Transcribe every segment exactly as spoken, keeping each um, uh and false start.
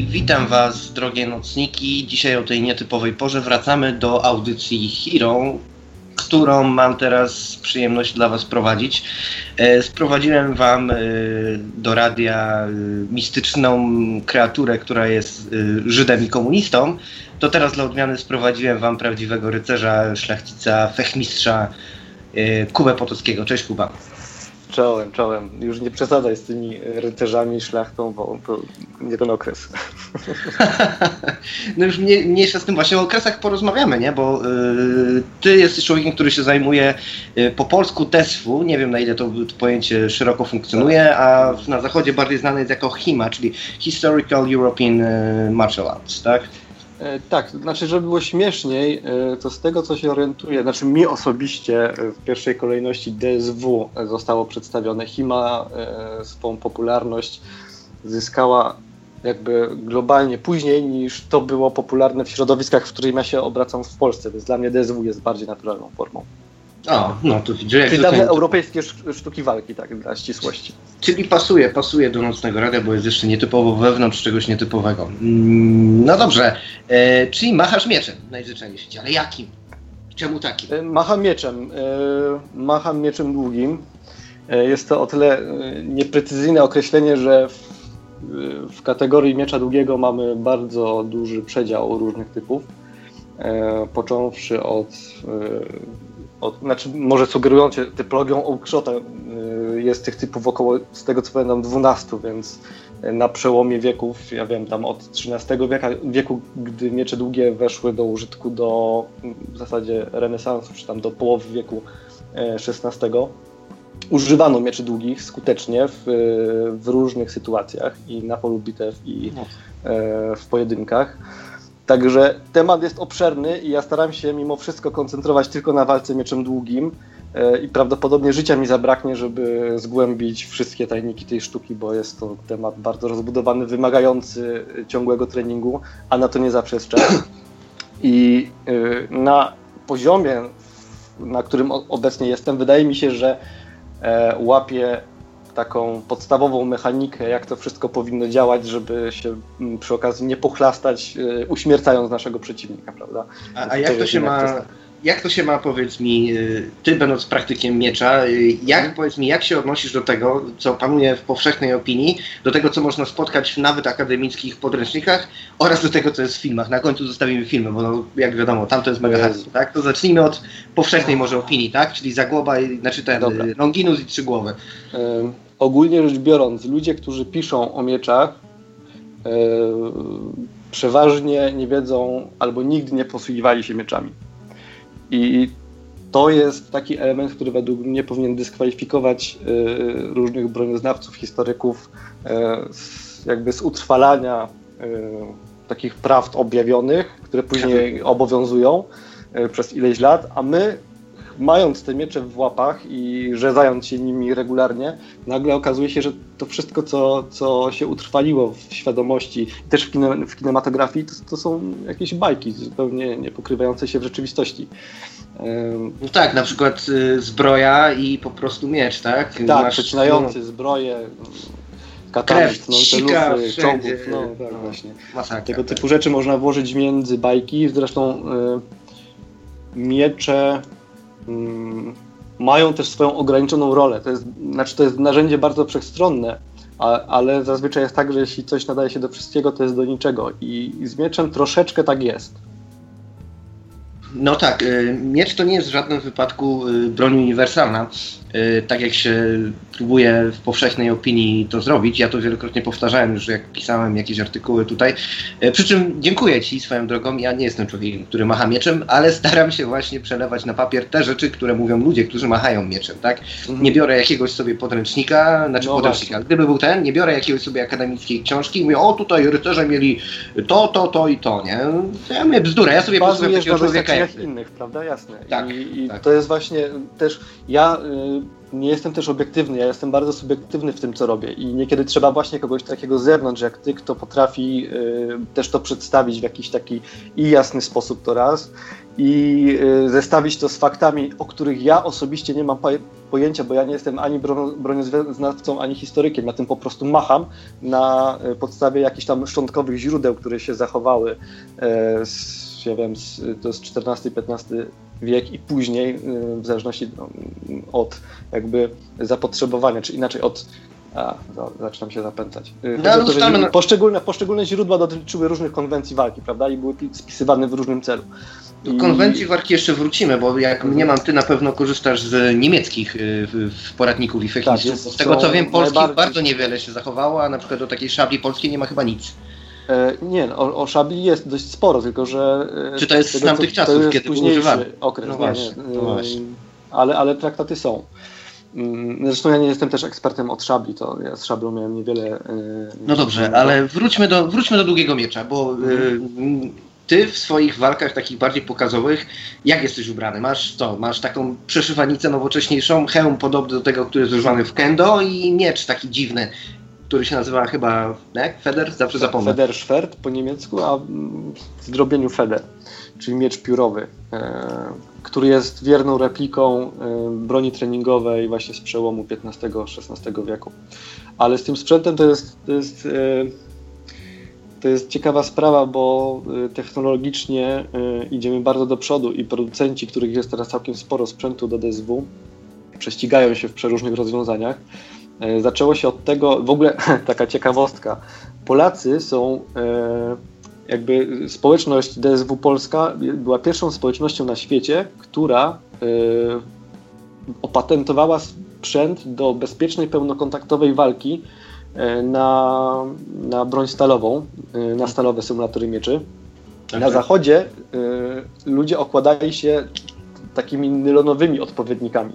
witam Was, drogie nocniki. Dzisiaj o tej nietypowej porze wracamy do audycji Hero, którą mam teraz przyjemność dla Was prowadzić. E, sprowadziłem Wam e, do radia e, mistyczną kreaturę, która jest e, Żydem i komunistą. To teraz dla odmiany sprowadziłem Wam prawdziwego rycerza, szlachcica, fechmistrza e, Kubę Potockiego. Cześć, Kuba. Czołem, czołem. Już nie przesadzaj z tymi rycerzami, szlachtą, bo to nie ten okres. No już mniej, mniejsza z tym, właśnie o okresach porozmawiamy, nie? Bo y, ty jesteś człowiekiem, który się zajmuje y, po polsku T E S F-u, nie wiem na ile to, to pojęcie szeroko funkcjonuje, a na zachodzie bardziej znane jest jako HIMA, czyli Historical European Martial Arts, tak? E, tak, to znaczy, żeby było śmieszniej, e, to z tego, co się orientuję, znaczy mi osobiście e, w pierwszej kolejności D S W zostało przedstawione. HIMA e, swą popularność zyskała jakby globalnie później, niż to było popularne w środowiskach, w których ja się obracam w Polsce, więc dla mnie D S W jest bardziej naturalną formą. O, no to widzę. Jak Czyli tutaj... dawne europejskie sztuki walki, tak, dla ścisłości. Czyli pasuje, pasuje do Nocnego Radia, bo jest jeszcze nietypowo wewnątrz czegoś nietypowego. Mm, no dobrze, e, czyli machasz mieczem najzwyczajniej w świecie, ale jakim? Czemu takim? E, macham mieczem, e, macham mieczem długim. E, jest to o tyle e, nieprecyzyjne określenie, że w, w kategorii miecza długiego mamy bardzo duży przedział różnych typów, e, począwszy od... E, Od, znaczy może sugerujące typologią Oakshota y, jest tych typów około, z tego co pamiętam, dwunastu, więc na przełomie wieków, ja wiem, tam od trzynastego wieka, wieku, gdy miecze długie weszły do użytku do w zasadzie renesansu, czy tam do połowy wieku szesnastego, używano mieczy długich skutecznie w, w różnych sytuacjach i na polu bitew i w pojedynkach. Także temat jest obszerny i ja staram się mimo wszystko koncentrować tylko na walce mieczem długim e, i prawdopodobnie życia mi zabraknie, żeby zgłębić wszystkie tajniki tej sztuki, bo jest to temat bardzo rozbudowany, wymagający ciągłego treningu, a na to nie zawsze jest czas. I e, na poziomie, na którym obecnie jestem, wydaje mi się, że e, łapię taką podstawową mechanikę, jak to wszystko powinno działać, żeby się przy okazji nie pochlastać, uśmiercając naszego przeciwnika, prawda? A, a jak to się ma, jak to się ma, powiedz mi, ty będąc praktykiem miecza, jak, hmm. powiedz mi, jak się odnosisz do tego, co panuje w powszechnej opinii, do tego, co można spotkać w nawet akademickich podręcznikach oraz do tego, co jest w filmach. Na końcu zostawimy filmy, bo no, jak wiadomo, tam to jest mega hasło, tak? To zacznijmy od powszechnej może opinii, tak? Czyli Zagłoba, znaczy ten Dobra. Longinus i Trzy Głowy. Um. Ogólnie rzecz biorąc, ludzie, którzy piszą o mieczach, yy, przeważnie nie wiedzą albo nigdy nie posługiwali się mieczami. I to jest taki element, który według mnie powinien dyskwalifikować yy, różnych broniznawców, historyków yy, z, jakby z utrwalania yy, takich prawd objawionych, które później obowiązują yy, przez ileś lat, a my, mając te miecze w łapach i rzezając się nimi regularnie, nagle okazuje się, że to wszystko, co, co się utrwaliło w świadomości, też w, kine, w kinematografii, to, to są jakieś bajki zupełnie nie pokrywające się w rzeczywistości. No tak, na przykład y, zbroja i po prostu miecz, tak? Tak, Masz, przecinający no, zbroje, katany, tnące lufy, czołgów, no tak no, właśnie. Masakra, Tego tak. typu rzeczy można włożyć między bajki, zresztą y, miecze mają też swoją ograniczoną rolę. To jest, znaczy to jest narzędzie bardzo wszechstronne, a, ale zazwyczaj jest tak, że jeśli coś nadaje się do wszystkiego, to jest do niczego. I, i z mieczem troszeczkę tak jest. No tak, miecz to nie jest w żadnym wypadku broń uniwersalna, tak jak się próbuje w powszechnej opinii to zrobić. Ja to wielokrotnie powtarzałem już, jak pisałem jakieś artykuły tutaj. Przy czym dziękuję Ci swoją drogą, ja nie jestem człowiekiem, który macha mieczem, ale staram się właśnie przelewać na papier te rzeczy, które mówią ludzie, którzy machają mieczem, tak? Mhm. Nie biorę jakiegoś sobie podręcznika, znaczy no podręcznika, właśnie. Gdyby był ten, nie biorę jakiegoś sobie akademickiej książki i mówię, o tutaj rycerze mieli to, to, to i to, nie? Ja mówię bzdurę, ja sobie posłucham takiego człowieka jak innych, prawda? Jasne. Tak, I, i tak. to jest właśnie też, ja y, nie jestem też obiektywny, ja jestem bardzo subiektywny w tym, co robię i niekiedy trzeba właśnie kogoś takiego z zewnątrz, jak ty, kto potrafi y, też to przedstawić w jakiś taki i jasny sposób to raz i zestawić to z faktami, o których ja osobiście nie mam pojęcia, bo ja nie jestem ani bronioznawcą, ani historykiem, ja tym po prostu macham na podstawie jakichś tam szczątkowych źródeł, które się zachowały z, ja wiem, z, to jest czternasty piętnasty wiek i później, w zależności od jakby zapotrzebowania, czy inaczej od A, zaczynam się zapętać. No, to, że na... poszczególne, poszczególne źródła dotyczyły różnych konwencji walki, prawda? I były spisywane w różnym celu. Do I... konwencji walki jeszcze wrócimy, bo jak nie mam, ty na pewno korzystasz z niemieckich poradników i fechmistów. Tak, z tego co wiem, polskich najbardziej... bardzo niewiele się zachowało, a na przykład do takiej szabli polskiej nie ma chyba nic. E, nie, o, o szabli jest dość sporo, tylko że... E, Czy to jest z tamtych czasów, to kiedy był używany? Okres, no nie, właśnie, nie, no właśnie. Ale, ale traktaty są. Zresztą ja nie jestem też ekspertem od szabli, to ja z szablą miałem niewiele... Yy, no dobrze, ale wróćmy do, wróćmy do Długiego Miecza, bo yy, ty w swoich walkach takich bardziej pokazowych, jak jesteś ubrany? Masz co? Masz taką przeszywanicę nowocześniejszą, hełm podobny do tego, który jest używany w kendo i miecz taki dziwny, który się nazywa chyba, jak? Feder? Zawsze zapomnę. Federschwert po niemiecku, a w zdrobieniu Feder, czyli miecz piórowy, e, który jest wierną repliką e, broni treningowej właśnie z przełomu piętnastego szesnastego wieku. Ale z tym sprzętem to jest, to jest, e, to jest ciekawa sprawa, bo technologicznie e, idziemy bardzo do przodu i producenci, których jest teraz całkiem sporo sprzętu do D S W, prześcigają się w przeróżnych rozwiązaniach. Zaczęło się od tego, w ogóle taka ciekawostka, Polacy są, jakby społeczność D S W Polska była pierwszą społecznością na świecie, która opatentowała sprzęt do bezpiecznej, pełnokontaktowej walki na, na broń stalową, na stalowe symulatory mieczy. Okay. Na zachodzie ludzie okładali się takimi nylonowymi odpowiednikami.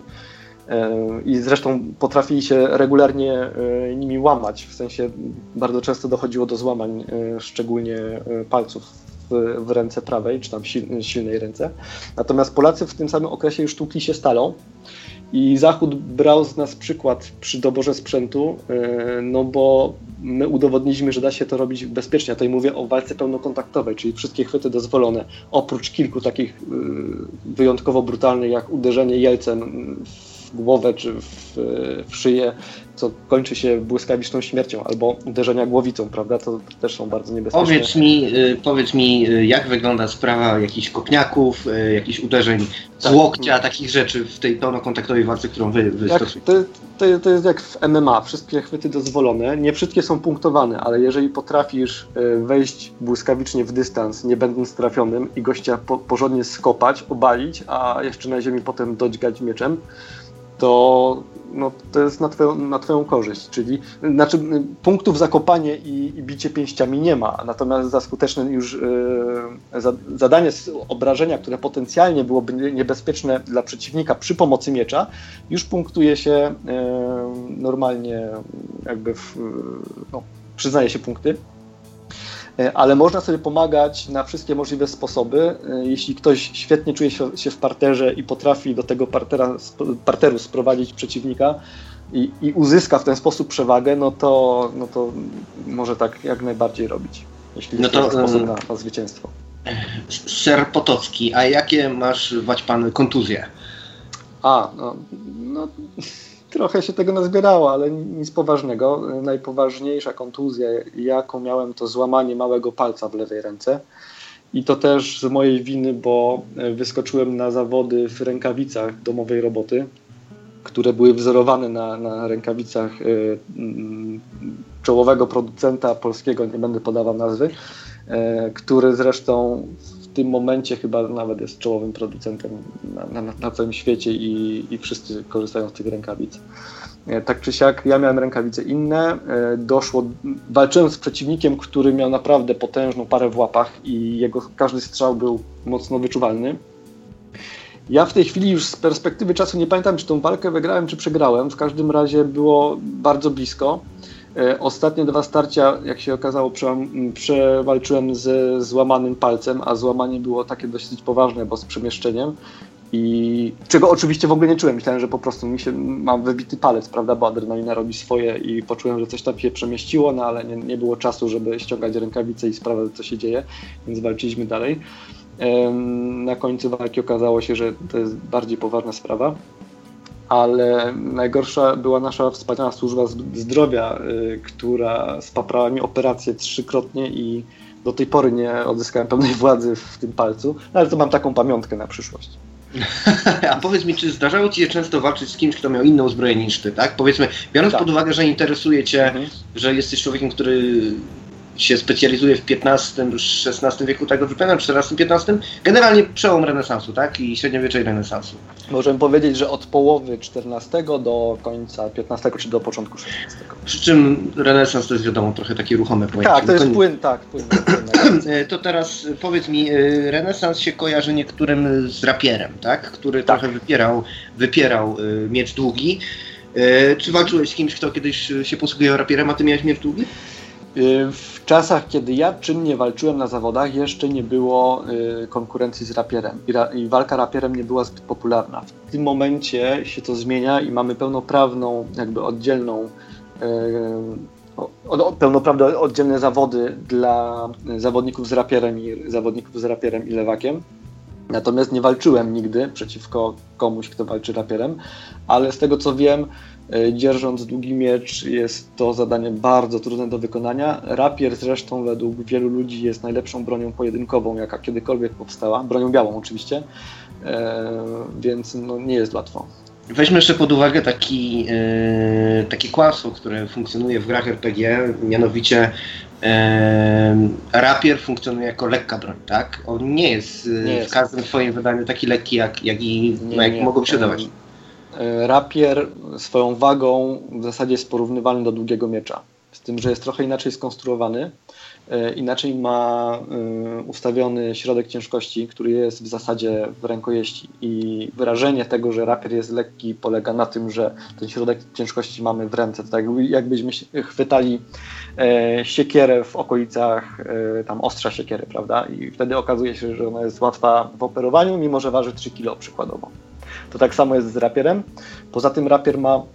I zresztą potrafili się regularnie nimi łamać, w sensie bardzo często dochodziło do złamań, szczególnie palców w, w ręce prawej, czy tam sil, silnej ręce. Natomiast Polacy w tym samym okresie już tłukli się stalą i Zachód brał z nas przykład przy doborze sprzętu, no bo my udowodniliśmy, że da się to robić bezpiecznie. Ja tutaj mówię o walce pełnokontaktowej, czyli wszystkie chwyty dozwolone, oprócz kilku takich wyjątkowo brutalnych, jak uderzenie jelcem w głowę czy w, w szyję, co kończy się błyskawiczną śmiercią, albo uderzenia głowicą, prawda? To też są bardzo niebezpieczne. Powiedz mi, powiedz mi, jak wygląda sprawa jakichś kopniaków, jakichś uderzeń z tak. łokcia, takich rzeczy w tej pełnokontaktowej walce, którą wy, wy stosujecie? To, to jest jak w M M A, wszystkie chwyty dozwolone, nie wszystkie są punktowane, ale jeżeli potrafisz wejść błyskawicznie w dystans, nie będąc trafionym i gościa po, porządnie skopać, obalić, a jeszcze na ziemi potem dodźgać mieczem, to, no, to jest na twoją, na twoją korzyść, czyli znaczy, punktów za kopanie i, i bicie pięściami nie ma, natomiast za skuteczne już yy, za, zadanie obrażenia, które potencjalnie byłoby niebezpieczne dla przeciwnika przy pomocy miecza, już punktuje się yy, normalnie, jakby w, no, przyznaje się punkty. Ale można sobie pomagać na wszystkie możliwe sposoby. Jeśli ktoś świetnie czuje się w parterze i potrafi do tego partera, parteru sprowadzić przeciwnika i, i uzyska w ten sposób przewagę, no to, no to może tak jak najbardziej robić, jeśli jest no to sposób na, na zwycięstwo. Ser Potocki, a jakie masz, Waćpan, kontuzje? A, no... no... Trochę się tego nazbierało, ale nic poważnego. Najpoważniejsza kontuzja, jaką miałem, to złamanie małego palca w lewej ręce. I to też z mojej winy, bo wyskoczyłem na zawody w rękawicach domowej roboty, które były wzorowane na, na rękawicach y, y, czołowego producenta polskiego, nie będę podawał nazwy, y, który zresztą w tym momencie chyba nawet jest czołowym producentem na, na, na całym świecie i, i wszyscy korzystają z tych rękawic. Tak czy siak, ja miałem rękawice inne, doszło, walczyłem z przeciwnikiem, który miał naprawdę potężną parę w łapach i jego każdy strzał był mocno wyczuwalny. Ja w tej chwili już z perspektywy czasu nie pamiętam, czy tą walkę wygrałem, czy przegrałem, w każdym razie było bardzo blisko. Ostatnie dwa starcia, jak się okazało, przewalczyłem ze złamanym palcem, a złamanie było takie dosyć poważne, bo z przemieszczeniem. I czego oczywiście w ogóle nie czułem. Myślałem, że po prostu mi się, mam wybity palec, prawda, bo adrenalina robi swoje i poczułem, że coś tam się przemieściło, no ale nie, nie było czasu, żeby ściągać rękawice i sprawdzać, co się dzieje, więc walczyliśmy dalej. na końcu walki okazało się, że to jest bardziej poważna sprawa. Ale najgorsza była nasza wspaniała służba zdrowia, y, która spaprała mi operację trzykrotnie i do tej pory nie odzyskałem pełnej władzy w tym palcu, no, ale to mam taką pamiątkę na przyszłość. A powiedz mi, czy zdarzało Ci się często walczyć z kimś, kto miał inne uzbrojenie niż Ty, tak? Powiedzmy, biorąc tak. pod uwagę, że interesuje Cię, mhm. że jesteś człowiekiem, który się specjalizuje w piętnastym, szesnastym wieku, tak dobrze pamiętam, czternastym, piętnastym, generalnie przełom renesansu, tak? I średniowiecza i renesansu. Możemy powiedzieć, że od połowy czternastego do końca piętnastego, czy do początku szesnastego. Przy czym renesans to jest, wiadomo, trochę takie ruchome pojęcie. Tak, to jest płyn, tak. Płyn, to teraz powiedz mi, renesans się kojarzy niektórym z rapierem, tak? Który tak. trochę wypierał, wypierał miecz długi. Czy walczyłeś z kimś, kto kiedyś się posługiwał rapierem, a Ty miałeś miecz długi? W czasach, kiedy ja czynnie walczyłem na zawodach, jeszcze nie było y, konkurencji z rapierem I, ra, i walka rapierem nie była zbyt popularna. W tym momencie się to zmienia i mamy pełnoprawną, jakby oddzielną, y, o, o, pełnoprawne oddzielne zawody dla zawodników z rapierem i zawodników z rapierem i lewakiem. Natomiast nie walczyłem nigdy przeciwko komuś, kto walczy rapierem, ale z tego co wiem, dzierżąc długi miecz jest to zadanie bardzo trudne do wykonania. Rapier zresztą według wielu ludzi jest najlepszą bronią pojedynkową, jaka kiedykolwiek powstała. Bronią białą oczywiście, e, więc no, nie jest łatwo. Weźmy jeszcze pod uwagę taki, e, takie kłamstwo, które funkcjonuje w grach er pe gie, mianowicie e, rapier funkcjonuje jako lekka broń, tak? On nie jest, nie jest. w każdym swoim wydaniu taki lekki, jak, jak i nie, no, jak nie, mogą się dawać. Rapier swoją wagą w zasadzie jest porównywalny do długiego miecza, z tym, że jest trochę inaczej skonstruowany, inaczej ma ustawiony środek ciężkości, który jest w zasadzie w rękojeści i wyrażenie tego, że rapier jest lekki, polega na tym, że ten środek ciężkości mamy w ręce, tak jakbyśmy chwytali siekierę w okolicach tam ostrza siekiery, prawda? I wtedy okazuje się, że ona jest łatwa w operowaniu, mimo że waży trzy kilo przykładowo. To tak samo jest z rapierem. Poza tym rapier ma e,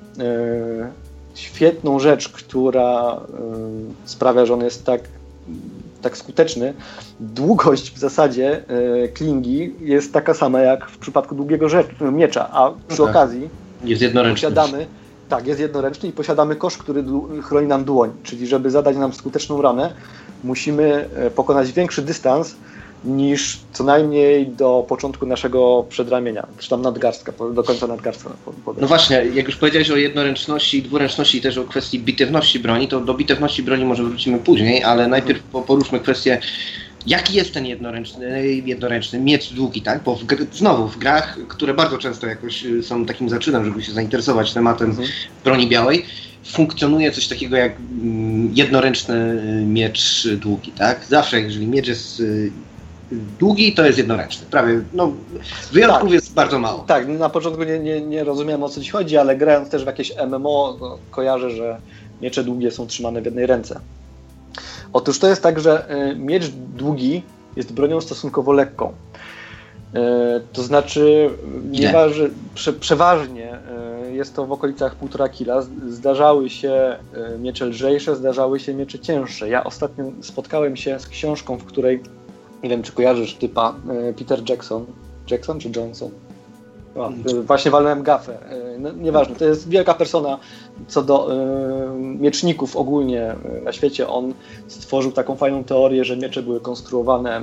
świetną rzecz, która e, sprawia, że on jest tak, tak skuteczny. Długość w zasadzie e, klingi jest taka sama jak w przypadku długiego rzecz, miecza, a przy tak. okazji jest jednoręczny. Posiadamy, tak, jest jednoręczny i posiadamy kosz, który chroni nam dłoń. Czyli żeby zadać nam skuteczną ranę, musimy pokonać większy dystans niż co najmniej do początku naszego przedramienia, czy tam nadgarstka, do końca nadgarstka. No właśnie, jak już powiedziałeś o jednoręczności i dwuręczności i też o kwestii bitewności broni, to do bitewności broni może wrócimy później, ale najpierw poruszmy kwestię, jaki jest ten jednoręczny, jednoręczny miecz długi, tak? Bo w, znowu w grach, które bardzo często jakoś są takim zaczynem, żeby się zainteresować tematem mhm. broni białej, funkcjonuje coś takiego jak jednoręczny miecz długi, tak? Zawsze, jeżeli miecz jest długi, to jest jednoręczny. Prawie, no, wyjątków tak. jest bardzo mało. Tak, na początku nie, nie, nie rozumiałem, o co ci chodzi, ale grając też w jakieś M M O, no, kojarzę, że miecze długie są trzymane w jednej ręce. Otóż to jest tak, że y, miecz długi jest bronią stosunkowo lekką. Y, to znaczy, nie waży, prze, przeważnie y, jest to w okolicach półtora kila. Zdarzały się y, miecze lżejsze, zdarzały się miecze cięższe. Ja ostatnio spotkałem się z książką, w której nie wiem, czy kojarzysz typa Peter Jackson. Jackson czy Johnson? O, właśnie walnąłem gafę. No, nieważne, to jest wielka persona co do y, mieczników ogólnie na świecie. On stworzył taką fajną teorię, że miecze były konstruowane y,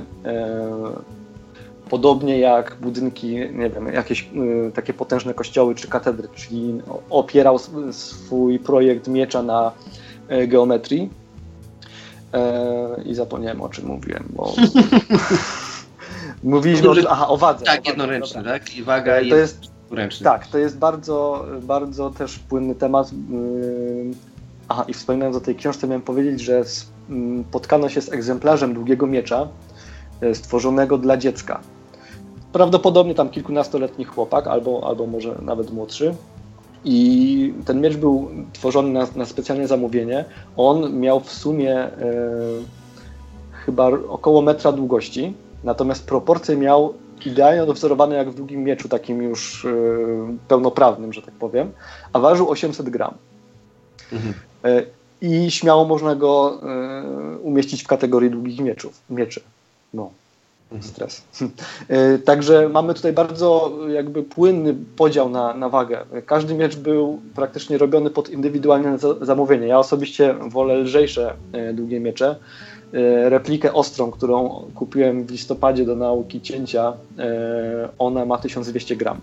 podobnie jak budynki, nie wiem, jakieś y, takie potężne kościoły czy katedry, czyli opierał swój projekt miecza na y, geometrii. I zapomniałem, o czym mówiłem, bo mówiliśmy o, aha, o wadze. Tak, o wadze, jednoręczny, dobra. tak? I waga to jest dwuręczny. Tak, to jest bardzo, bardzo też płynny temat. Aha, i wspominając o tej książce, miałem powiedzieć, że spotkano się z egzemplarzem długiego miecza stworzonego dla dziecka. Prawdopodobnie tam kilkunastoletni chłopak, albo, albo może nawet młodszy. I ten miecz był tworzony na, na specjalne zamówienie. On miał w sumie e, chyba około metra długości, natomiast proporcje miał idealnie odwzorowane jak w długim mieczu, takim już e, pełnoprawnym, że tak powiem, a ważył osiemset gram. Mhm. E, I śmiało można go e, umieścić w kategorii długich mieczów, mieczy. No. Stres. Także mamy tutaj bardzo jakby płynny podział na, na wagę. Każdy miecz był praktycznie robiony pod indywidualne zamówienie. Ja osobiście wolę lżejsze długie miecze. Replikę ostrą, którą kupiłem w listopadzie do nauki cięcia, ona ma tysiąc dwieście gram.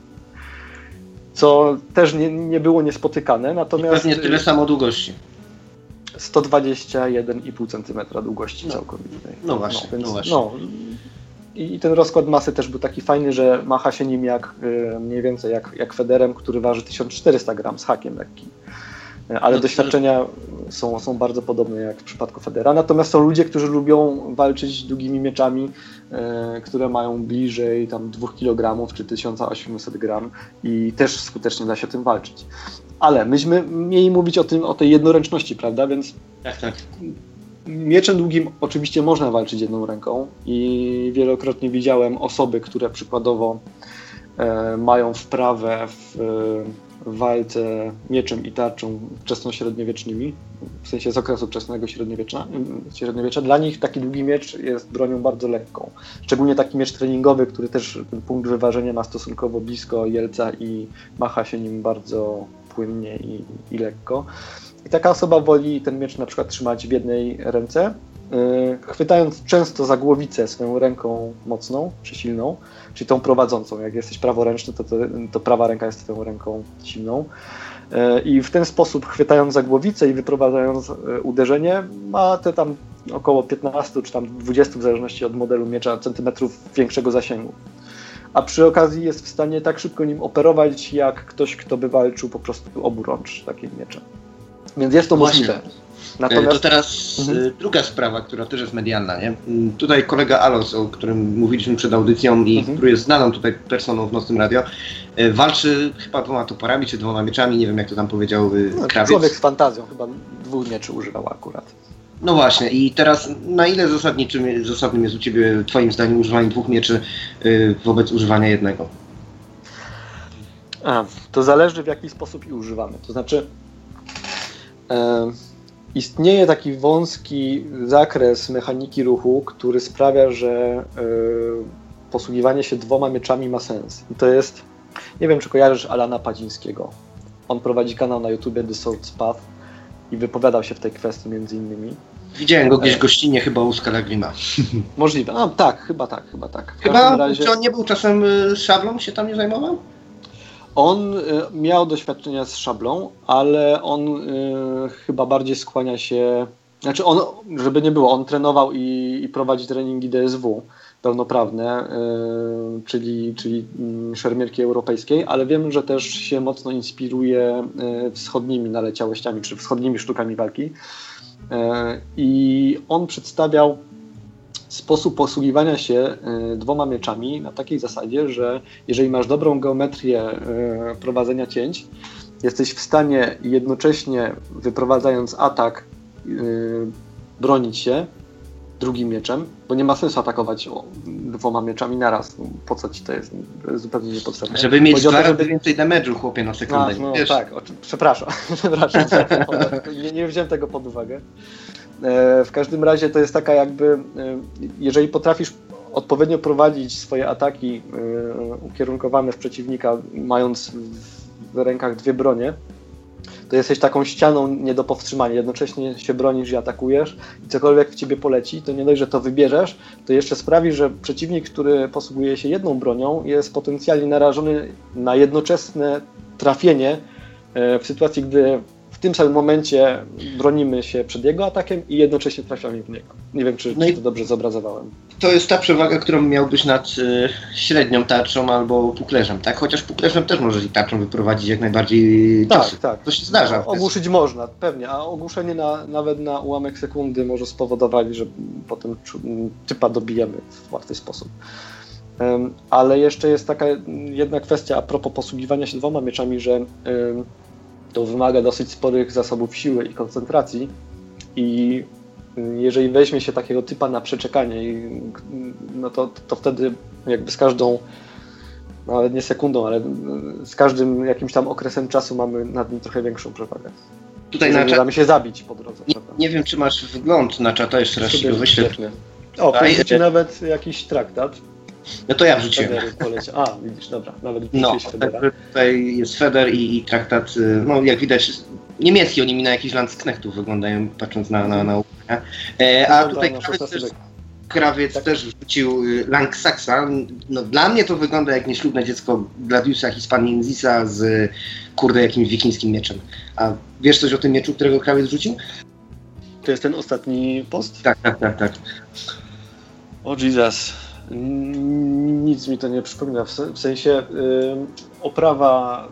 Co też nie, nie było niespotykane. Natomiast pewnie tyle samo długości. sto dwadzieścia jeden i pół centymetra długości no. całkowitej. No właśnie, no, więc, no właśnie. No, i ten rozkład masy też był taki fajny, że macha się nim jak mniej więcej jak, jak Federem, który waży tysiąc czterysta gram z hakiem lekkim. Ale no, doświadczenia są, są bardzo podobne jak w przypadku Federa. Natomiast są ludzie, którzy lubią walczyć długimi mieczami, e, które mają bliżej tam dwóch kilogramów czy tysiąc osiemset gram i też skutecznie da się tym walczyć. Ale myśmy mieli mówić o tym, o tej jednoręczności, prawda? Więc tak, tak. Mieczem długim oczywiście można walczyć jedną ręką i wielokrotnie widziałem osoby, które przykładowo e, mają wprawę w e, walce mieczem i tarczą wczesnośredniowiecznymi, w sensie z okresu wczesnego średniowiecza, średniowiecza. Dla nich taki długi miecz jest bronią bardzo lekką. Szczególnie taki miecz treningowy, który też ten punkt wyważenia ma stosunkowo blisko jelca i macha się nim bardzo płynnie i, i lekko. I taka osoba woli ten miecz na przykład trzymać w jednej ręce, yy, chwytając często za głowicę swoją ręką mocną czy silną, czyli tą prowadzącą. Jak jesteś praworęczny, to, to, to prawa ręka jest twoją ręką silną. Yy, I w ten sposób chwytając za głowicę i wyprowadzając yy, uderzenie, ma te tam około piętnaście czy tam dwadzieścia, w zależności od modelu miecza, centymetrów większego zasięgu. A przy okazji jest w stanie tak szybko nim operować, jak ktoś, kto by walczył po prostu oburącz takim mieczem. Więc jest to Właśnie. możliwe. Natomiast... To teraz mhm. druga sprawa, która też jest medialna. Nie? Tutaj kolega Alos, o którym mówiliśmy przed audycją i mhm. który jest znaną tutaj personą w Nocnym Radio, walczy chyba dwoma toporami czy dwoma mieczami, nie wiem jak to tam powiedział no, Krawiec. Człowiek z fantazją, chyba dwóch mieczy używał akurat. No właśnie i teraz na ile zasadniczym, zasadnym jest u Ciebie twoim zdaniem używanie dwóch mieczy yy, wobec używania jednego? A, to zależy w jaki sposób je używamy. To znaczy e, istnieje taki wąski zakres mechaniki ruchu, który sprawia, że e, posługiwanie się dwoma mieczami ma sens. I to jest, nie wiem czy kojarzysz Alana Padzińskiego. On prowadzi kanał na YouTubie The Sword's Path i wypowiadał się w tej kwestii między innymi. Widziałem go gdzieś w gościnie chyba u Skalagrima. Możliwe. A, tak, chyba tak, chyba tak. W chyba, razie... czy on nie był czasem szablą, się tam nie zajmował? On y, miał doświadczenia z szablą, ale on y, chyba bardziej skłania się... Znaczy on, żeby nie było, on trenował i, i prowadzi treningi D S W pełnoprawne, y, czyli, czyli y, szermierki europejskiej, ale wiem, że też się mocno inspiruje y, wschodnimi naleciałościami, czy wschodnimi sztukami walki. Y, I on przedstawiał sposób posługiwania się y, dwoma mieczami na takiej zasadzie, że jeżeli masz dobrą geometrię y, prowadzenia cięć, jesteś w stanie jednocześnie wyprowadzając atak y, bronić się drugim mieczem, bo nie ma sensu atakować o, dwoma mieczami naraz. Po co ci to jest? To jest zupełnie niepotrzebne. Żeby mieć dwa razy żeby... więcej damage'u, chłopie, na sekundę. A, no, tak, o, przepraszam. przepraszam. nie, nie wziąłem tego pod uwagę. W każdym razie to jest taka jakby, jeżeli potrafisz odpowiednio prowadzić swoje ataki ukierunkowane w przeciwnika, mając w rękach dwie bronie, to jesteś taką ścianą nie do powstrzymania. Jednocześnie się bronisz i atakujesz i cokolwiek w ciebie poleci, to nie dość, że to wybierzesz, to jeszcze sprawi, że przeciwnik, który posługuje się jedną bronią, jest potencjalnie narażony na jednoczesne trafienie w sytuacji, gdy w tym samym momencie bronimy się przed jego atakiem i jednocześnie trafiamy w niego. Nie wiem, czy, no czy to dobrze zobrazowałem. To jest ta przewaga, którą miałbyś nad y, średnią tarczą albo puklerzem, tak? Chociaż puklerzem też możesz i tarczą wyprowadzić jak najbardziej tak, ciosy. Tak, to się zdarza. No, ogłuszyć można, pewnie, a ogłuszenie na, nawet na ułamek sekundy może spowodować, że potem typa dobijemy w łatwy sposób. Um, ale jeszcze jest taka jedna kwestia a propos posługiwania się dwoma mieczami, że um, to wymaga dosyć sporych zasobów siły i koncentracji i jeżeli weźmie się takiego typa na przeczekanie, no to, to wtedy jakby z każdą, nawet nie sekundą, ale z każdym jakimś tam okresem czasu mamy nad nim trochę większą przewagę. Tutaj na czat... damy się zabić po drodze. Nie, nie wiem, czy masz wgląd na czata, jeszcze raz się go wyślę. O, wrzuci nawet jakiś traktat. No to ja wrzuciłem. A, widzisz, dobra, nawet no, Federa. Tutaj jest Feder i, i traktat, no jak widać, niemiecki, oni mi na jakichś Landsknechtów wyglądają, patrząc na, na, na Ukrainę. E, a no, tutaj krawiec, też, krawiec tak. też wrzucił Langsaksa. No, dla mnie to wygląda jak nieślubne dziecko Gladiusa Hispanienzisa z, kurde, jakimś wikińskim mieczem. A wiesz coś o tym mieczu, którego krawiec wrzucił? To jest ten ostatni post? Tak, tak, tak, tak. O Jesus. Nic mi to nie przypomina. W sensie yy, oprawa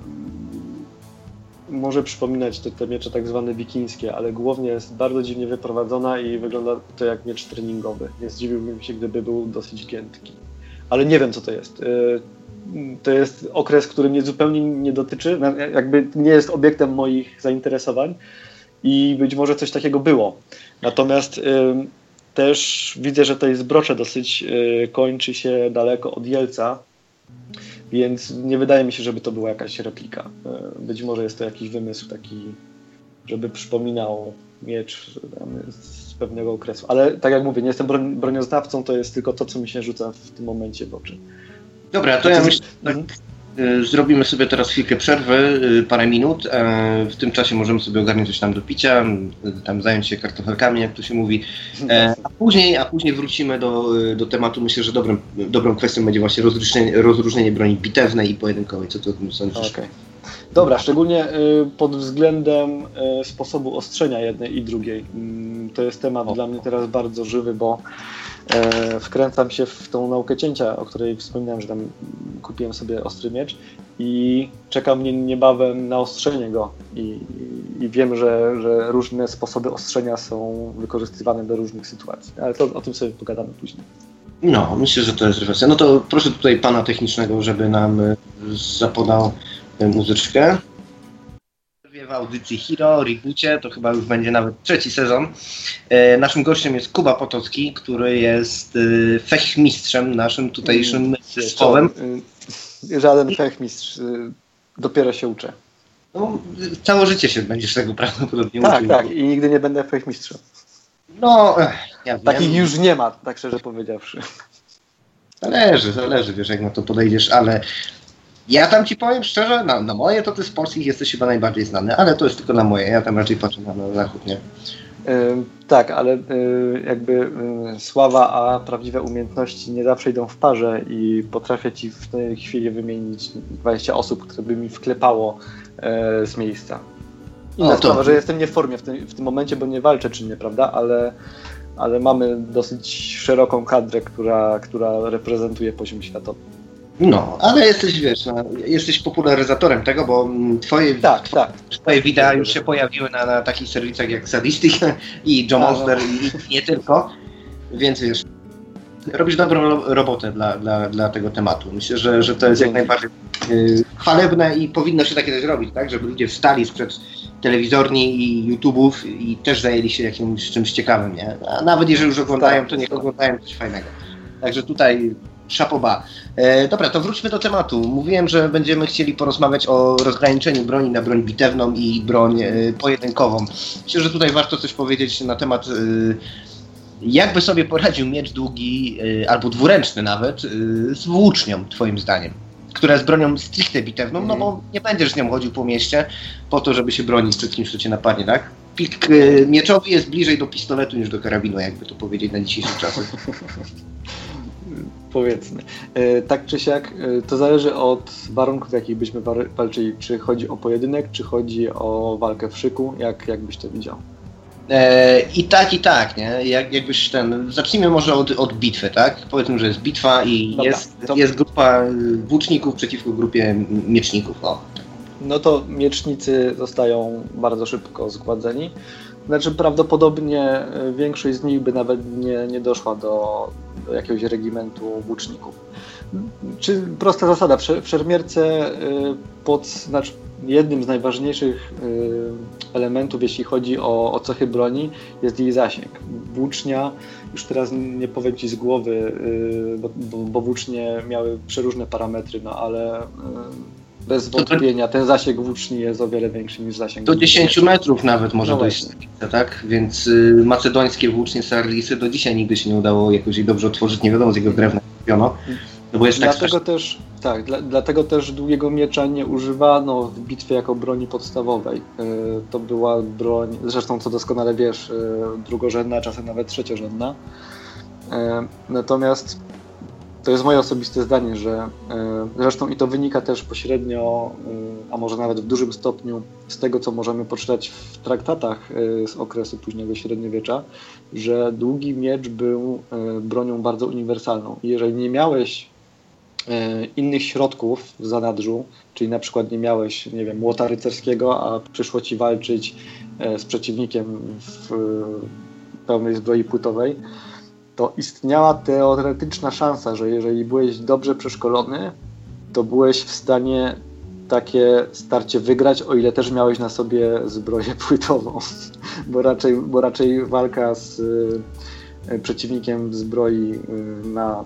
może przypominać te, te miecze tak zwane wikińskie, ale głównie jest bardzo dziwnie wyprowadzona i wygląda to jak miecz treningowy. Nie zdziwiłbym się, gdyby był dosyć giętki. Ale nie wiem, co to jest. Yy, to jest okres, który mnie zupełnie nie dotyczy, jakby nie jest obiektem moich zainteresowań i być może coś takiego było. Natomiast yy, też widzę, że to zbrocze dosyć yy, kończy się daleko od Jelca, więc nie wydaje mi się, żeby to była jakaś replika. Yy, być może jest to jakiś wymysł taki, żeby przypominał miecz tam, z pewnego okresu. Ale tak jak mówię, nie jestem broń, bronioznawcą, to jest tylko to, co mi się rzuca w tym momencie w oczy. Dobra, to ja myślę, tak, y, zrobimy sobie teraz chwilkę przerwy, y, parę minut. Y, w tym czasie możemy sobie ogarnąć coś tam do picia, y, tam zająć się kartofelkami, jak to się mówi. Y, a później, a później wrócimy do, y, do tematu. Myślę, że dobrym, dobrą kwestią będzie właśnie rozróżnienie, rozróżnienie broni bitewnej i pojedynkowej. Co ty o tym sądzisz? Okay. Dobra, szczególnie y, pod względem y, sposobu ostrzenia jednej i drugiej. Y, to jest temat o. dla mnie teraz bardzo żywy, bo y, wkręcam się w tą naukę cięcia, o której wspominałem, że tam kupiłem sobie ostry miecz i czeka mnie niebawem naostrzenie go i, i wiem, że, że różne sposoby ostrzenia są wykorzystywane do różnych sytuacji, ale to o tym sobie pogadamy później. No, myślę, że to jest refleksja. No to proszę tutaj pana technicznego, żeby nam y, zapodał muzyczkę. W audycji Hero, Reboocie, to chyba już będzie nawet trzeci sezon. E, naszym gościem jest Kuba Potocki, który jest e, fechmistrzem naszym tutejszym zespołem. Y, żaden fechmistrz, y, dopiero się uczę. No, całe życie się będziesz tego prawdopodobnie tak, uczył. Tak, tak, i nigdy nie będę fechmistrzem. No, ja wiem. Takich już nie ma, tak szczerze powiedziawszy. Zależy, zależy, wiesz, jak na to podejdziesz, ale ja tam ci powiem szczerze, na, na moje to ty z polskich jesteś chyba najbardziej znany, ale to jest tylko na moje, ja tam raczej patrzę na, na zachód, nie? Yy, tak, ale yy, jakby yy, sława, a prawdziwe umiejętności nie zawsze idą w parze i potrafię ci w tej chwili wymienić dwadzieścia osób, które by mi wklepało yy, z miejsca. Inna sprawa, że jestem nie w formie w tym, w tym momencie, bo nie walczę czynnie, prawda, ale, ale mamy dosyć szeroką kadrę, która, która reprezentuje poziom światowy. No, ale jesteś, wiesz, no, jesteś popularyzatorem tego, bo twoje, tak, tak. twoje wideo już się pojawiły na, na takich serwisach jak Sadistic i Joe Monster i, i nie tylko, więc wiesz, robisz dobrą robotę dla, dla, dla tego tematu. Myślę, że, że to jest jak najbardziej yy, chwalebne i powinno się takie coś robić, tak, żeby ludzie wstali sprzed telewizorni i YouTube'ów i też zajęli się jakimś czymś ciekawym, nie? A nawet jeżeli już oglądają, to niech oglądają coś fajnego. Także tutaj szapoba. E, dobra, to wróćmy do tematu. Mówiłem, że będziemy chcieli porozmawiać o rozgraniczeniu broni na broń bitewną i broń e, pojedynkową. Myślę, że tutaj warto coś powiedzieć na temat, e, jakby sobie poradził miecz długi, e, albo dwuręczny nawet, e, z włócznią, twoim zdaniem, która jest bronią stricte bitewną, no bo nie będziesz z nią chodził po mieście po to, żeby się bronić przed kimś, kto cię napadnie, tak? Pik e, mieczowy jest bliżej do pistoletu niż do karabinu, jakby to powiedzieć na dzisiejsze czasy. Powiedzmy. E, tak czy siak, e, to zależy od warunków, w jakich byśmy walczyli. Czy chodzi o pojedynek, czy chodzi o walkę w szyku, jak, jak byś to widział? E, I tak, i tak, nie? Jak, jakbyś ten... Zacznijmy może od, od bitwy, tak? Powiedzmy, że jest bitwa i Dobra, jest, to... jest grupa włóczników przeciwko grupie mieczników. O. No to miecznicy zostają bardzo szybko zgładzeni. Znaczy prawdopodobnie większość z nich by nawet nie, nie doszła do, do jakiegoś regimentu włóczników. Czy prosta zasada, w szermierce pod, znaczy jednym z najważniejszych elementów, jeśli chodzi o, o cechy broni, jest jej zasięg. Włócznia, już teraz nie powiem ci z głowy, bo, bo, bo włócznie miały przeróżne parametry, no ale bez wątpienia ten zasięg włóczni jest o wiele większy niż zasięg. Do dziesięć metrów nawet może no dojść, tak? Więc y, macedońskie włócznie Sarlisy do dzisiaj nigdy się nie udało jakoś dobrze otworzyć, nie wiadomo z jego drewna kupiono. No bo jest dlatego tak też, tak, dla, dlatego też długiego miecza nie używano w bitwie jako broni podstawowej. Yy, to była broń, zresztą co doskonale wiesz, yy, drugorzędna, czasem nawet trzeciorzędna. Yy, natomiast to jest moje osobiste zdanie, że yy, zresztą i to wynika też pośrednio, yy, a może nawet w dużym stopniu z tego, co możemy poczytać w traktatach yy, z okresu późnego średniowiecza, że długi miecz był yy, bronią bardzo uniwersalną. I jeżeli nie miałeś innych środków w zanadrzu, czyli na przykład nie miałeś, nie wiem, młota rycerskiego, a przyszło ci walczyć z przeciwnikiem w pełnej zbroi płytowej, to istniała teoretyczna szansa, że jeżeli byłeś dobrze przeszkolony, to byłeś w stanie takie starcie wygrać, o ile też miałeś na sobie zbroję płytową, bo raczej, bo raczej walka z przeciwnikiem w zbroi na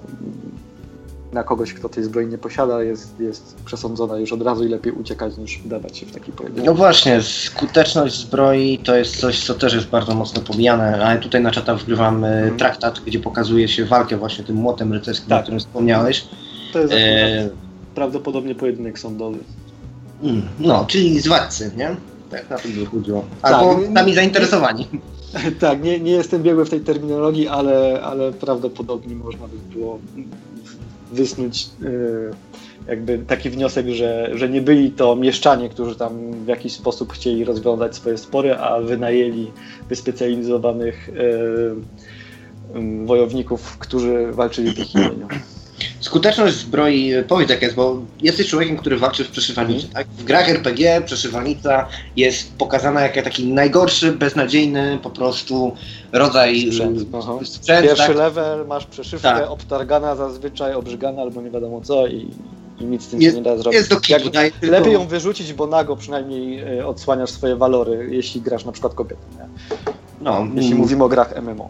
na kogoś, kto tej zbroi nie posiada, jest, jest przesądzona już od razu i lepiej uciekać niż wdawać się w taki pojedynek. No właśnie, skuteczność zbroi to jest coś, co też jest bardzo mocno pomijane, ale tutaj na czata wgrywam hmm. traktat, gdzie pokazuje się walkę właśnie tym młotem rycerskim, tak, o którym wspomniałeś. To jest e... prawdopodobnie pojedynek sądowy. No, czyli z władcy, nie? Tak, na to by chodziło. Albo tak, nami zainteresowani. Nie, tak, nie, nie jestem biegły w tej terminologii, ale, ale prawdopodobnie można by było wysnuć yy, jakby taki wniosek, że, że nie byli to mieszczanie, którzy tam w jakiś sposób chcieli rozwiązać swoje spory, a wynajęli wyspecjalizowanych yy, yy, wojowników, którzy walczyli w ich imieniu. Skuteczność zbroi, powiedz jak jest, bo jesteś człowiekiem, który walczy w przeszywanicy, tak? W grach R P G przeszywanica jest pokazana jako taki najgorszy, beznadziejny po prostu rodzaj sprzęt. sprzęt Pierwszy tak? level, masz przeszywkę, tak, obtargana zazwyczaj, obrzygana albo nie wiadomo co i, i nic z tym jest, się nie da zrobić. Jest do kitu, Jak, lepiej tylko... ją wyrzucić, bo nago przynajmniej odsłaniasz swoje walory, jeśli grasz na przykład kobietę. Nie? No, jeśli mm. mówimy o grach M M O.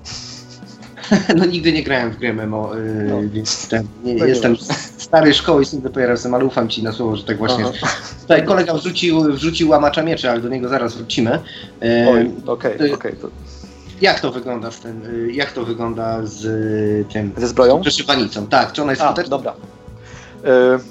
No nigdy nie grałem w grę M M O, yy, no. więc ten, nie, nie jestem z starej szkoły i single playerem, ale ufam ci na słowo, że tak właśnie jest. Tutaj kolega wrzucił, wrzucił łamacza mieczy, ale do niego zaraz wrócimy. Yy, Oj, okej, okay, okej. Okay, jak to wygląda z tym, yy, jak to wygląda z tym... Ze zbroją? Z przeszywanicą, tak, czy ona jest skuteczna? Dobra. Yy,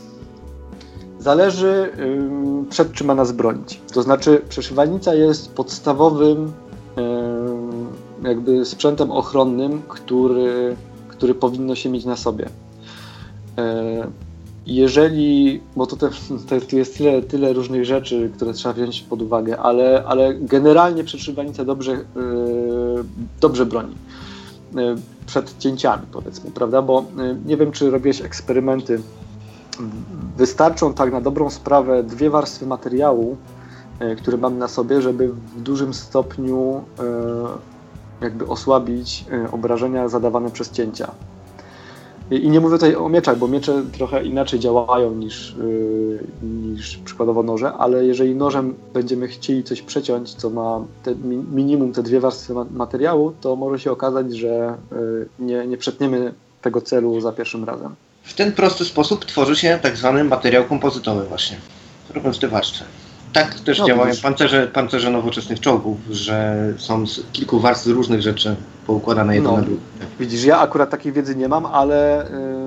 zależy yy, przed czym ma nas bronić. To znaczy przeszywanica jest podstawowym yy, jakby sprzętem ochronnym, który, który powinno się mieć na sobie. Jeżeli, bo to, te, to jest tyle, tyle różnych rzeczy, które trzeba wziąć pod uwagę, ale, ale generalnie przeszywanica dobrze, dobrze broni. Przed cięciami, powiedzmy, prawda? Bo nie wiem, czy robiłeś eksperymenty. Wystarczą tak na dobrą sprawę dwie warstwy materiału, które mamy na sobie, żeby w dużym stopniu jakby osłabić obrażenia zadawane przez cięcia. I nie mówię tutaj o mieczach, bo miecze trochę inaczej działają niż, niż przykładowo noże, ale jeżeli nożem będziemy chcieli coś przeciąć, co ma te minimum te dwie warstwy materiału, to może się okazać, że nie, nie przetniemy tego celu za pierwszym razem. W ten prosty sposób tworzy się tak zwany materiał kompozytowy właśnie, robiąc te warstwy. Tak też no, działają pancerze, pancerze nowoczesnych czołgów, że są z kilku warstw różnych rzeczy poukładane jedno no, na drugie. Widzisz, ja akurat takiej wiedzy nie mam, ale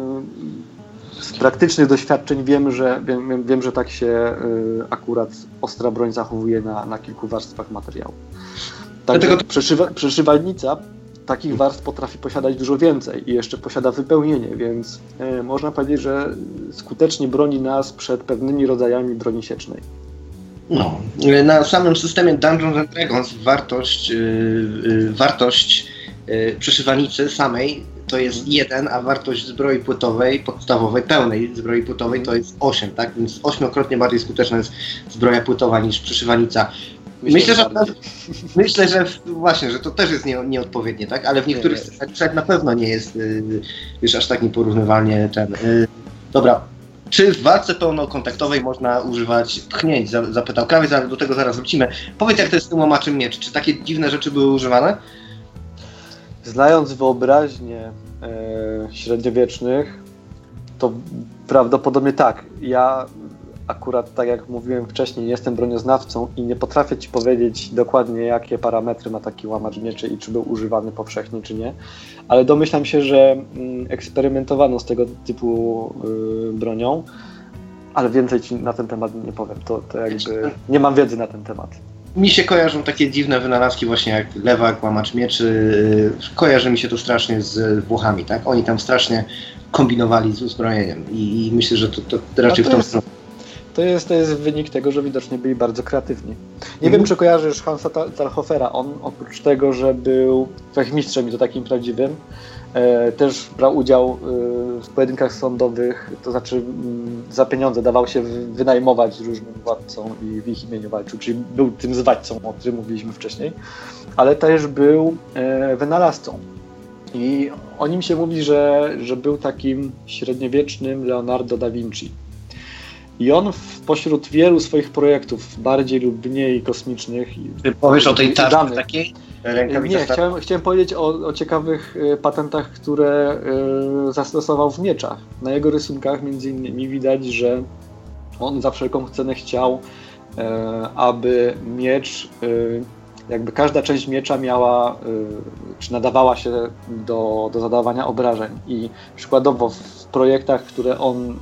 yy, z praktycznych doświadczeń wiem, że, wiem, wiem, że tak się yy, akurat ostra broń zachowuje na, na kilku warstwach materiału. Także Dlatego... przeszywa, przeszywalnica takich warstw potrafi posiadać dużo więcej i jeszcze posiada wypełnienie, więc yy, można powiedzieć, że skutecznie broni nas przed pewnymi rodzajami broni siecznej. No, na samym systemie Dungeons and Dragons wartość, yy, yy, wartość yy, przeszywanicy samej to jest jeden, a wartość zbroi płytowej, podstawowej, pełnej zbroi płytowej to jest osiem, tak? Więc ośmiokrotnie bardziej skuteczna jest zbroja płytowa niż przeszywanica. Myślę, myślę, że, myślę, że właśnie, że to też jest nie, nieodpowiednie, tak? Ale w niektórych scenariuszach na pewno nie jest yy, już aż tak nieporównywalnie ten. Yy, dobra. Czy w walce pełnokontaktowej można używać pchnięć? Zapytał Krawiec, ale do tego zaraz wrócimy. Powiedz, jak to jest z tym łomaczem miecz. Czy takie dziwne rzeczy były używane? Znając wyobraźnię e, średniowiecznych, to prawdopodobnie tak. Ja akurat tak jak mówiłem wcześniej, jestem bronioznawcą i nie potrafię Ci powiedzieć dokładnie, jakie parametry ma taki łamacz mieczy i czy był używany powszechnie, czy nie, ale domyślam się, że eksperymentowano z tego typu yy, bronią, ale więcej Ci na ten temat nie powiem, to, to jakby nie mam wiedzy na ten temat. Mi się kojarzą takie dziwne wynalazki właśnie jak lewak, łamacz mieczy, kojarzy mi się to strasznie z Włochami, tak? Oni tam strasznie kombinowali z uzbrojeniem i, i myślę, że to, to raczej no to w tą jest, stronę. To jest, to jest wynik tego, że widocznie byli bardzo kreatywni. Nie mm. wiem, czy kojarzysz Hansa Talhofera. On oprócz tego, że był wszechmistrzem i to takim prawdziwym, e, też brał udział e, w pojedynkach sądowych, to znaczy m, za pieniądze dawał się wynajmować różnym władcom i w ich imieniu walczył, czyli był tym zwadźcą, o którym mówiliśmy wcześniej, ale też był e, wynalazcą. I o nim się mówi, że, że był takim średniowiecznym Leonardo da Vinci. I on w, pośród wielu swoich projektów, bardziej lub mniej kosmicznych... Ty powiesz o tej tarczy takiej? Nie, chciałem, chciałem powiedzieć o, o ciekawych y, patentach, które y, zastosował w mieczach. Na jego rysunkach między innymi widać, że on za wszelką cenę chciał, y, aby miecz... Y, jakby każda część miecza miała, czy nadawała się do, do zadawania obrażeń i przykładowo w projektach, które on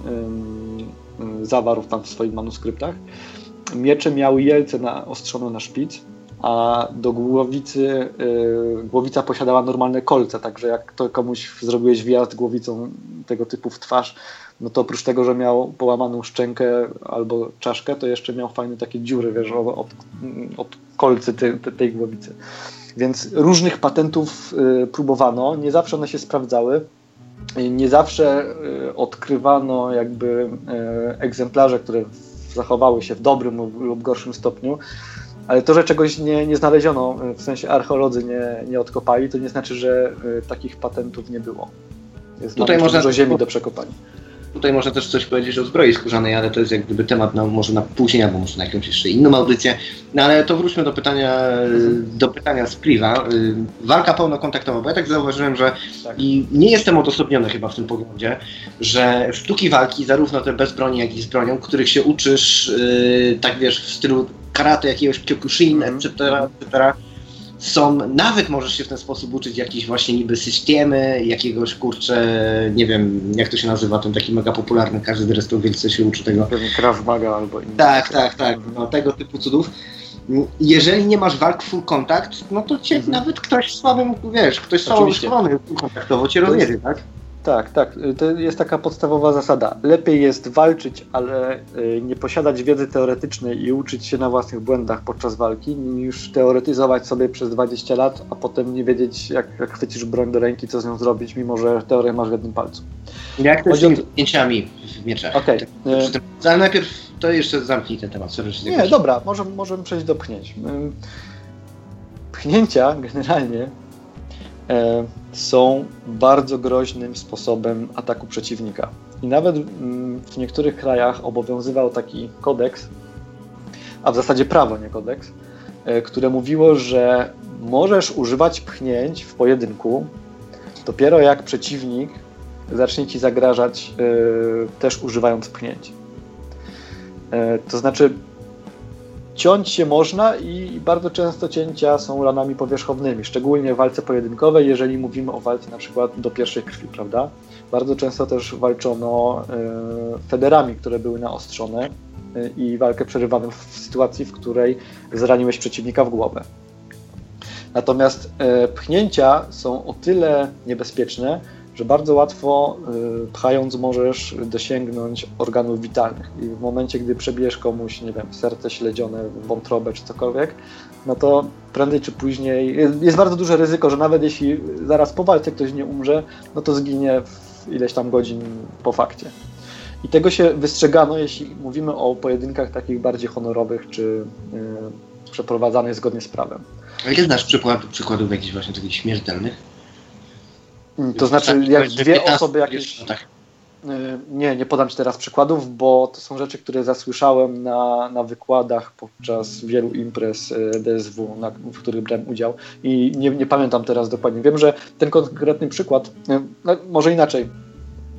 zawarł tam w swoich manuskryptach, miecze miały jelce naostrzone na szpic, a do głowicy, głowica posiadała normalne kolce, także jak to komuś zrobiłeś wjazd głowicą tego typu w twarz, no to oprócz tego, że miał połamaną szczękę albo czaszkę, to jeszcze miał fajne takie dziury, wiesz, od, od kolcy tej, tej głowicy. Więc różnych patentów y, próbowano, nie zawsze one się sprawdzały, nie zawsze y, odkrywano jakby y, egzemplarze, które zachowały się w dobrym lub, lub gorszym stopniu, ale to, że czegoś nie, nie znaleziono, w sensie archeolodzy nie, nie odkopali, to nie znaczy, że y, takich patentów nie było. Jest tutaj można dużo ziemi do przekopania. Tutaj można też coś powiedzieć o zbroi skórzanej, ale to jest jak gdyby temat na, może na później, albo może na jakąś jeszcze inną audycję. No ale to wróćmy do pytania, do pytania z Priva. Walka pełnokontaktowa, bo ja tak zauważyłem, że tak. I nie jestem odosobniony chyba w tym poglądzie, że sztuki walki, zarówno te bez broni, jak i z bronią, których się uczysz, yy, tak wiesz, w stylu karate, jakiegoś kyokushin, mm. et cetera, et cetera, są, nawet możesz się w ten sposób uczyć jakiejś właśnie niby systemy, jakiegoś kurczę, nie wiem, jak to się nazywa, ten taki mega popularny, każdy zresztą wielce się uczy tego. Pewnie Krav Maga albo inny. Tak, tak, tak, no, tego typu cudów. Jeżeli nie masz walk full contact, no to cię mhm. nawet ktoś słabym, wiesz, ktoś słabo szkolony full kontaktowo cię rozjedzie, tak? Tak, tak. To jest taka podstawowa zasada. Lepiej jest walczyć, ale nie posiadać wiedzy teoretycznej i uczyć się na własnych błędach podczas walki, niż teoretyzować sobie przez dwadzieścia lat, a potem nie wiedzieć, jak, jak chwycisz broń do ręki, co z nią zrobić, mimo że teorię masz w jednym palcu. Jak to jest z zdjęciami w mieczach? Okej. Okay. Ale najpierw to jeszcze zamknij ten temat. Sorry, nie, nie dobra, możemy, możemy przejść do pchnięć. Pchnięcia generalnie E, są bardzo groźnym sposobem ataku przeciwnika. I nawet mm, w niektórych krajach obowiązywał taki kodeks, a w zasadzie prawo, nie kodeks, e, które mówiło, że możesz używać pchnięć w pojedynku dopiero jak przeciwnik zacznie ci zagrażać e, też używając pchnięć. E, to znaczy ciąć się można i bardzo często cięcia są ranami powierzchownymi, szczególnie w walce pojedynkowej, jeżeli mówimy o walce na przykład do pierwszej krwi, prawda? Bardzo często też walczono y, federami, które były naostrzone y, i walkę przerywano w sytuacji, w której zraniłeś przeciwnika w głowę. Natomiast y, pchnięcia są o tyle niebezpieczne, że bardzo łatwo y, pchając możesz dosięgnąć organów witalnych i w momencie, gdy przebijesz komuś, nie wiem, serce śledzione, wątrobę czy cokolwiek, no to prędzej czy później jest, jest bardzo duże ryzyko, że nawet jeśli zaraz po walce ktoś nie umrze, no to zginie w ileś tam godzin po fakcie. I tego się wystrzegano, jeśli mówimy o pojedynkach takich bardziej honorowych czy y, przeprowadzanych zgodnie z prawem. A ile znasz przykład, przykładów jakichś właśnie takich śmiertelnych? To znaczy, jak dwie osoby jakieś... Nie, nie podam Ci teraz przykładów, bo to są rzeczy, które zasłyszałem na, na wykładach podczas wielu imprez D S W, na, w których brałem udział i nie, nie pamiętam teraz dokładnie. Wiem, że ten konkretny przykład, no, może inaczej,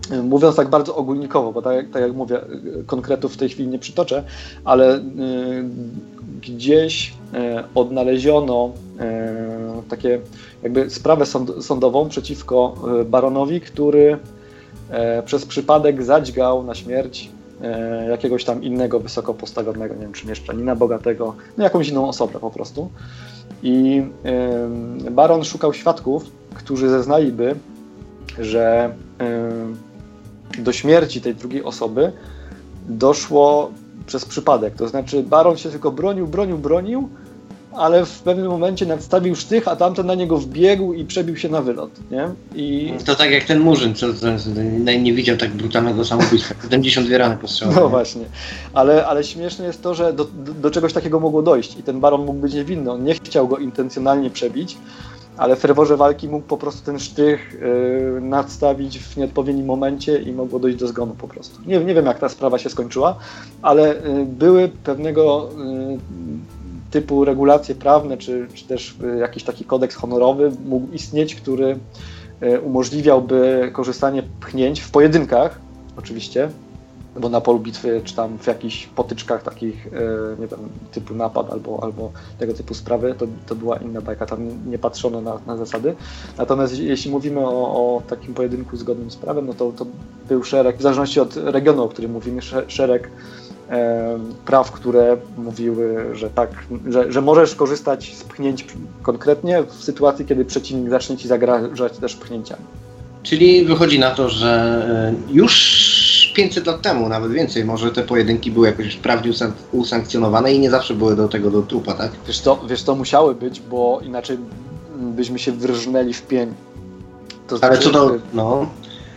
mówiąc tak bardzo ogólnikowo, bo tak, tak jak mówię, konkretów w tej chwili nie przytoczę, ale y, gdzieś y, odnaleziono y, takie jakby sprawę sąd, sądową przeciwko y, baronowi, który y, przez przypadek zadźgał na śmierć y, jakiegoś tam innego wysoko postawionego, nie wiem, czy mieszczanina bogatego, no jakąś inną osobę po prostu. I y, baron szukał świadków, którzy zeznaliby, że y, do śmierci tej drugiej osoby doszło przez przypadek. To znaczy baron się tylko bronił, bronił, bronił, ale w pewnym momencie nadstawił sztych, a tamten na niego wbiegł i przebił się na wylot. Nie? I... To tak jak ten Murzyn, co, co, co nie widział tak brutalnego samobójstwa. siedemdziesiąt dwie rany postrzelone. No właśnie. Ale, ale śmieszne jest to, że do, do, do czegoś takiego mogło dojść i ten baron mógł być niewinny. On nie chciał go intencjonalnie przebić, ale w ferworze walki mógł po prostu ten sztych yy, nadstawić w nieodpowiednim momencie i mogło dojść do zgonu po prostu. Nie, nie wiem, jak ta sprawa się skończyła, ale yy, były pewnego yy, typu regulacje prawne, czy, czy też yy, jakiś taki kodeks honorowy mógł istnieć, który yy, umożliwiałby korzystanie pchnięć w pojedynkach, oczywiście, bo na polu bitwy, czy tam w jakichś potyczkach takich, nie wiem, typu napad albo, albo tego typu sprawy, to, to była inna bajka, tam nie patrzono na, na zasady. Natomiast jeśli mówimy o, o takim pojedynku zgodnym z prawem, no to, to był szereg, w zależności od regionu, o którym mówimy, szereg e, praw, które mówiły, że tak, że, że możesz korzystać z pchnięć konkretnie w sytuacji, kiedy przeciwnik zacznie ci zagrażać też pchnięciami. Czyli wychodzi na to, że już pięćset lat temu, nawet więcej, może te pojedynki były jakoś prawnie usankcjonowane i nie zawsze były do tego do trupa, tak? Wiesz to, wiesz to musiały być, bo inaczej byśmy się wyrżnęli w pień. To znaczy, ale co do... No.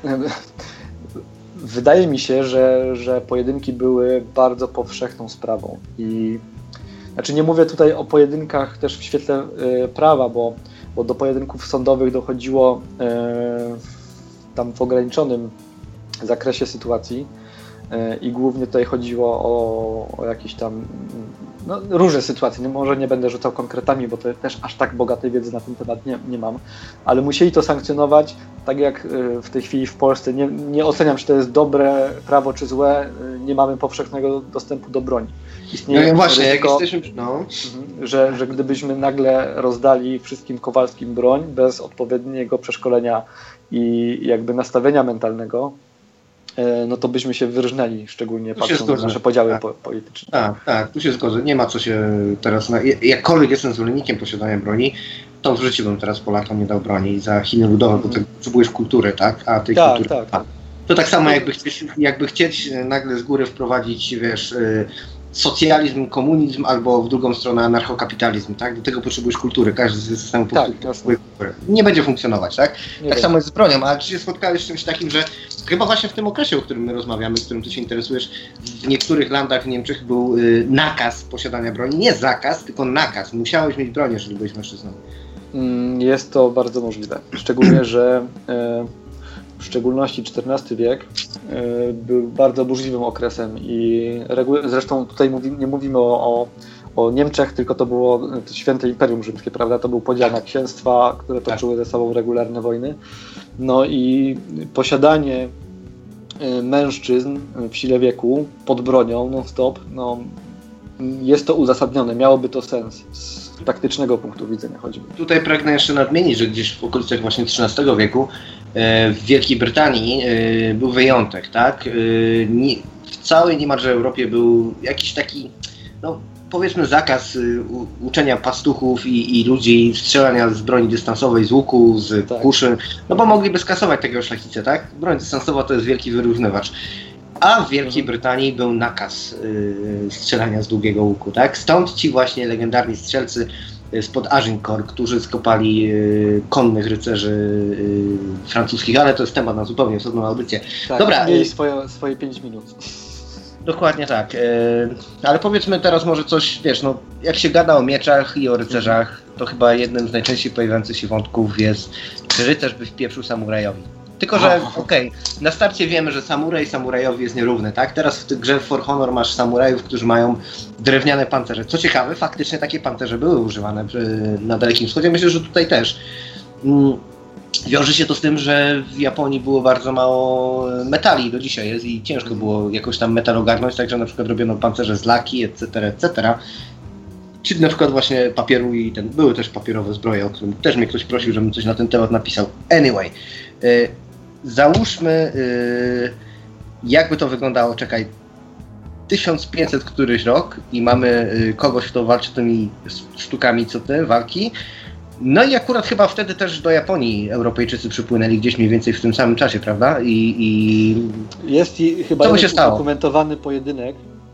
Wydaje mi się, że, że pojedynki były bardzo powszechną sprawą i znaczy nie mówię tutaj o pojedynkach też w świetle y, prawa, bo, bo do pojedynków sądowych dochodziło y, tam w ograniczonym zakresie sytuacji i głównie tutaj chodziło o, o jakieś tam no, różne sytuacje. Nie, może nie będę rzucał konkretami, bo to też aż tak bogatej wiedzy na ten temat nie, nie mam, ale musieli to sankcjonować, tak jak w tej chwili w Polsce. Nie, nie oceniam, czy to jest dobre prawo, czy złe. Nie mamy powszechnego dostępu do broni. Istnieje no właśnie, ryzyko, jak jesteśmy, no. że, że gdybyśmy nagle rozdali wszystkim Kowalskim broń bez odpowiedniego przeszkolenia i jakby nastawienia mentalnego, no to byśmy się wyrżnęli, szczególnie tu patrząc na nasze podziały tak. polityczne. Tak, tak, tu się zgodzę. Nie ma co się teraz... Na... Jakkolwiek jestem zwolennikiem posiadania broni, to w życiu bym teraz Polakom nie dał broni za Chiny ludowe, mm. bo ty potrzebujesz kultury, tak? A tej tak, kultury... Tak, tak. To tak samo jakby chcieć, jakby chcieć nagle z góry wprowadzić, wiesz... socjalizm, komunizm albo w drugą stronę anarchokapitalizm, tak? Do tego potrzebujesz kultury, każdy z systemów tak, potrzebuje kultury. Nie będzie funkcjonować, tak? Nie tak wiem. samo jest z bronią, a czy się spotkałeś z czymś takim, że chyba właśnie w tym okresie, o którym my rozmawiamy, z którym ty się interesujesz, w niektórych landach w Niemczech był y, nakaz posiadania broni, nie zakaz, tylko nakaz. Musiałeś mieć broń, jeżeli byłeś mężczyzną. Jest to bardzo możliwe. Szczególnie, że y, w szczególności czternasty wiek y, był bardzo burzliwym okresem i regu- zresztą tutaj mówi, nie mówimy o, o, o Niemczech, tylko to było to Święte Imperium Rzymskie, prawda? To był podział na księstwa, które toczyły ze sobą regularne wojny. No i posiadanie y, mężczyzn w sile wieku pod bronią non-stop, no, jest to uzasadnione, miałoby to sens z taktycznego punktu widzenia choćby. Tutaj pragnę jeszcze nadmienić, że gdzieś w okolicach właśnie trzynastego wieku w Wielkiej Brytanii był wyjątek, tak? W całej niemalże Europie był jakiś taki, no powiedzmy zakaz uczenia pastuchów i, i ludzi strzelania z broni dystansowej, z łuku, z tak. kuszy, no bo mogliby skasować takiego szlachcicę, tak? Broń dystansowa to jest wielki wyrównywacz. A w Wielkiej Brytanii był nakaz yy, strzelania z długiego łuku, tak? Stąd ci właśnie legendarni strzelcy spod Agincourt, którzy skopali yy, konnych rycerzy yy, francuskich, ale to jest temat na zupełnie osobną audycję. Tak, dobra. Mieli swoje, swoje pięć minut. Dokładnie tak. Yy, ale powiedzmy teraz może coś, wiesz, no jak się gada o mieczach i o rycerzach, to chyba jednym z najczęściej pojawiających się wątków jest, czy rycerz by wpieprzył samurajowi. Tylko, że okej, okay, na starcie wiemy, że samuraj samurajowi jest nierówny, tak? Teraz w tej grze For Honor masz samurajów, którzy mają drewniane pancerze. Co ciekawe, faktycznie takie pancerze były używane na Dalekim Wschodzie. Myślę, że tutaj też. wiąże się to z tym, że w Japonii było bardzo mało metali, do dzisiaj jest i ciężko było jakoś tam metal ogarnąć, także na przykład robiono pancerze z laki, et cetera, et cetera. Czy na przykład właśnie papieru i ten, były też papierowe zbroje, o którym też mnie ktoś prosił, żebym coś na ten temat napisał. Anyway, y, załóżmy, y, jakby to wyglądało, czekaj, tysiąc pięćset któryś rok i mamy y, kogoś, kto walczy tymi sztukami co te walki. No i akurat chyba wtedy też do Japonii Europejczycy przypłynęli gdzieś mniej więcej w tym samym czasie, prawda? I, i... Jest i chyba co by się stało? Dokumentowany pojedynek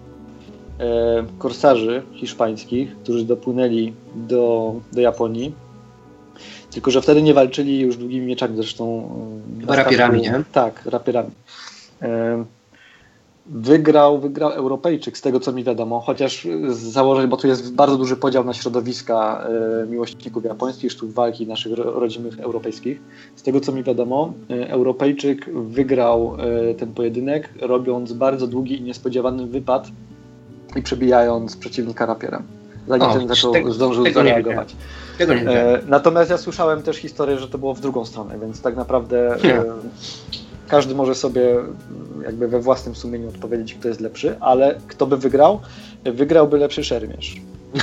e, korsarzy hiszpańskich, którzy dopłynęli do, do Japonii. Tylko że wtedy nie walczyli już długimi mieczami, zresztą... Chyba rapierami, nie? Tak, rapierami. E, Wygrał, wygrał Europejczyk, z tego co mi wiadomo, chociaż z założeń, bo tu jest bardzo duży podział na środowiska e, miłośników japońskich, sztuk walki naszych ro, rodzimych europejskich. Z tego co mi wiadomo, e, Europejczyk wygrał e, ten pojedynek, robiąc bardzo długi i niespodziewany wypad i przebijając przeciwnika rapierem, zanim o, ten zaczął, tego, zdążył tego zareagować. Nie tego nie e, natomiast ja słyszałem też historię, że to było w drugą stronę, więc tak naprawdę... E, Każdy może sobie jakby we własnym sumieniu odpowiedzieć, kto jest lepszy, ale kto by wygrał? Wygrałby lepszy szermierz.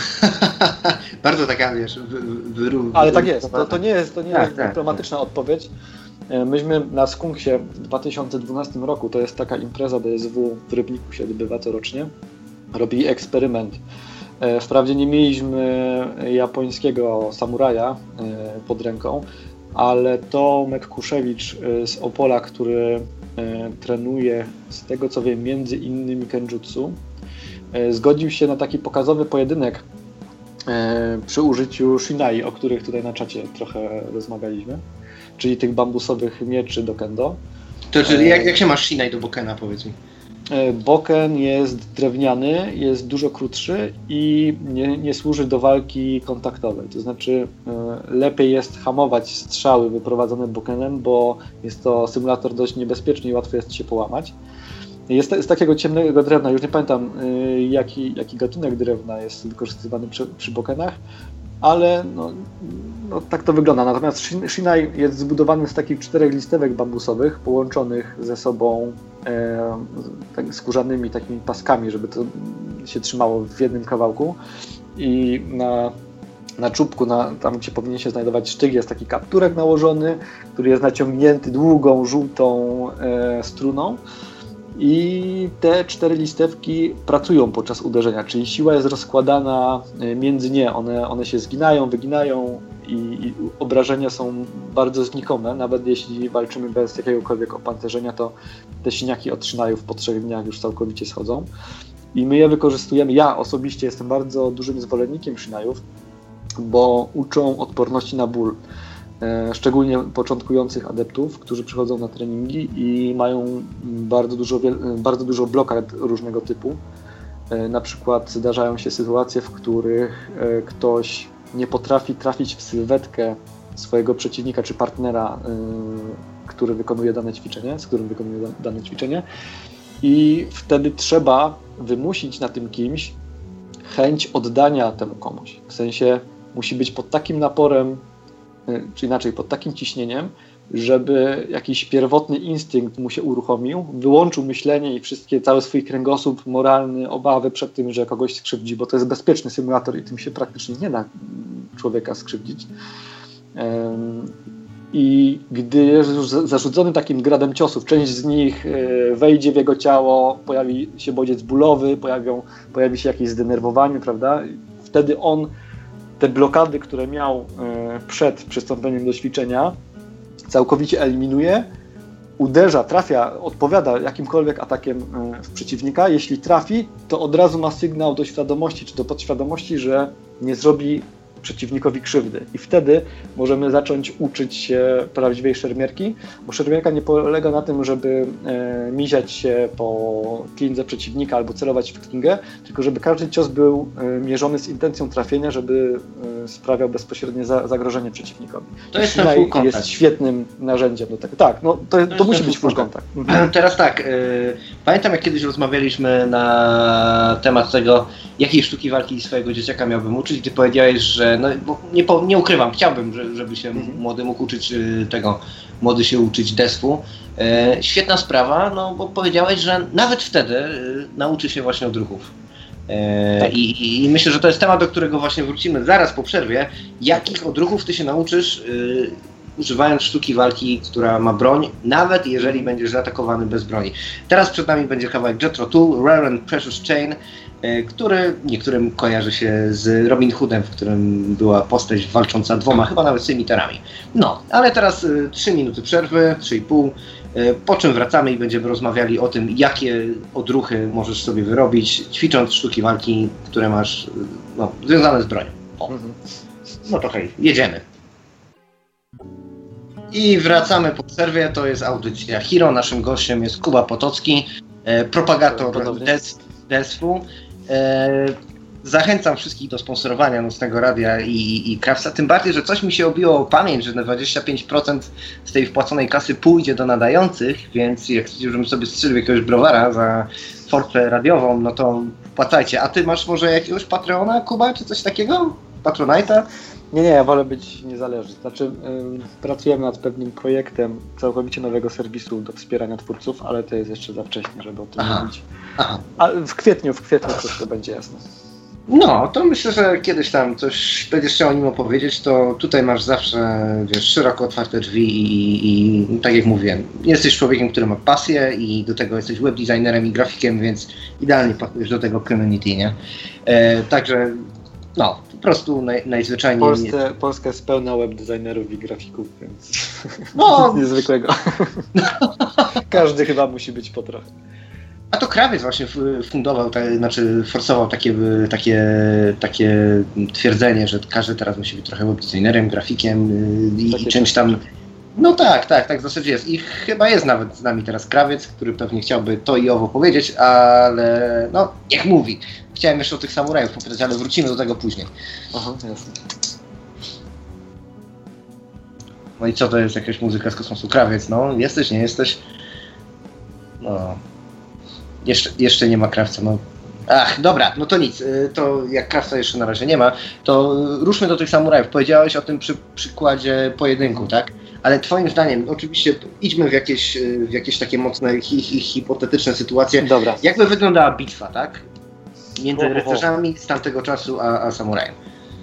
Bardzo taka, wiesz, wyrób. Ale tak jest, to, to nie jest, to nie tak, jest tak, dyplomatyczna tak. odpowiedź. Myśmy na Skunksie w dwa tysiące dwunastym roku, to jest taka impreza D S W w Rybniku, się odbywa corocznie, robili eksperyment. Wprawdzie nie mieliśmy japońskiego samuraja pod ręką, ale Tomek Kuszewicz z Opola, który trenuje, z tego co wiem, między innymi kenjutsu, zgodził się na taki pokazowy pojedynek przy użyciu shinai, o których tutaj na czacie trochę rozmawialiśmy, czyli tych bambusowych mieczy do kendo. To czyli jak, jak się masz shinai do bokena, powiedz mi? Boken jest drewniany, jest dużo krótszy i nie, nie służy do walki kontaktowej. To znaczy lepiej jest hamować strzały wyprowadzone bokenem, bo jest to symulator dość niebezpieczny i łatwo jest się połamać. Jest z takiego ciemnego drewna, już nie pamiętam jaki, jaki gatunek drewna jest wykorzystywany przy, przy bokenach, ale no, no, tak to wygląda. Natomiast shinai jest zbudowany z takich czterech listewek bambusowych połączonych ze sobą e, tak, skórzanymi takimi paskami, żeby to się trzymało w jednym kawałku i na, na czubku, na, tam gdzie powinien się znajdować sztyk, jest taki kapturek nałożony, który jest naciągnięty długą, żółtą e, struną. I te cztery listewki pracują podczas uderzenia, czyli siła jest rozkładana między nie. One, one się zginają, wyginają i, i obrażenia są bardzo znikome. Nawet jeśli walczymy bez jakiegokolwiek opancerzenia, to te siniaki od szynajów po trzech dniach już całkowicie schodzą. I my je wykorzystujemy. Ja osobiście jestem bardzo dużym zwolennikiem szynajów, bo uczą odporności na ból. Szczególnie początkujących adeptów, którzy przychodzą na treningi i mają bardzo dużo, bardzo dużo blokad różnego typu. Na przykład zdarzają się sytuacje, w których ktoś nie potrafi trafić w sylwetkę swojego przeciwnika czy partnera, który wykonuje dane ćwiczenie, z którym wykonuje dane ćwiczenie i wtedy trzeba wymusić na tym kimś chęć oddania temu komuś. W sensie musi być pod takim naporem, czy inaczej pod takim ciśnieniem, żeby jakiś pierwotny instynkt mu się uruchomił, wyłączył myślenie i wszystkie, cały swój kręgosłup moralny, obawy przed tym, że kogoś skrzywdzi, bo to jest bezpieczny symulator i tym się praktycznie nie da człowieka skrzywdzić. I gdy jest już zarzucony takim gradem ciosów, część z nich wejdzie w jego ciało, pojawi się bodziec bólowy, pojawią, pojawi się jakieś zdenerwowanie, prawda? Wtedy on te blokady, które miał przed przystąpieniem do ćwiczenia, całkowicie eliminuje, uderza, trafia, odpowiada jakimkolwiek atakiem w przeciwnika. Jeśli trafi, to od razu ma sygnał do świadomości czy do podświadomości, że nie zrobi przeciwnikowi krzywdy. I wtedy możemy zacząć uczyć się prawdziwej szermierki, bo szermierka nie polega na tym, żeby e, miziać się po klindze przeciwnika albo celować w klingę, tylko żeby każdy cios był e, mierzony z intencją trafienia, żeby sprawiał bezpośrednie za, zagrożenie przeciwnikowi. To jest ten full contact. Jest świetnym narzędziem do tego. Tak, no to, to, to musi być full contact. Mhm. Teraz tak, y, pamiętam jak kiedyś rozmawialiśmy na temat tego, jakiej sztuki walki swojego dzieciaka miałbym uczyć, ty powiedziałeś, że no, bo nie, po, nie ukrywam, chciałbym, że, żeby się mhm. młody mógł uczyć y, tego, młody się uczyć desfu. Y, świetna sprawa, no bo powiedziałeś, że nawet wtedy y, nauczy się właśnie odruchów. Tak. I, I myślę, że to jest temat, do którego właśnie wrócimy zaraz po przerwie. Jakich odruchów ty się nauczysz, yy, używając sztuki walki, która ma broń, nawet jeżeli będziesz zaatakowany bez broni. Teraz przed nami będzie kawałek Jethro Tull, Rare and Precious Chain, yy, który niektórym kojarzy się z Robin Hoodem, w którym była postać walcząca dwoma, chyba nawet cymiterami. No, ale teraz yy, trzy minuty przerwy, trzy i pół. Po czym wracamy i będziemy rozmawiali o tym, jakie odruchy możesz sobie wyrobić, ćwicząc sztuki walki, które masz no, związane z bronią. O. No to hej, jedziemy. I wracamy po przerwie, to jest audycja Hero. Naszym gościem jest Kuba Potocki, e, propagator desfu. E, Zachęcam wszystkich do sponsorowania Nocnego Radia i, i Krawca, tym bardziej, że coś mi się obiło o pamięć, że na dwadzieścia pięć procent z tej wpłaconej kasy pójdzie do nadających, więc jak chcecie, żebym sobie strzelił jakiegoś browara za fortę radiową, no to wpłacajcie. A ty masz może jakiegoś Patreona, Kuba, czy coś takiego? Patronite'a? Nie, nie, ja wolę być niezależny. Znaczy, yy, pracujemy nad pewnym projektem całkowicie nowego serwisu do wspierania twórców, ale to jest jeszcze za wcześnie, żeby o tym Aha. mówić. Aha. A w kwietniu, w kwietniu to będzie jasne. No, to myślę, że kiedyś tam coś będziesz chciał o nim opowiedzieć, to tutaj masz zawsze, wiesz, szeroko otwarte drzwi i, i, i tak jak mówiłem, jesteś człowiekiem, który ma pasję i do tego jesteś webdesignerem i grafikiem, więc idealnie pasujesz do tego community, nie? E, także, no, po prostu naj, najzwyczajniej... Polsce, Polska jest pełna webdesignerów i grafików, więc no. Nic niezwykłego. Każdy chyba musi być po trochę. A to Krawiec właśnie fundował, tak, znaczy forsował takie, takie, takie twierdzenie, że każdy teraz musi być trochę webdesignerem, grafikiem i, i czymś tam. No tak, tak, tak w zasadzie jest. I chyba jest nawet z nami teraz Krawiec, który pewnie chciałby to i owo powiedzieć, ale no niech mówi. Chciałem jeszcze o tych samurajów powiedzieć, ale wrócimy do tego później. Aha, jasne. No i co to jest jakaś muzyka z kosmosu? Krawiec, no jesteś, nie jesteś? No... Jeszcze, jeszcze nie ma Krawca, no. Ach, dobra, no to nic, to jak Krawca jeszcze na razie nie ma, to ruszmy do tych samurajów. Powiedziałeś o tym przy przykładzie pojedynku, tak? Ale twoim zdaniem, oczywiście idźmy w jakieś, w jakieś takie mocne, hi, hi, hipotetyczne sytuacje. Dobra. Jakby wyglądała bitwa, tak? Między rycerzami z tamtego czasu a, a samurajem.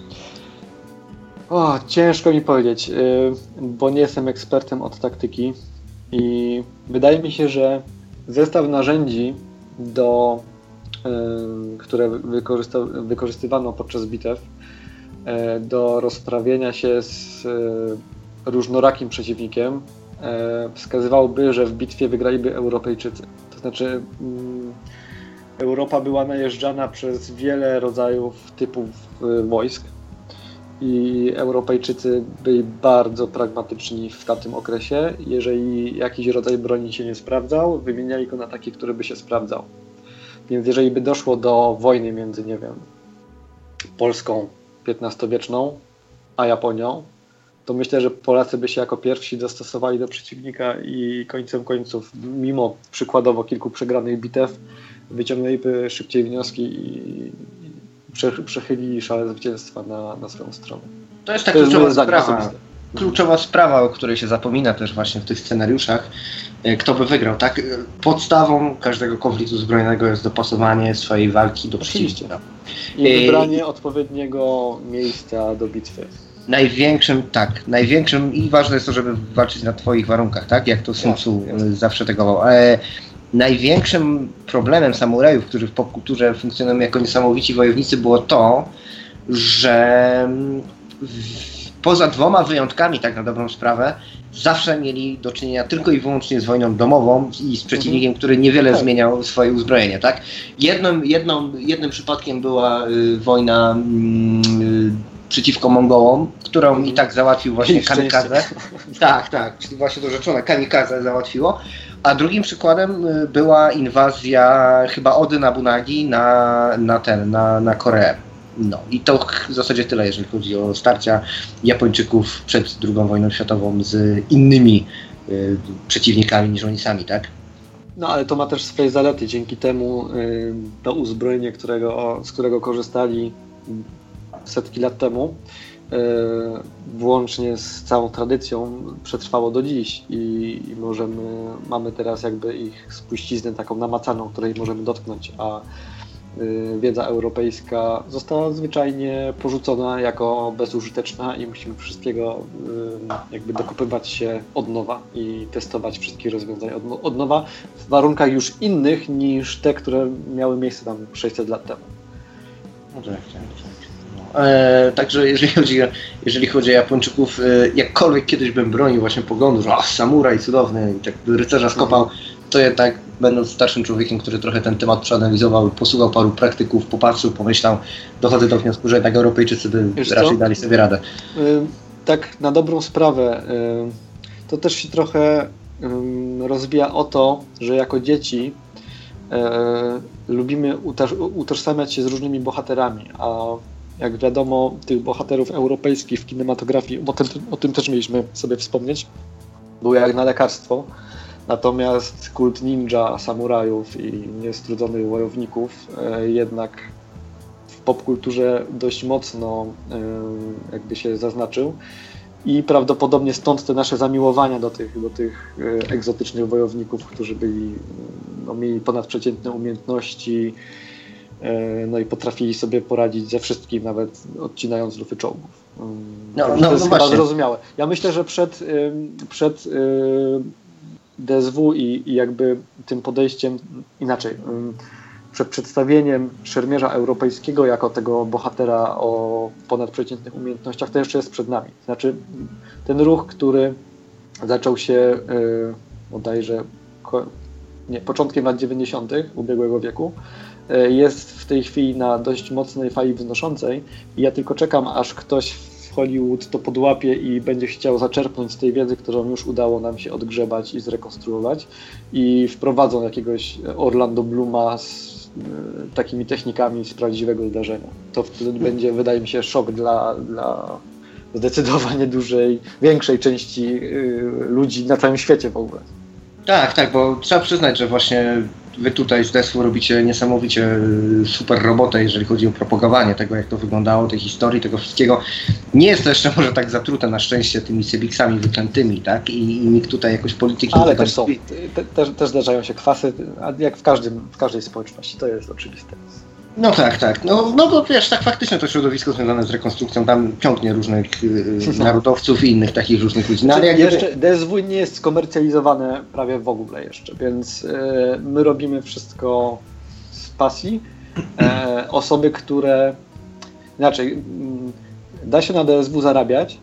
O, ciężko mi powiedzieć, bo nie jestem ekspertem od taktyki i wydaje mi się, że zestaw narzędzi, do, y, które wykorzysta, wykorzystywano podczas bitew y, do rozprawienia się z y, różnorakim przeciwnikiem y, wskazywałby, że w bitwie wygraliby Europejczycy. To znaczy y, Europa była najeżdżana przez wiele rodzajów, typów y, wojsk i Europejczycy byli bardzo pragmatyczni w tamtym okresie. Jeżeli jakiś rodzaj broni się nie sprawdzał, wymieniali go na taki, który by się sprawdzał. Więc jeżeli by doszło do wojny między, nie wiem, Polską piętnastowieczną a Japonią, to myślę, że Polacy by się jako pierwsi dostosowali do przeciwnika i końcem końców, mimo przykładowo kilku przegranych bitew, wyciągnęliby szybciej wnioski i przechylili szale zwycięstwa na, na swoją stronę. To jest ta to kluczowa jest sprawa. Kluczowa sprawa, o której się zapomina też właśnie w tych scenariuszach. Kto by wygrał, tak? Podstawą każdego konfliktu zbrojnego jest dopasowanie swojej walki do przeciwnika. I wybranie I... odpowiedniego miejsca do bitwy. Największym, tak, największym i ważne jest to, żeby walczyć na twoich warunkach, tak? Jak to Sun Tzu zawsze tego. Ale największym problemem samurajów, którzy w popkulturze funkcjonują jako niesamowici wojownicy, było to, że poza dwoma wyjątkami, tak na dobrą sprawę, zawsze mieli do czynienia tylko i wyłącznie z wojną domową i z przeciwnikiem, który niewiele tak. zmieniał swoje uzbrojenie, tak? Jednym, jedną, jednym przypadkiem była y, wojna y, przeciwko Mongołom, którą mm. i tak załatwił właśnie kamikadze. Tak, tak, czyli właśnie to rzeczone kamikadze załatwiło. A drugim przykładem y, była inwazja chyba Ody Nabunagi na, na ten, na, na Koreę. No i to w zasadzie tyle, jeżeli chodzi o starcia Japończyków przed drugą wojną światową z innymi y, przeciwnikami niż oni sami, tak? No ale to ma też swoje zalety. Dzięki temu y, to uzbrojenie, którego, z którego korzystali setki lat temu, y, włącznie z całą tradycją, przetrwało do dziś i, i możemy, mamy teraz jakby ich spuściznę taką namacalną, której możemy dotknąć, a y, wiedza europejska została zwyczajnie porzucona jako bezużyteczna i musimy wszystkiego y, jakby dokopywać się od nowa i testować wszystkie rozwiązania od, od nowa w warunkach już innych niż te, które miały miejsce tam sześćset lat temu. No tak, tak, tak. E, także jeżeli chodzi, jeżeli chodzi o Japończyków, e, jakkolwiek kiedyś bym bronił właśnie poglądu, że o, samuraj cudowny i tak rycerza skopał, to jednak będąc starszym człowiekiem, który trochę ten temat przeanalizował, posłuchał paru praktyków, popatrzył, pomyślał, dochodzę do wniosku, że jednak Europejczycy by Wiesz raczej co? dali sobie radę. Y, tak na dobrą sprawę, y, to też się trochę y, rozbija o to, że jako dzieci y, lubimy utoż- utożsamiać się z różnymi bohaterami, a jak wiadomo, tych bohaterów europejskich w kinematografii, o tym, o tym też mieliśmy sobie wspomnieć, było jak na lekarstwo. Natomiast kult ninja, samurajów i niestrudzonych wojowników e, jednak w popkulturze dość mocno e, jakby się zaznaczył i prawdopodobnie stąd te nasze zamiłowania do tych, do tych e, egzotycznych wojowników, którzy byli, no, mieli ponadprzeciętne umiejętności, no i potrafili sobie poradzić ze wszystkim, nawet odcinając lufy czołgów. No, to no, jest no chyba właśnie. zrozumiałe. Ja myślę, że przed, przed D S W i, i jakby tym podejściem inaczej, przed przedstawieniem szermierza europejskiego jako tego bohatera o ponadprzeciętnych umiejętnościach, to jeszcze jest przed nami. Znaczy ten ruch, który zaczął się bodajże nie, początkiem lat dziewięćdziesiątych ubiegłego wieku, jest w tej chwili na dość mocnej fali wznoszącej i ja tylko czekam, aż ktoś w Hollywood to podłapie i będzie chciał zaczerpnąć z tej wiedzy, którą już udało nam się odgrzebać i zrekonstruować i wprowadzą jakiegoś Orlando Blooma z y, takimi technikami z prawdziwego zdarzenia. To wtedy będzie, wydaje mi się, szok dla, dla zdecydowanie dużej, większej części y, ludzi na całym świecie w ogóle. Tak, tak, bo trzeba przyznać, że właśnie wy tutaj z D S W robicie niesamowicie super robotę, jeżeli chodzi o propagowanie tego, jak to wyglądało, tej historii, tego wszystkiego. Nie jest to jeszcze może tak zatrute na szczęście tymi sybiksami wyklętymi, tak? I, i nikt tutaj jakoś polityki... Ale też są, te, też, też zdarzają się kwasy, jak w, każdym, w każdej społeczności, to jest oczywiste. No tak, tak. No, no bo wiesz, tak faktycznie to środowisko związane z rekonstrukcją tam ciągnie różnych y, narodowców i innych takich różnych ludzi. No, ale jak jeszcze D S W nie jest skomercjalizowane prawie w ogóle jeszcze, więc y, my robimy wszystko z pasji. E, osoby, które... Inaczej, y, da się na D S W zarabiać,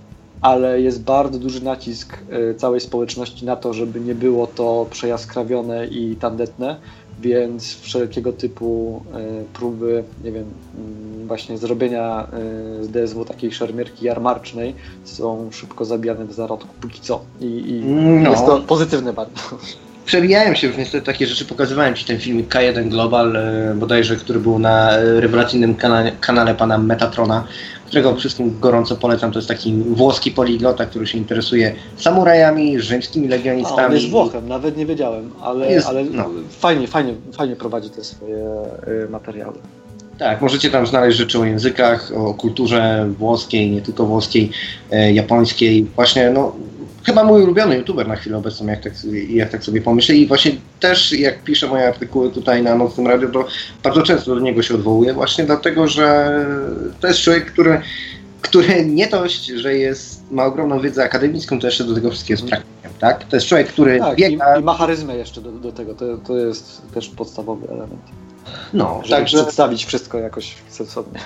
ale jest bardzo duży nacisk y, całej społeczności na to, żeby nie było to przejaskrawione i tandetne. Więc wszelkiego typu y, próby, nie wiem, y, właśnie zrobienia y, z D S W takiej szermierki jarmarcznej są szybko zabijane w zarodku, póki co. I, i no. Jest to pozytywne bardzo. Przewijają się już niestety takie rzeczy, pokazywałem Ci ten filmik K jeden Global, y, bodajże, który był na rewelacyjnym kanale, kanale pana Metatrona, którego wszystkim gorąco polecam. To jest taki włoski poliglota, który się interesuje samurajami, rzymskimi legionistami. A, on jest Włochem, nawet nie wiedziałem, ale, jest, ale no. fajnie, fajnie, fajnie prowadzi te swoje y, materiały. Tak, możecie tam znaleźć rzeczy o językach, o kulturze włoskiej, nie tylko włoskiej, e, japońskiej. Właśnie, no, chyba mój ulubiony youtuber na chwilę obecną, jak tak, jak tak sobie pomyślę. I właśnie też, jak piszę moje artykuły tutaj na Nocnym Radiu, to bardzo często do niego się odwołuję, właśnie dlatego, że to jest człowiek, który, który nie dość, że jest, ma ogromną wiedzę akademicką, to jeszcze do tego wszystkiego jest praktykiem, tak? To jest człowiek, który tak, biega... i, i ma charyzmę jeszcze do, do tego, to, to jest też podstawowy element. No, żeby także przedstawić wszystko jakoś sensownie.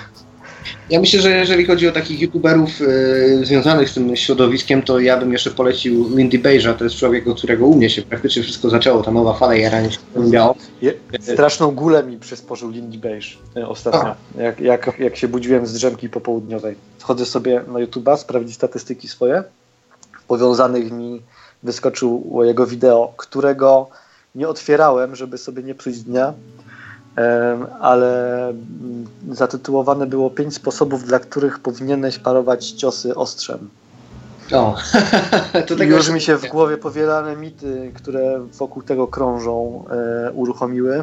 Ja myślę, że jeżeli chodzi o takich youtuberów yy, związanych z tym środowiskiem, to ja bym jeszcze polecił Lindy Beja. To jest człowiek, od którego u mnie się praktycznie wszystko zaczęło, ta nowa fala jarania się biało. Straszną gulę mi przysporzył Lindy Beige ostatnio, jak, jak, jak się budziłem z drzemki popołudniowej. Wchodzę sobie na YouTube'a, sprawdzić statystyki swoje. W powiązanych mi wyskoczyło jego wideo, którego nie otwierałem, żeby sobie nie psuć dnia. ale zatytułowane było pięć sposobów, dla których powinieneś parować ciosy ostrzem. O, to tego już mi się w głowie powielane mity, które wokół tego krążą, e, uruchomiły,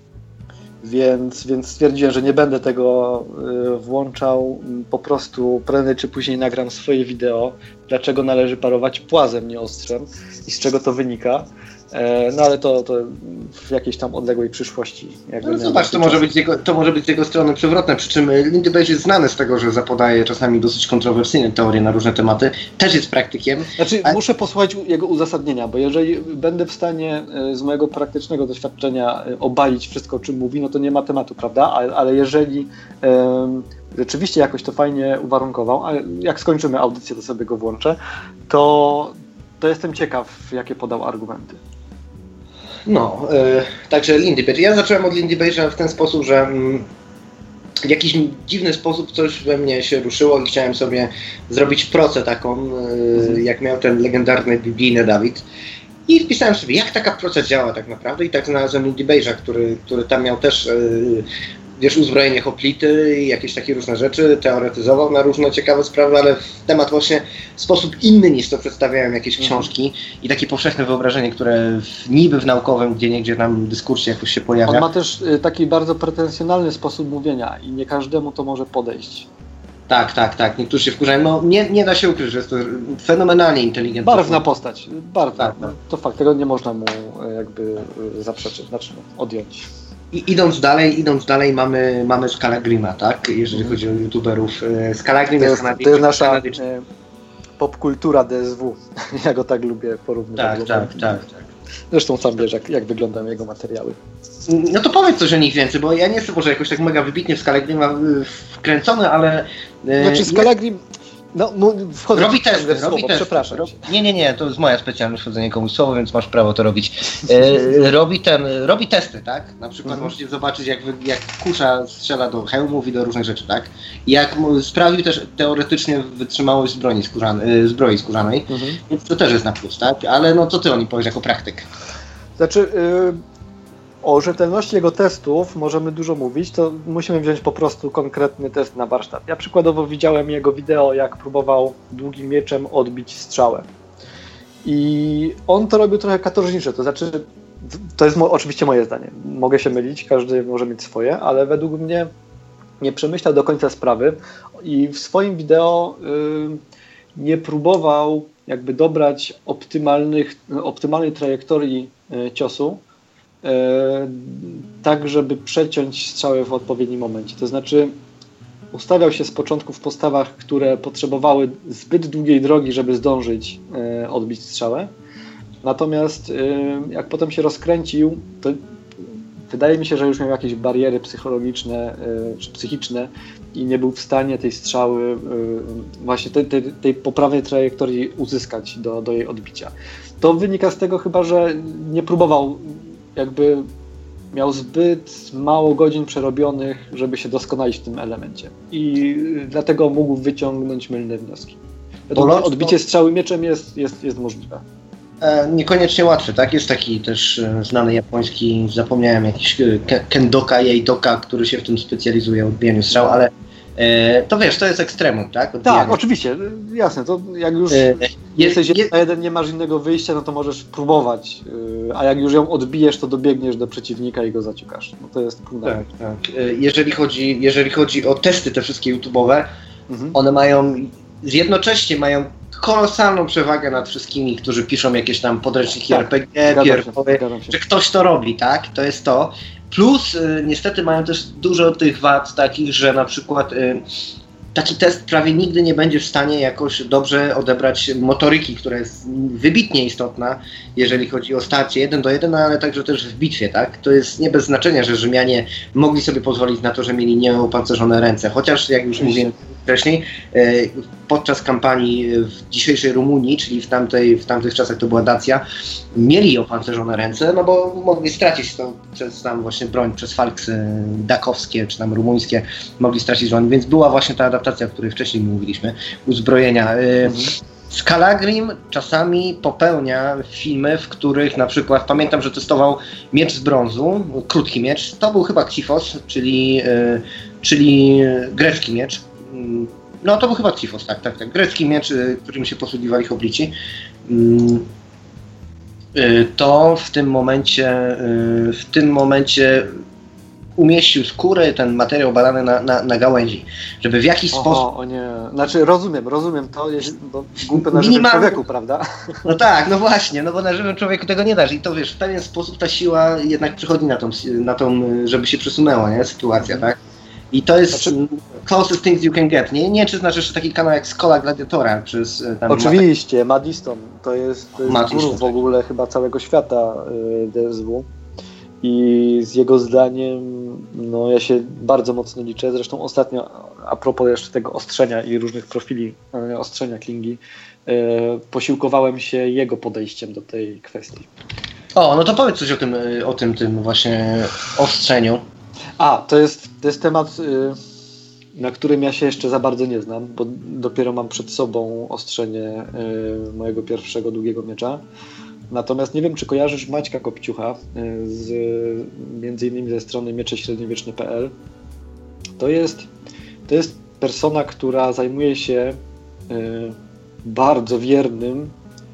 więc, więc stwierdziłem, że nie będę tego e, włączał, po prostu prędzej czy później nagram swoje wideo, dlaczego należy parować płazem, nie ostrzem i z czego to wynika. No ale to, to w jakiejś tam odległej przyszłości. No, zobacz, to może, być jego, to może być z jego strony przewrotne, przy czym Lindy Page jest znany z tego, że zapodaje czasami dosyć kontrowersyjne teorie na różne tematy. Też jest praktykiem. Znaczy, a... muszę posłuchać jego uzasadnienia, bo jeżeli będę w stanie z mojego praktycznego doświadczenia obalić wszystko, o czym mówi, no to nie ma tematu, prawda? Ale, ale jeżeli um, rzeczywiście jakoś to fajnie uwarunkował, a jak skończymy audycję, to sobie go włączę, to, to jestem ciekaw, jakie podał argumenty. No, yy, także Lindy Page. Ja zacząłem od Lindy Page'a w ten sposób, że mm, w jakiś dziwny sposób coś we mnie się ruszyło i chciałem sobie zrobić procę taką, yy, jak miał ten legendarny biblijny Dawid. I wpisałem sobie, jak taka proca działa tak naprawdę, i tak znalazłem Lindy Page'a, który, który tam miał też yy, wiesz, uzbrojenie hoplity i jakieś takie różne rzeczy, teoretyzował na różne ciekawe sprawy, ale w temat właśnie w sposób inny niż to przedstawiają jakieś książki i takie powszechne wyobrażenie, które w, niby w naukowym, gdzie niegdzie tam w dyskursie jakoś się pojawia. On ma też y, taki bardzo pretensjonalny sposób mówienia i nie każdemu to może podejść. Tak, tak, tak. Niektórzy się wkurzają. No nie, nie da się ukryć, że jest to fenomenalnie inteligentny. Barwna postać. Barwna. Tak, tak. To fakt, tego nie można mu jakby zaprzeczyć, znaczy odjąć. I idąc dalej, idąc dalej mamy, mamy Scalagrima, tak? Jeżeli chodzi o youtuberów. Scalagrim jest, jest, to jest nasza e, popkultura D S W. Ja go tak lubię porównywać. Tak, tak, tak, tak. Zresztą sam wiesz, jak, jak wyglądają jego materiały. No to powiedz coś o nich więcej, bo ja nie jestem może jakoś tak mega wybitnie w Scalagrima wkręcony, ale... Znaczy Scalagrim... No, wchodzę robi testy, robi słowo, testy. Przepraszam. Nie, nie, nie, to jest moja specjalność wchodzenie komuś słowo, więc masz prawo to robić. E, robi ten, robi testy, tak? Na przykład mhm. możecie zobaczyć, jak, jak kusza strzela do hełmów i do różnych rzeczy, tak? I jak sprawił też teoretycznie wytrzymałość zbroi skórzanej, zbroi skórzanej, mhm. więc to też jest na plus, tak? Ale no co ty o nim powiesz jako praktyk? Znaczy... Yy... O rzetelności jego testów możemy dużo mówić, to musimy wziąć po prostu konkretny test na warsztat. Ja przykładowo widziałem jego wideo, jak próbował długim mieczem odbić strzałę. I on to robił trochę katorżnicze, to znaczy, to jest mo- oczywiście moje zdanie, mogę się mylić, każdy może mieć swoje, ale według mnie nie przemyślał do końca sprawy i w swoim wideo yy, nie próbował jakby dobrać optymalnych, optymalnej trajektorii yy, ciosu, tak, żeby przeciąć strzałę w odpowiednim momencie. To znaczy ustawiał się z początku w postawach, które potrzebowały zbyt długiej drogi, żeby zdążyć odbić strzałę. Natomiast jak potem się rozkręcił, to wydaje mi się, że już miał jakieś bariery psychologiczne czy psychiczne i nie był w stanie tej strzały, właśnie tej, tej, tej poprawnej trajektorii uzyskać do, do jej odbicia. To wynika z tego chyba, że nie próbował, jakby miał zbyt mało godzin przerobionych, żeby się doskonalić w tym elemencie. I dlatego mógł wyciągnąć mylne wnioski. Bolączko... Odbicie strzały mieczem jest, jest, jest możliwe. E, niekoniecznie łatwy, tak? Jest taki też e, znany japoński, zapomniałem, jakiś e, Kendoka Jeidoka, który się w tym specjalizuje, odbijaniu strzał, ale e, to wiesz, to jest ekstremum, tak? Odbijanie. Tak, oczywiście, jasne, to jak już e, jesteś jeden na jeden, nie masz innego wyjścia, no to możesz próbować, e, a jak już ją odbijesz, to dobiegniesz do przeciwnika i go zaciukasz. No to jest trudne. Tak, tak. E, jeżeli chodzi, jeżeli chodzi o testy te wszystkie YouTube'owe, mhm. one mają, jednocześnie mają kolosalną przewagę nad wszystkimi, którzy piszą jakieś tam podręczniki tak, R P G, pierdoły, że ktoś to robi, tak? To jest to. Plus y, niestety mają też dużo tych wad takich, że na przykład y, taki test prawie nigdy nie będzie w stanie jakoś dobrze odebrać motoryki, która jest wybitnie istotna, jeżeli chodzi o starcie jeden do jeden, ale także też w bitwie, tak? To jest nie bez znaczenia, że Rzymianie mogli sobie pozwolić na to, że mieli nieopancerzone ręce, chociaż jak już mówiłem wcześniej, podczas kampanii w dzisiejszej Rumunii, czyli w, tamtej, w tamtych czasach to była Dacja, mieli opancerzone ręce, no bo mogli stracić to przez tam właśnie broń, przez falksy dakowskie czy tam rumuńskie, mogli stracić broń, więc była właśnie ta adaptacja, o której wcześniej mówiliśmy, uzbrojenia. Mhm. Scalagrim czasami popełnia filmy, w których na przykład, pamiętam, że testował miecz z brązu, krótki miecz, to był chyba Ksifos, czyli, yy, czyli grecki miecz. No to był chyba Ksifos, tak, tak, tak. Grecki miecz, yy, którym się posługiwali hoplici. Yy, yy, to w tym momencie, yy, w tym momencie umieścił skórę, ten materiał balany na, na, na gałęzi, żeby w jakiś Oho, sposób... O nie, znaczy rozumiem, rozumiem to, jest, bo głupio na żywym człowieku, prawda? No tak, no właśnie, no bo na żywym człowieku tego nie dasz i to wiesz, w pewien sposób ta siła jednak przychodzi na tą, na tą żeby się przesunęła, nie, sytuacja, tak? I to jest znaczy, closest things you can get. Nie, nie czy znaczy, że taki kanał jak Skola Gladiatora przez tam... Oczywiście, Madiston, to jest, to jest guru w ogóle chyba całego świata D S W. I z jego zdaniem, no ja się bardzo mocno liczę. Zresztą ostatnio, a propos jeszcze tego ostrzenia i różnych profili ostrzenia klingi, e, posiłkowałem się jego podejściem do tej kwestii. O, no to powiedz coś o tym, o tym, tym właśnie ostrzeniu. A, to jest, to jest temat, na którym ja się jeszcze za bardzo nie znam, bo dopiero mam przed sobą ostrzenie mojego pierwszego długiego miecza. Natomiast nie wiem, czy kojarzysz Maćka Kopciucha, z, między innymi ze strony miecze średniowieczne kropka p l. To jest, to jest persona, która zajmuje się y, bardzo wiernym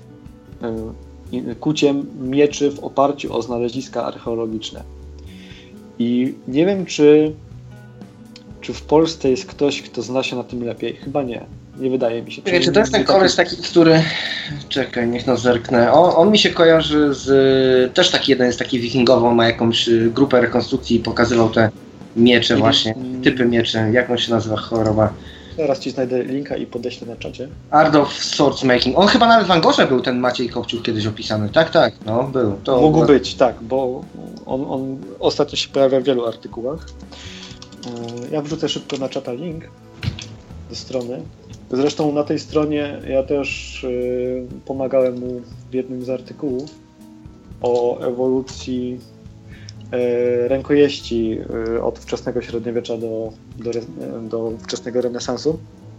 y, kuciem mieczy w oparciu o znaleziska archeologiczne. I nie wiem, czy, czy w Polsce jest ktoś, kto zna się na tym lepiej. Chyba nie. Nie wydaje mi się. Czekaj, czy to jest ten koleś taki, który... Czekaj, niech no zerknę. On, on mi się kojarzy z... Też taki jeden jest taki wikingowo, ma jakąś grupę rekonstrukcji i pokazywał te miecze właśnie, typy mieczy. Jak on się nazywa, choroba? Zaraz ci znajdę linka i podeślę na czacie. Art of Swordsmaking. On chyba nawet w Angorze był, ten Maciej Kopciuch kiedyś opisany. Tak, tak, no był. To Mógł był... być, tak, bo on, on ostatnio się pojawia w wielu artykułach. Ja wrzucę szybko na czata link do strony. Zresztą na tej stronie ja też y, pomagałem mu w jednym z artykułów o ewolucji y, rękojeści y, od wczesnego średniowiecza do, do, do wczesnego renesansu.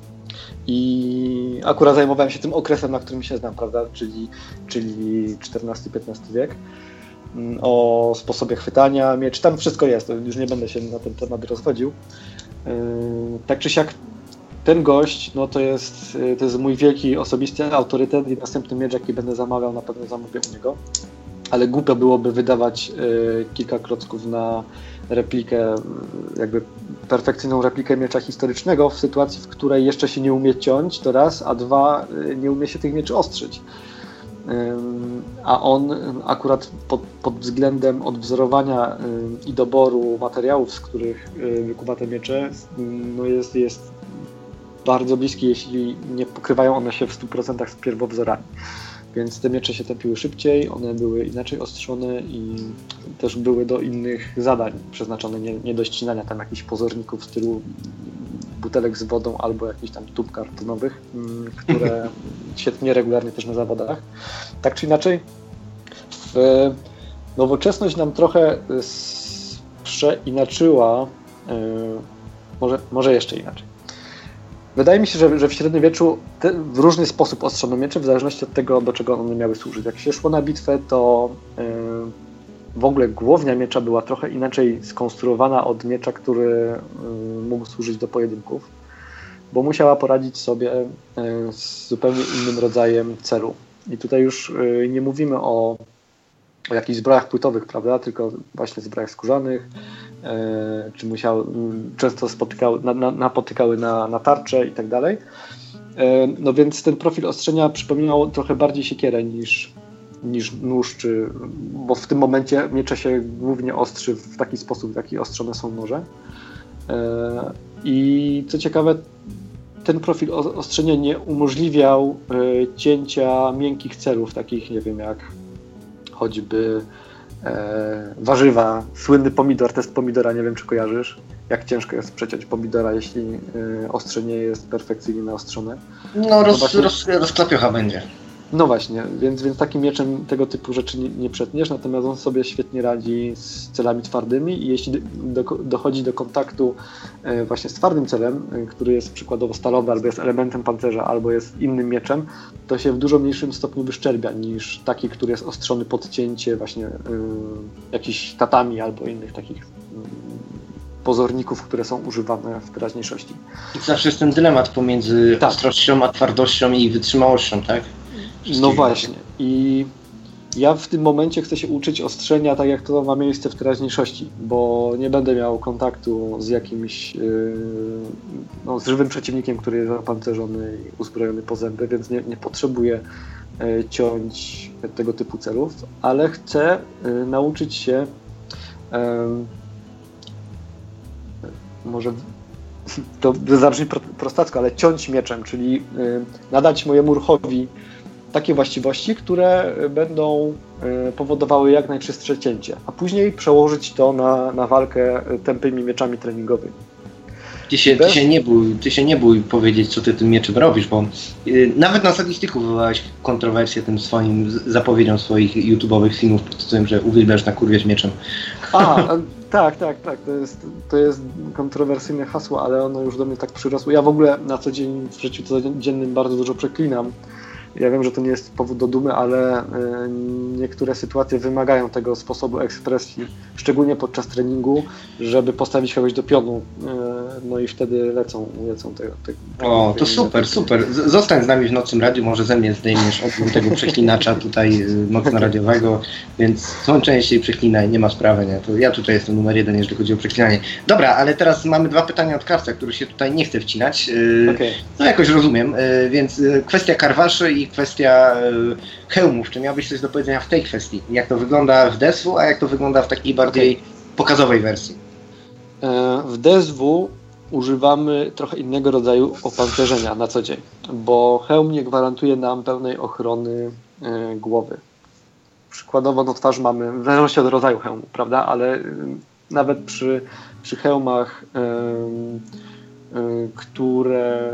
I akurat zajmowałem się tym okresem, na którym się znam, prawda, czyli, czyli czternasty piętnasty wiek. O sposobie chwytania miecz, tam wszystko jest, już nie będę się na ten temat rozwodził. Yy, tak czy siak ten gość, no to jest, to jest mój wielki osobisty autorytet i następny miecz, jaki będę zamawiał, na pewno zamówię u niego. Ale głupio byłoby wydawać yy, kilka klocków na replikę, jakby perfekcyjną replikę miecza historycznego w sytuacji, w której jeszcze się nie umie ciąć, to raz, a dwa, yy, nie umie się tych mieczy ostrzyć. A on akurat pod, pod względem odwzorowania i doboru materiałów, z których wykuwa te miecze, no jest, jest bardzo bliski, jeśli nie pokrywają one się w stu procentach z pierwowzorami. Więc te miecze się tępiły szybciej, one były inaczej ostrzone i też były do innych zadań przeznaczone, nie, nie do ścinania tam jakichś pozorników w stylu butelek z wodą albo jakichś tam tub kartonowych, które świetnie regularnie też na zawodach. Tak czy inaczej, nowoczesność nam trochę przeinaczyła, może, może jeszcze inaczej. Wydaje mi się, że, że w średniowieczu te, w różny sposób ostrzono miecze, w zależności od tego, do czego one miały służyć. Jak się szło na bitwę, to yy, w ogóle głownia miecza była trochę inaczej skonstruowana od miecza, który yy, mógł służyć do pojedynków, bo musiała poradzić sobie yy, z zupełnie innym rodzajem celu. I tutaj już yy, nie mówimy o, o jakichś zbrojach płytowych, prawda, tylko właśnie zbrojach skórzanych, yy, czy musiały, yy, często spotykały, na, na, napotykały na, na tarcze i tak dalej. Yy, no więc ten profil ostrzenia przypominał trochę bardziej siekierę niż, niż nóż, czy, bo w tym momencie miecze się głównie ostrzy w taki sposób, w jaki ostrzone są noże. Yy, I co ciekawe, ten profil ostrzenia nie umożliwiał yy, cięcia miękkich celów, takich, nie wiem, jak choćby e, warzywa, słynny pomidor, test pomidora, nie wiem, czy kojarzysz, jak ciężko jest przeciąć pomidora, jeśli e, ostrze nie jest perfekcyjnie naostrzone. No roz, właśnie... roz, rozklapiocha będzie. No właśnie, więc, więc takim mieczem tego typu rzeczy nie, nie przetniesz, natomiast on sobie świetnie radzi z celami twardymi i jeśli do, dochodzi do kontaktu właśnie z twardym celem, który jest przykładowo stalowy, albo jest elementem pancerza, albo jest innym mieczem, to się w dużo mniejszym stopniu wyszczerbia niż taki, który jest ostrzony pod cięcie właśnie yy, jakichś tatami albo innych takich yy, pozorników, które są używane w teraźniejszości. I zawsze jest ten dylemat pomiędzy tak. ostrością a twardością i wytrzymałością, tak? No właśnie. I ja w tym momencie chcę się uczyć ostrzenia tak, jak to ma miejsce w teraźniejszości, bo nie będę miał kontaktu z jakimś yy, no, z żywym przeciwnikiem, który jest opancerzony i uzbrojony po zęby, więc nie, nie potrzebuję yy, ciąć tego typu celów, ale chcę yy, nauczyć się yy, może to zabrzmi prostacko, ale ciąć mieczem, czyli yy, nadać mojemu ruchowi takie właściwości, które będą powodowały jak najczystsze cięcie, a później przełożyć to na, na walkę tępymi mieczami treningowymi. Ty się, ty, się nie bój, ty się nie bój powiedzieć, co ty tym mieczem robisz, bo yy, nawet na Sadistyku wywołałeś kontrowersję tym swoim zapowiedzią swoich YouTube'owych filmów pod tytułem, że uwielbiasz nakurwiać mieczem. A, tak, tak, tak. To jest, to jest kontrowersyjne hasło, ale ono już do mnie tak przyrosło. Ja w ogóle na co dzień w życiu codziennym bardzo dużo przeklinam. Ja wiem, że to nie jest powód do dumy, ale niektóre sytuacje wymagają tego sposobu ekspresji, szczególnie podczas treningu, żeby postawić kogoś do pionu, no i wtedy lecą, lecą te, te O, to super, super. Zostań z nami w Nocnym Radiu, może ze mnie zdejmiesz od tego przeklinacza tutaj nocno-radiowego, więc są częściej przeklinaj, nie ma sprawy, nie? To ja tutaj jestem numer jeden, jeżeli chodzi o przeklinanie. Dobra, ale teraz mamy dwa pytania od Karca, których się tutaj nie chce wcinać. Okay. No jakoś rozumiem, więc kwestia karwaszy i kwestia hełmów. Czy miałbyś coś do powiedzenia w tej kwestii? Jak to wygląda w D S W, a jak to wygląda w takiej bardziej okay. pokazowej wersji? W D S W używamy trochę innego rodzaju opancerzenia na co dzień, bo hełm nie gwarantuje nam pełnej ochrony głowy. Przykładowo na twarz mamy, w zależności od rodzaju hełmu, prawda, ale nawet przy, przy hełmach, które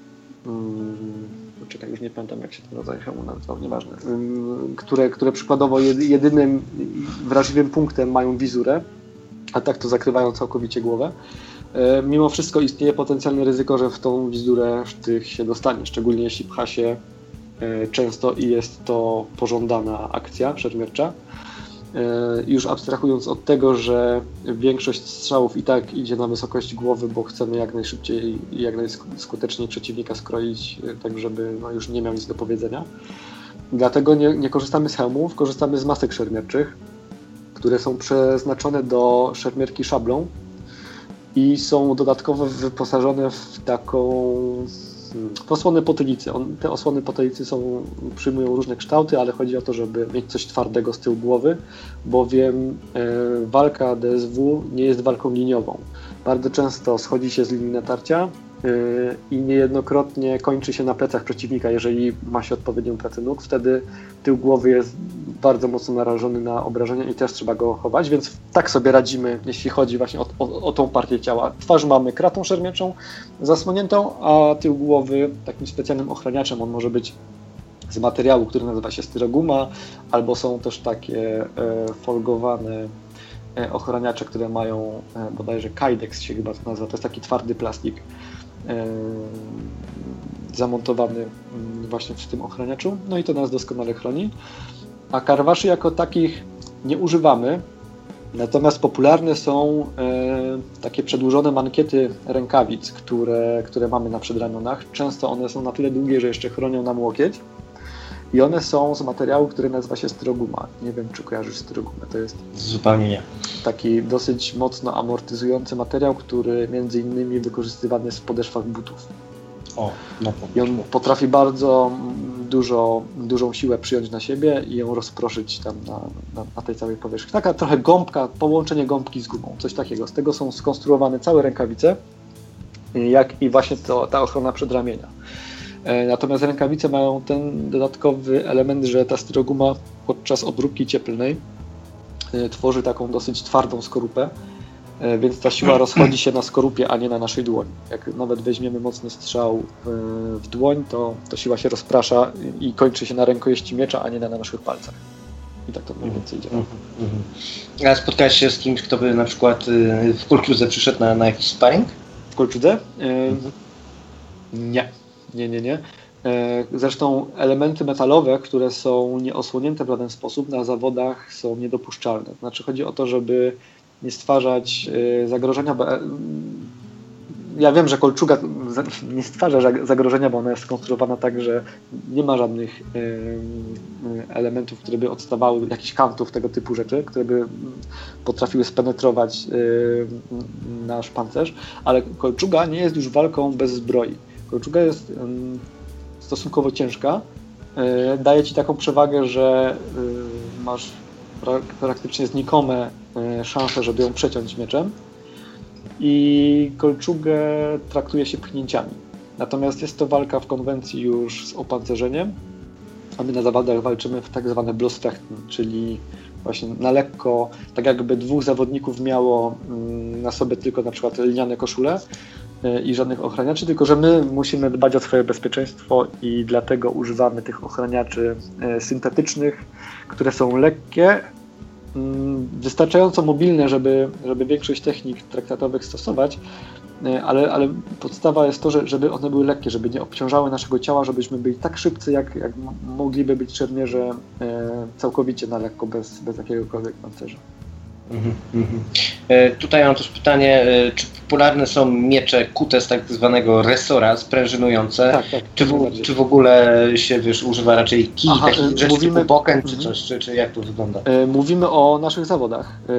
czekaj, już nie pamiętam jak się ten rodzaj hełmu nazywał, nieważne, które, które przykładowo jedynym wrażliwym punktem mają wizurę, a tak to zakrywają całkowicie głowę. Mimo wszystko istnieje potencjalne ryzyko, że w tą wizurę sztych się dostanie, szczególnie jeśli pcha się często i jest to pożądana akcja szermiercza. Już abstrahując od tego, że większość strzałów i tak idzie na wysokość głowy, bo chcemy jak najszybciej i jak najskuteczniej przeciwnika skroić, tak żeby no, już nie miał nic do powiedzenia. Dlatego nie, nie korzystamy z hełmów, korzystamy z masek szermierczych, które są przeznaczone do szermierki szablą i są dodatkowo wyposażone w taką w osłony potylicy. On, te osłony potylicy są, przyjmują różne kształty, ale chodzi o to, żeby mieć coś twardego z tyłu głowy, bowiem e, walka D S W nie jest walką liniową. Bardzo często schodzi się z linii natarcia e, i niejednokrotnie kończy się na plecach przeciwnika, jeżeli ma się odpowiednią pracę nóg. Wtedy tył głowy jest bardzo mocno narażony na obrażenia i też trzeba go chować, więc tak sobie radzimy, jeśli chodzi właśnie o, o, o tą partię ciała. Twarz mamy kratą szermierczą zasłoniętą, a tył głowy takim specjalnym ochraniaczem. On może być z materiału, który nazywa się styroguma, albo są też takie e, folgowane e, ochraniacze, które mają e, bodajże Kydex się chyba to nazywa. To jest taki twardy plastik e, zamontowany właśnie w tym ochraniaczu, no i to nas doskonale chroni. A karwaszy jako takich nie używamy, natomiast popularne są e, takie przedłużone mankiety rękawic, które, które mamy na przedramionach. Często one są na tyle długie, że jeszcze chronią nam łokieć i one są z materiału, który nazywa się styroguma. Nie wiem, czy kojarzysz styrogumę. To jest zupełnie nie. Taki dosyć mocno amortyzujący materiał, który między innymi wykorzystywany jest w podeszwach butów. O, no I on potrafi bardzo dużo, dużą siłę przyjąć na siebie i ją rozproszyć tam na, na, na tej całej powierzchni. Taka trochę gąbka, połączenie gąbki z gumą, coś takiego. Z tego są skonstruowane całe rękawice, jak i właśnie to, ta ochrona przedramienia. Natomiast rękawice mają ten dodatkowy element, że ta styroguma podczas obróbki cieplnej tworzy taką dosyć twardą skorupę więc ta siła rozchodzi się na skorupie, a nie na naszej dłoni. Jak nawet weźmiemy mocny strzał w, w dłoń, to, to siła się rozprasza i kończy się na rękojeści miecza, a nie na, na naszych palcach. I tak to mniej więcej działa. A spotkałeś się z kimś, kto by na przykład w Kolczudze przyszedł na, na jakiś sparring? W Kolczudze? Mhm. Nie. Nie, nie, nie. Zresztą elementy metalowe, które są nieosłonięte w żaden sposób, na zawodach są niedopuszczalne. Znaczy chodzi o to, żeby nie stwarzać zagrożenia. Ja wiem, że kolczuga nie stwarza zagrożenia, bo ona jest skonstruowana tak, że nie ma żadnych elementów, które by odstawały, jakichś kantów, tego typu rzeczy, które by potrafiły spenetrować nasz pancerz, ale kolczuga nie jest już walką bez zbroi. Kolczuga jest stosunkowo ciężka, daje ci taką przewagę, że masz praktycznie znikome szanse, żeby ją przeciąć mieczem i kolczugę traktuje się pchnięciami. Natomiast jest to walka w konwencji już z opancerzeniem, a my na zawodach walczymy w tak zwane Bloßfechten, czyli właśnie na lekko, tak jakby dwóch zawodników miało na sobie tylko na przykład lniane koszule i żadnych ochraniaczy, tylko że my musimy dbać o swoje bezpieczeństwo i dlatego używamy tych ochraniaczy syntetycznych, które są lekkie, wystarczająco mobilne, żeby, żeby większość technik traktatowych stosować, ale, ale podstawa jest to, że, żeby one były lekkie, żeby nie obciążały naszego ciała, żebyśmy byli tak szybcy, jak, jak mogliby być szermierze całkowicie na lekko, bez, bez jakiegokolwiek pancerza. Mm-hmm. E, tutaj mam też pytanie, e, czy popularne są miecze kute z tak zwanego resora, sprężynujące? Tak, tak. Czy w, czy w ogóle się, wiesz, używa raczej kij, Aha, takich rzeczy mówimy... typu boken, czy mhm. coś, czy, czy jak to wygląda? E, mówimy o naszych zawodach. E,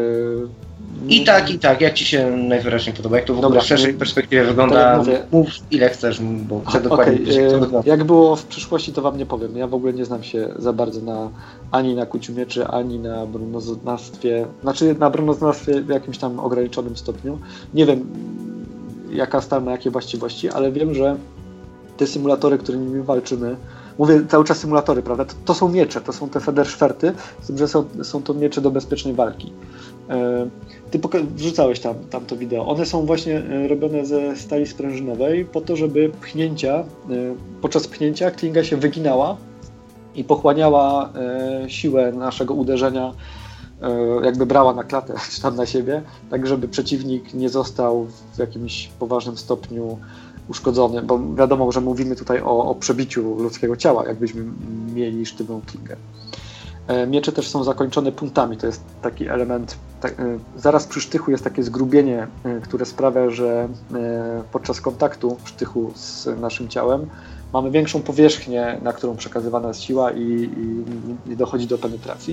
I tak, i tak. Jak ci się najwyraźniej podoba? Jak to w ogóle Dobra, w szerszej perspektywie wygląda? Tak jak Mów ile chcesz, bo chcę dokładnie okay. wiedzieć, jak to wygląda. Jak było w przyszłości, to wam nie powiem. Ja w ogóle nie znam się za bardzo na, ani na kuciu mieczy, ani na bronoznawstwie. Znaczy na bronoznawstwie w jakimś tam ograniczonym stopniu. Nie wiem, jaka stal ma jakie właściwości, ale wiem, że te symulatory, którymi walczymy, mówię cały czas symulatory, prawda? To, to są miecze, to są te Federschwerty, z tym, że są, są to miecze do bezpiecznej walki. Ty poka- wrzucałeś tam, tam to wideo. One są właśnie robione ze stali sprężynowej po to, żeby pchnięcia, podczas pchnięcia klinga się wyginała i pochłaniała siłę naszego uderzenia, jakby brała na klatę czy tam na siebie, tak żeby przeciwnik nie został w jakimś poważnym stopniu uszkodzony, bo wiadomo, że mówimy tutaj o, o przebiciu ludzkiego ciała, jakbyśmy mieli sztywną klingę. Miecze też są zakończone puntami, to jest taki element, tak, zaraz przy sztychu jest takie zgrubienie, które sprawia, że podczas kontaktu sztychu z naszym ciałem mamy większą powierzchnię, na którą przekazywana jest siła i, i, i dochodzi do penetracji.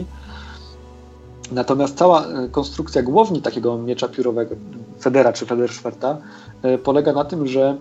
Natomiast cała konstrukcja głowni takiego miecza piórowego, Federa czy Federschwerta, polega na tym, że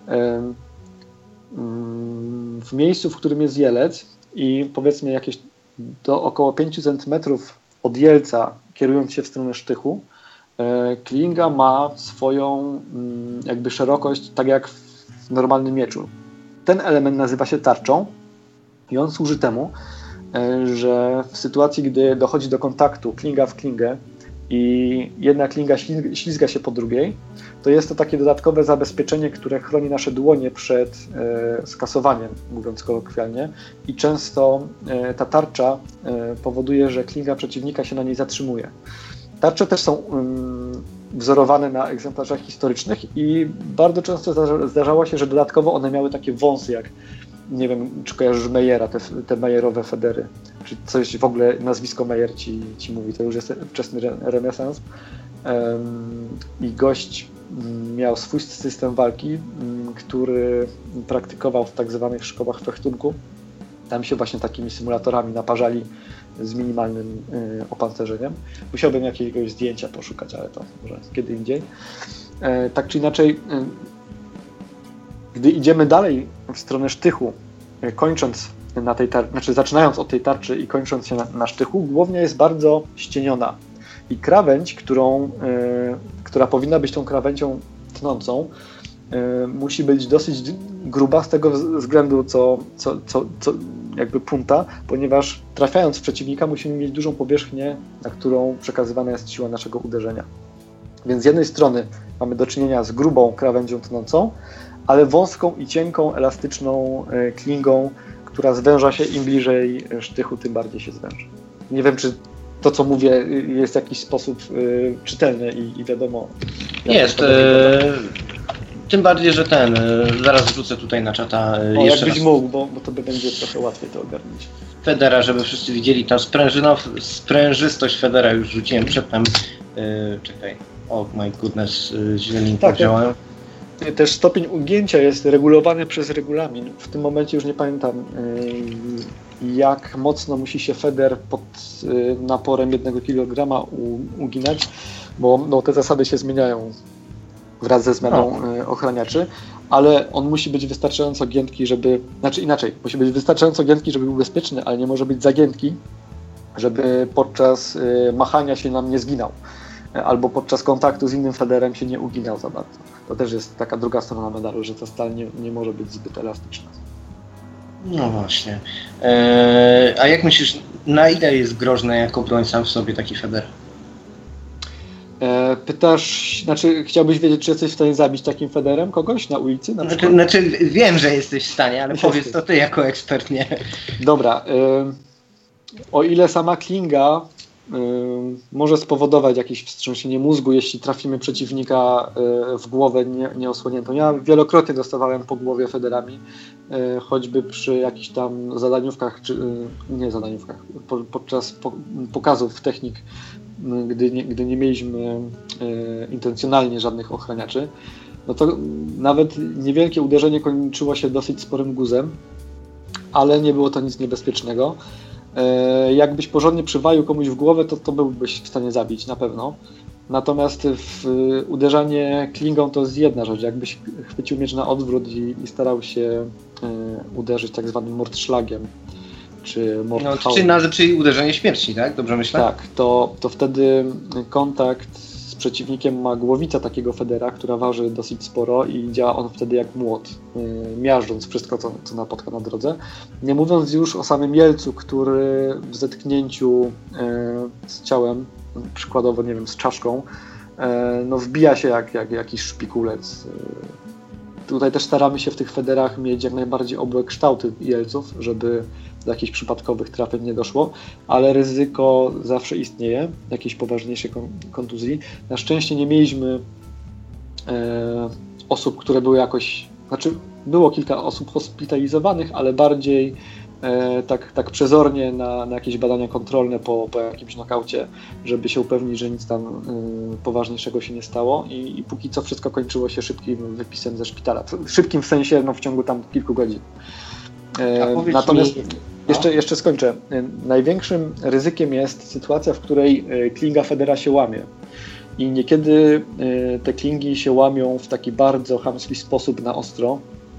w miejscu, w którym jest jelec i powiedzmy jakieś do około pięć centymetrów od jelca, kierując się w stronę sztychu, klinga ma swoją jakby szerokość, tak jak w normalnym mieczu. Ten element nazywa się tarczą i on służy temu, że w sytuacji, gdy dochodzi do kontaktu klinga w klingę i jedna klinga ślizga się po drugiej, to jest to takie dodatkowe zabezpieczenie, które chroni nasze dłonie przed e, skasowaniem, mówiąc kolokwialnie, i często e, ta tarcza e, powoduje, że klinga przeciwnika się na niej zatrzymuje. Tarcze też są um, wzorowane na egzemplarzach historycznych i bardzo często zdarza, zdarzało się, że dodatkowo one miały takie wąsy, jak nie wiem, czy kojarzysz Meyera, te, te Meyerowe Federy, czy coś w ogóle, nazwisko Meyer ci, ci mówi, to już jest wczesny renesans. Um, I gość miał swój system walki, um, który praktykował w tak zwanych szkołach fechtunku. Tam się właśnie takimi symulatorami naparzali z minimalnym y, opancerzeniem. Musiałbym jakiegoś zdjęcia poszukać, ale to może kiedy indziej. E, tak czy inaczej, y, gdy idziemy dalej w stronę sztychu, y, kończąc na tej tar- znaczy zaczynając od tej tarczy i kończąc się na, na sztychu, głownia jest bardzo ścieniona. I krawędź, którą, y, która powinna być tą krawędzią tnącą, y, musi być dosyć gruba z tego względu, co, co, co, co jakby punta, ponieważ trafiając w przeciwnika musimy mieć dużą powierzchnię, na którą przekazywana jest siła naszego uderzenia. Więc z jednej strony mamy do czynienia z grubą krawędzią tnącą, ale wąską i cienką, elastyczną klingą, która zwęża się, im bliżej sztychu, tym bardziej się zwęża. Nie wiem, czy to, co mówię, jest w jakiś sposób y, czytelne i, i wiadomo. Jest. E, tym bardziej, że ten, e, zaraz wrzucę tutaj na czata e, o, jeszcze jakbyś raz. mógł, bo, bo to by będzie trochę łatwiej to ogarnąć. Federa, żeby wszyscy widzieli, ta sprężynow, sprężystość Federa już rzuciłem przedtem. E, czekaj. Oh my goodness, e, źle mi tak, powiedziałem. Też stopień ugięcia jest regulowany przez regulamin. W tym momencie już nie pamiętam, jak mocno musi się feder pod naporem jednego kilograma uginać, bo no, te zasady się zmieniają wraz ze zmianą no. ochraniaczy, ale on musi być wystarczająco giętki, żeby, znaczy inaczej, musi być wystarczająco giętki, żeby był bezpieczny, ale nie może być za giętki, żeby podczas machania się nam nie zginał, albo podczas kontaktu z innym federem się nie uginał za bardzo. To też jest taka druga strona medalu, że ta stal nie, nie może być zbyt elastyczna. No właśnie. Eee, a jak myślisz, na ile jest groźny jako broń sam w sobie taki feder? Eee, pytasz, znaczy chciałbyś wiedzieć, czy jesteś w stanie zabić takim federem kogoś na ulicy? Na znaczy, znaczy wiem, że jesteś w stanie, ale powiedz to ty jako ekspert, nie? Dobra. Eee, o ile sama klinga może spowodować jakieś wstrząsienie mózgu, jeśli trafimy przeciwnika w głowę nie, nieosłoniętą. Ja wielokrotnie dostawałem po głowie federami, choćby przy jakichś tam zadaniówkach, czy nie zadaniówkach, po, podczas pokazów technik, gdy nie, gdy nie mieliśmy intencjonalnie żadnych ochraniaczy, no to nawet niewielkie uderzenie kończyło się dosyć sporym guzem, ale nie było to nic niebezpiecznego. Jakbyś porządnie przywalił komuś w głowę, to, to byłbyś w stanie zabić, na pewno. Natomiast w uderzanie klingą to jest jedna rzecz. Jakbyś chwycił miecz na odwrót i, i starał się y, uderzyć tak zwanym mordszlagiem, czy mordhauen. No, czyli, na, czyli uderzenie śmierci, tak? Dobrze myślę? Tak, to, to wtedy kontakt z przeciwnikiem ma głowica takiego federa, która waży dosyć sporo i działa on wtedy jak młot, yy, miażdżąc wszystko, co, co napotka na drodze. Nie mówiąc już o samym jelcu, który w zetknięciu yy, z ciałem, przykładowo, nie wiem, z czaszką, yy, no wbija się jak, jak jakiś szpikulec. Yy. Tutaj też staramy się w tych federach mieć jak najbardziej obłe kształty jelców, żeby do jakichś przypadkowych trafień nie doszło, ale ryzyko zawsze istnieje, jakiejś poważniejszej kontuzji. Na szczęście nie mieliśmy e, osób, które były jakoś, znaczy było kilka osób hospitalizowanych, ale bardziej e, tak, tak przezornie na, na jakieś badania kontrolne po, po jakimś nokaucie, żeby się upewnić, że nic tam e, poważniejszego się nie stało i, i póki co wszystko kończyło się szybkim wypisem ze szpitala. Szybkim w sensie no, w ciągu tam kilku godzin. E, natomiast mi... Jeszcze, jeszcze skończę. Największym ryzykiem jest sytuacja, w której klinga federa się łamie. I niekiedy te klingi się łamią w taki bardzo chamski sposób na ostro.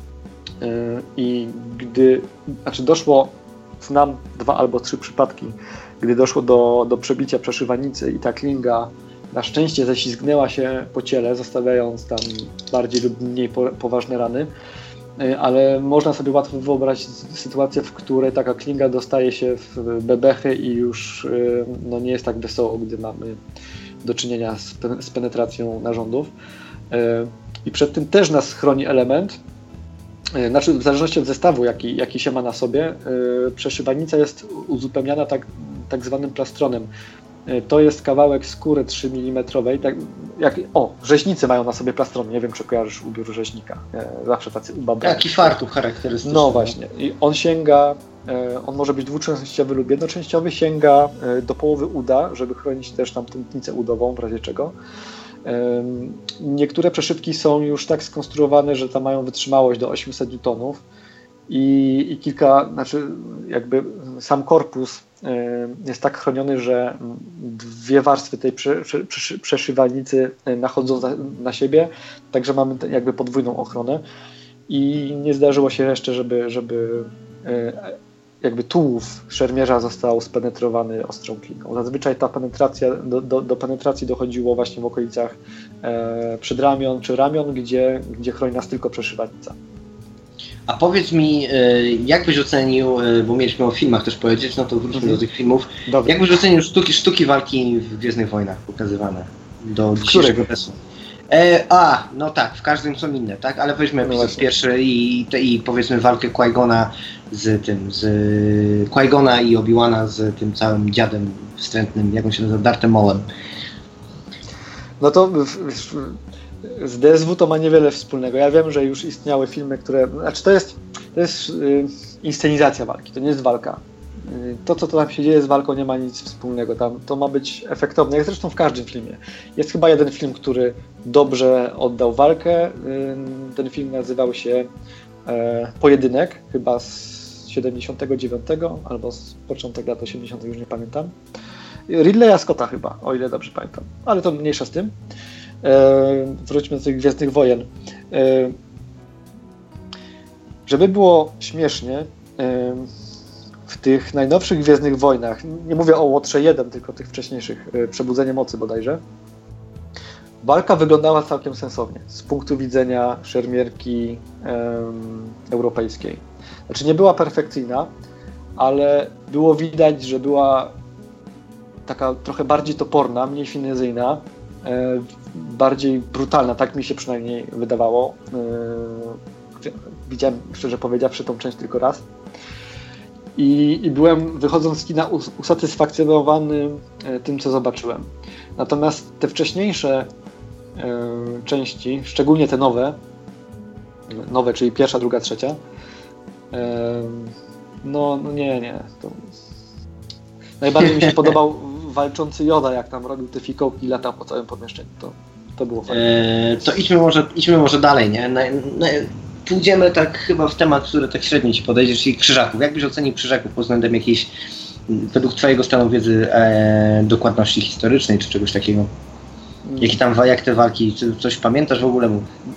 I gdy, znaczy doszło, znam dwa albo trzy przypadki, gdy doszło do, do przebicia przeszywanicy i ta klinga na szczęście ześlizgnęła się po ciele, zostawiając tam bardziej lub mniej po, poważne rany. Ale można sobie łatwo wyobrazić sytuację, w której taka klinga dostaje się w bebechy i już no, nie jest tak wesoło, gdy mamy do czynienia z, pen- z penetracją narządów. I przed tym też nas chroni element, znaczy w zależności od zestawu, jaki, jaki się ma na sobie, przeszywanica jest uzupełniana tak, tak zwanym plastronem. To jest kawałek skóry trzy milimetry. Tak jak, o, rzeźnicy mają na sobie plastron. Nie wiem, czy kojarzysz ubiór rzeźnika. Zawsze tacy ubabrani. Taki fartuch charakterystyczny. No właśnie. I on sięga, on może być dwuczęściowy lub jednoczęściowy, sięga do połowy uda, żeby chronić też tam tętnicę udową, w razie czego. Niektóre przeszywki są już tak skonstruowane, że tam mają wytrzymałość do osiemset newtonów i, i kilka, znaczy jakby sam korpus jest tak chroniony, że dwie warstwy tej prze, prze, przeszywanicy nachodzą za, na siebie, także mamy jakby podwójną ochronę i nie zdarzyło się jeszcze, żeby, żeby jakby tułów szermierza został spenetrowany ostrą klingą. Zazwyczaj ta penetracja, do, do, do penetracji dochodziło właśnie w okolicach e, przedramion czy ramion, gdzie, gdzie chroni nas tylko przeszywanica. A powiedz mi, jak byś ocenił, bo mieliśmy o filmach też powiedzieć, no to wróćmy mm-hmm. do tych filmów. Dobrze. Jak byś ocenił sztuki, sztuki walki w Gwiezdnych Wojnach pokazywane? do dzisiejszego testu. E, a, no tak, w każdym są inne, tak? Ale weźmy no epizod pierwszy i, te, i powiedzmy walkę Qui-Gona z tym, z Qui-Gona i Obi-Wana z tym całym dziadem wstrętnym, jak on się nazywa, Darthem Maulem. No to w, w, z D S W to ma niewiele wspólnego. Ja wiem, że już istniały filmy, które... Znaczy to jest, to jest yy, inscenizacja walki, to nie jest walka. Yy, to, co tam się dzieje z walką, nie ma nic wspólnego. Tam to ma być efektowne, jak zresztą w każdym filmie. Jest chyba jeden film, który dobrze oddał walkę. Yy, ten film nazywał się yy, Pojedynek, chyba z siedemdziesiątego dziewiątego albo z początek lat osiemdziesiątych, już nie pamiętam. Ridleya Scotta chyba, o ile dobrze pamiętam. Ale to mniejsza z tym. E, wróćmy do tych Gwiezdnych Wojen. E, żeby było śmiesznie, e, w tych najnowszych Gwiezdnych Wojnach, nie mówię o Łotrze jeden, tylko tych wcześniejszych, e, Przebudzenie Mocy bodajże, walka wyglądała całkiem sensownie z punktu widzenia szermierki e, europejskiej. Znaczy nie była perfekcyjna, ale było widać, że była taka trochę bardziej toporna, mniej finezyjna, e, bardziej brutalna, tak mi się przynajmniej wydawało. E, widziałem, szczerze powiedziawszy, tą część tylko raz. I, i byłem, wychodząc z kina, us, usatysfakcjonowany e, tym, co zobaczyłem. Natomiast te wcześniejsze e, części, szczególnie te nowe, nowe, czyli pierwsza, druga, trzecia, e, no, no nie, nie. To... Najbardziej mi się podobał walczący Yoda, jak tam robił te fikołki i latał po całym pomieszczeniu. To, to było fajne. Eee, to idźmy może, idźmy może dalej, nie? Na, na, pójdziemy tak chyba w temat, który tak średnio ci podejdzie, czyli krzyżaków. Jak byś ocenił krzyżaków pod względem jakiejś, według twojego stanu wiedzy, e, dokładności historycznej, czy czegoś takiego? Jakie tam, jak te walki, czy coś pamiętasz w ogóle?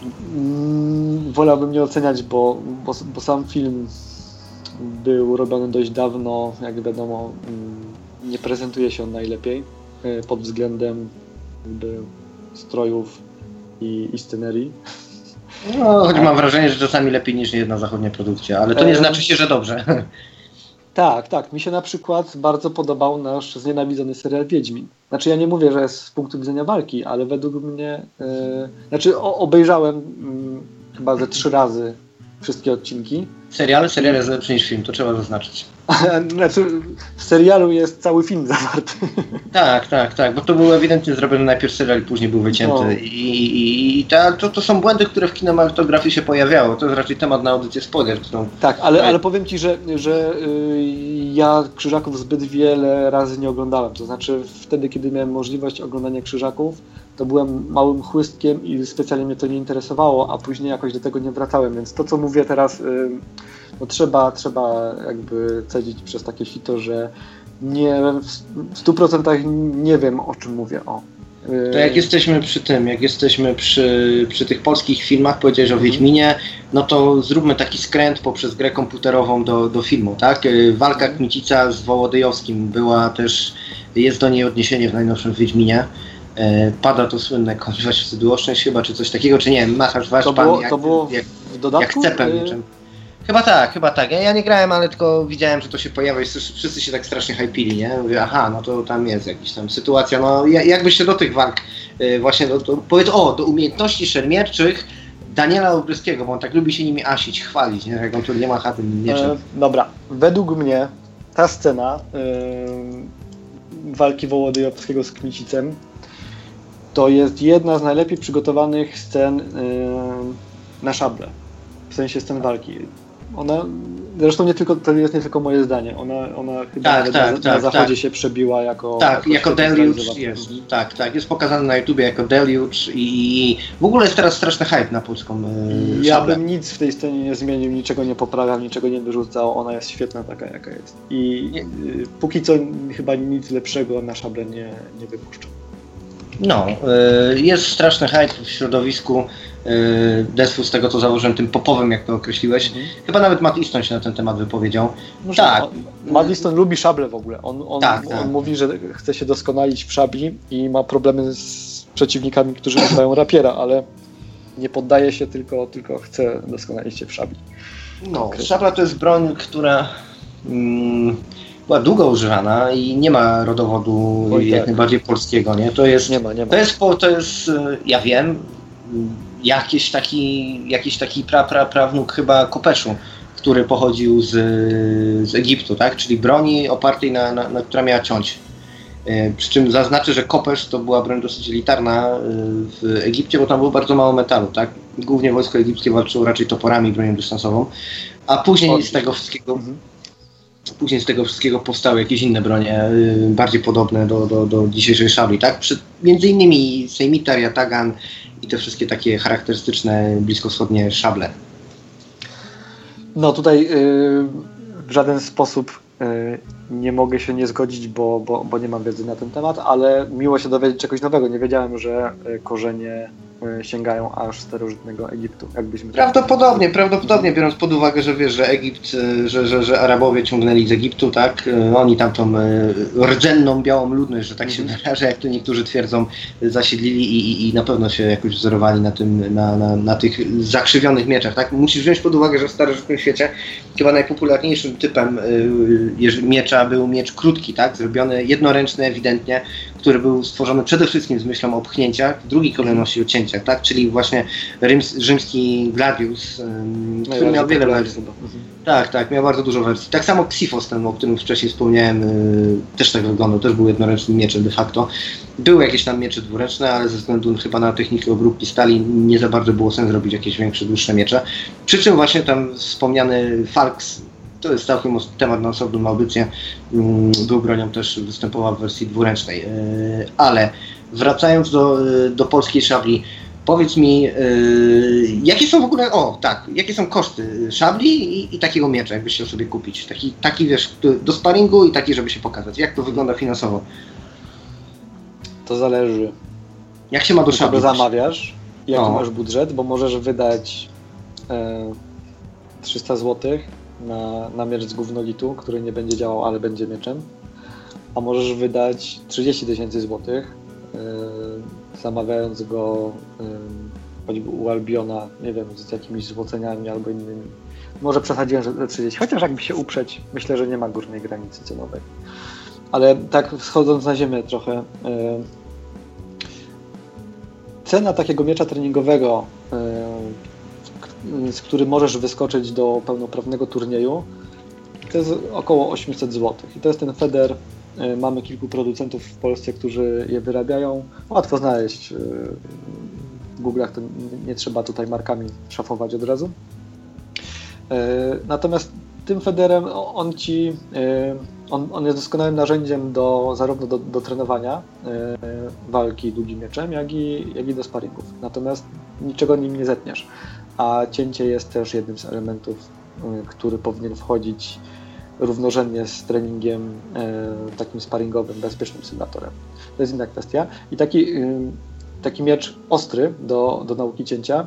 Mm, wolałbym nie oceniać, bo, bo, bo sam film był robiony dość dawno, jak wiadomo, nie prezentuje się on najlepiej pod względem jakby strojów i, i scenerii. No, choć mam wrażenie, że czasami lepiej niż jedna zachodnia produkcja, ale to nie znaczy się, że dobrze. Tak, tak. Mi się na przykład bardzo podobał nasz znienawidzony serial Wiedźmin. Znaczy ja nie mówię, że jest z punktu widzenia walki, ale według mnie... Yy, znaczy o, obejrzałem yy, chyba ze trzy razy wszystkie odcinki. Serial? Serial jest lepszy niż film, to trzeba zaznaczyć. Znaczy w serialu jest cały film zawarty. Tak, tak, tak, bo to był ewidentnie zrobiony najpierw serial, później był wycięty. No. I, i, i ta, to, to są błędy, które w kinematografii się pojawiało. To jest raczej temat na audycję spoiler, którą... Tak, ale, ale powiem ci, że, że yy, ja Krzyżaków zbyt wiele razy nie oglądałem. To znaczy wtedy, kiedy miałem możliwość oglądania Krzyżaków, to byłem małym chłystkiem i specjalnie mnie to nie interesowało, a później jakoś do tego nie wracałem, więc to, co mówię teraz, yy, no trzeba, trzeba jakby cedzić przez takie sito, że nie, w stu procentach nie wiem, o czym mówię. O. To jak jesteśmy przy tym, jak jesteśmy przy, przy tych polskich filmach, powiedziałeś o Wiedźminie, no to zróbmy taki skręt poprzez grę komputerową do, do filmu, tak? Walka Kmicica z Wołodyjowskim była też, jest do niej odniesienie w najnowszym Wiedźminie. Pada to słynne kończywać wstydu oszczęść chyba, czy coś takiego, czy nie, machasz wasz to pan było, jak, to było jak, w dodatku? jak cepem niczym. Chyba tak, chyba tak. Ja, ja nie grałem, ale tylko widziałem, że to się pojawia i wszyscy się tak strasznie hypili, nie? Mówię, aha, no to tam jest jakaś tam sytuacja. No jakbyś się do tych walk yy, właśnie, do, do, powiedz, o, do umiejętności szermierczych Daniela Obryskiego, bo on tak lubi się nimi asić, chwalić, nie? Jak on tu nie macha tym mieczem. E, dobra, według mnie ta scena yy, walki Wołodyjowskiego z Kmicicem to jest jedna z najlepiej przygotowanych scen yy, na szable. W sensie scen walki. Ona, zresztą nie tylko, to jest nie tylko moje zdanie, ona, ona chyba tak, nawet tak, na, tak, na zachodzie tak. się przebiła jako... Tak, jako, jako Deluge jest, tak, tak, jest pokazany na YouTubie jako Deluge i w ogóle jest teraz straszny hype na polską yy, Ja szablę. bym nic w tej scenie nie zmienił, niczego nie poprawiał, niczego nie wyrzucał, ona jest świetna taka, jaka jest. I yy, póki co chyba nic lepszego na szablę nie, nie wypuszczą. No, yy, jest straszny hype w środowisku yy, Desfu, z tego co założyłem, tym popowym, jak to określiłeś. Mhm. Chyba nawet Matt Easton się na ten temat wypowiedział. Może tak. On, Matt Easton lubi szable w ogóle. On, on, tak, on tak. mówi, że chce się doskonalić w szabli i ma problemy z przeciwnikami, którzy używają rapiera, ale nie poddaje się, tylko, tylko chce doskonalić się w szabli. No, szabla to jest broń, która... Mm, była długo używana i nie ma rodowodu Oj, jak tak. najbardziej polskiego, nie? To jest, Nie ma, nie ma. To jest, to jest, ja wiem, jakiś taki, jakiś taki pra, pra, prawnuk chyba Kopeszu, który pochodził z, z Egiptu, tak? Czyli broni opartej na, na, na która miała ciąć. Przy czym zaznaczę, że kopesz to była broń dosyć elitarna w Egipcie, bo tam było bardzo mało metalu, tak? Głównie wojsko egipskie walczyło raczej toporami, bronią dystansową, a później z tego wszystkiego mhm. później z tego wszystkiego powstały jakieś inne bronie, bardziej podobne do, do, do dzisiejszej szabli, tak? Przy, między innymi Sejmitar, Yatagan i te wszystkie takie charakterystyczne bliskowschodnie szable. No tutaj yy, w żaden sposób yy, nie mogę się nie zgodzić, bo, bo, bo nie mam wiedzy na ten temat, ale miło się dowiedzieć czegoś nowego. Nie wiedziałem, że yy, korzenie yy, sięgają aż starożytnego Egiptu. Jakbyśmy prawdopodobnie, tak... prawdopodobnie, biorąc pod uwagę, że wiesz, że Egipt, że, że, że Arabowie ciągnęli z Egiptu, tak? Oni tam tą rdzenną, białą ludność, że tak się wyrażę, jak tu niektórzy twierdzą, zasiedlili i, i, i na pewno się jakoś wzorowali na tym, na, na, na tych zakrzywionych mieczach, tak? Musisz wziąć pod uwagę, że w starożytnym świecie chyba najpopularniejszym typem y, miecza był miecz krótki, tak? Zrobiony jednoręczny ewidentnie, który był stworzony przede wszystkim z myślą o pchnięciach, w drugiej kolejności o cięciach, tak? Czyli właśnie ryms, rzymski gladius, ym, no który miał wiele wersji. Tak, tak, miał bardzo dużo wersji. Tak samo Ksifos, ten, o którym wcześniej wspomniałem, yy, też tak wyglądał, też był jednoręcznym mieczem de facto. Były jakieś tam miecze dwuręczne, ale ze względu chyba na technikę obróbki stali nie za bardzo było sens robić jakieś większe, dłuższe miecze. Przy czym właśnie tam wspomniany Falx, to jest całkiem temat na osobną audycję, był bronią też, występował w wersji dwuręcznej. Ale wracając do, do polskiej szabli, powiedz mi, jakie są w ogóle, o tak, jakie są koszty szabli i, i takiego miecza, jakbyś chciał sobie kupić? Taki, taki wiesz, do sparingu i taki, żeby się pokazać. Jak to wygląda finansowo? To zależy. Jak się ma do szabli? Zamawiasz, jaki no. masz budżet, bo możesz wydać e, trzysta złotych na, na miecz z gównolitu, który nie będzie działał, ale będzie mieczem, a możesz wydać trzydzieści tysięcy złotych, yy, zamawiając go yy, choćby u Albiona, nie wiem, z jakimiś złoceniami albo innymi. Może przesadziłem, że trzydzieści, chociaż jakby się uprzeć, myślę, że nie ma górnej granicy cenowej. Ale tak schodząc na ziemię trochę, yy, cena takiego miecza treningowego, yy, z którym możesz wyskoczyć do pełnoprawnego turnieju, to jest około osiemset złotych. I to jest ten Feder. Mamy kilku producentów w Polsce, którzy je wyrabiają. Łatwo znaleźć w Google'ach, to nie trzeba tutaj markami szafować od razu. Natomiast tym Federem on ci, on, on jest doskonałym narzędziem do, zarówno do, do trenowania walki długim mieczem, jak i, jak i do sparingów. Natomiast niczego nim nie zetniesz. A cięcie jest też jednym z elementów, który powinien wchodzić równorzędnie z treningiem e, takim sparingowym, bezpiecznym symulatorem. To jest inna kwestia. I taki, y, taki miecz ostry do, do nauki cięcia,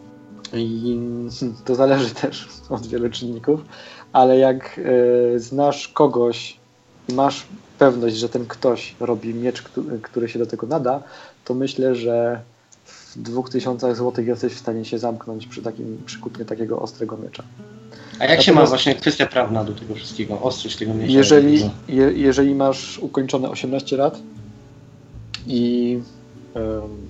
i to zależy też od wielu czynników, ale jak y, znasz kogoś i masz pewność, że ten ktoś robi miecz, który, który się do tego nada, to myślę, że w dwóch tysiącach złotych jesteś w stanie się zamknąć przy, takim, przy kupnie takiego ostrego miecza. A jak Natomiast, się ma właśnie kwestia prawna do tego wszystkiego, ostrość tego miecza? Jeżeli, je, jeżeli masz ukończone osiemnaście lat i um,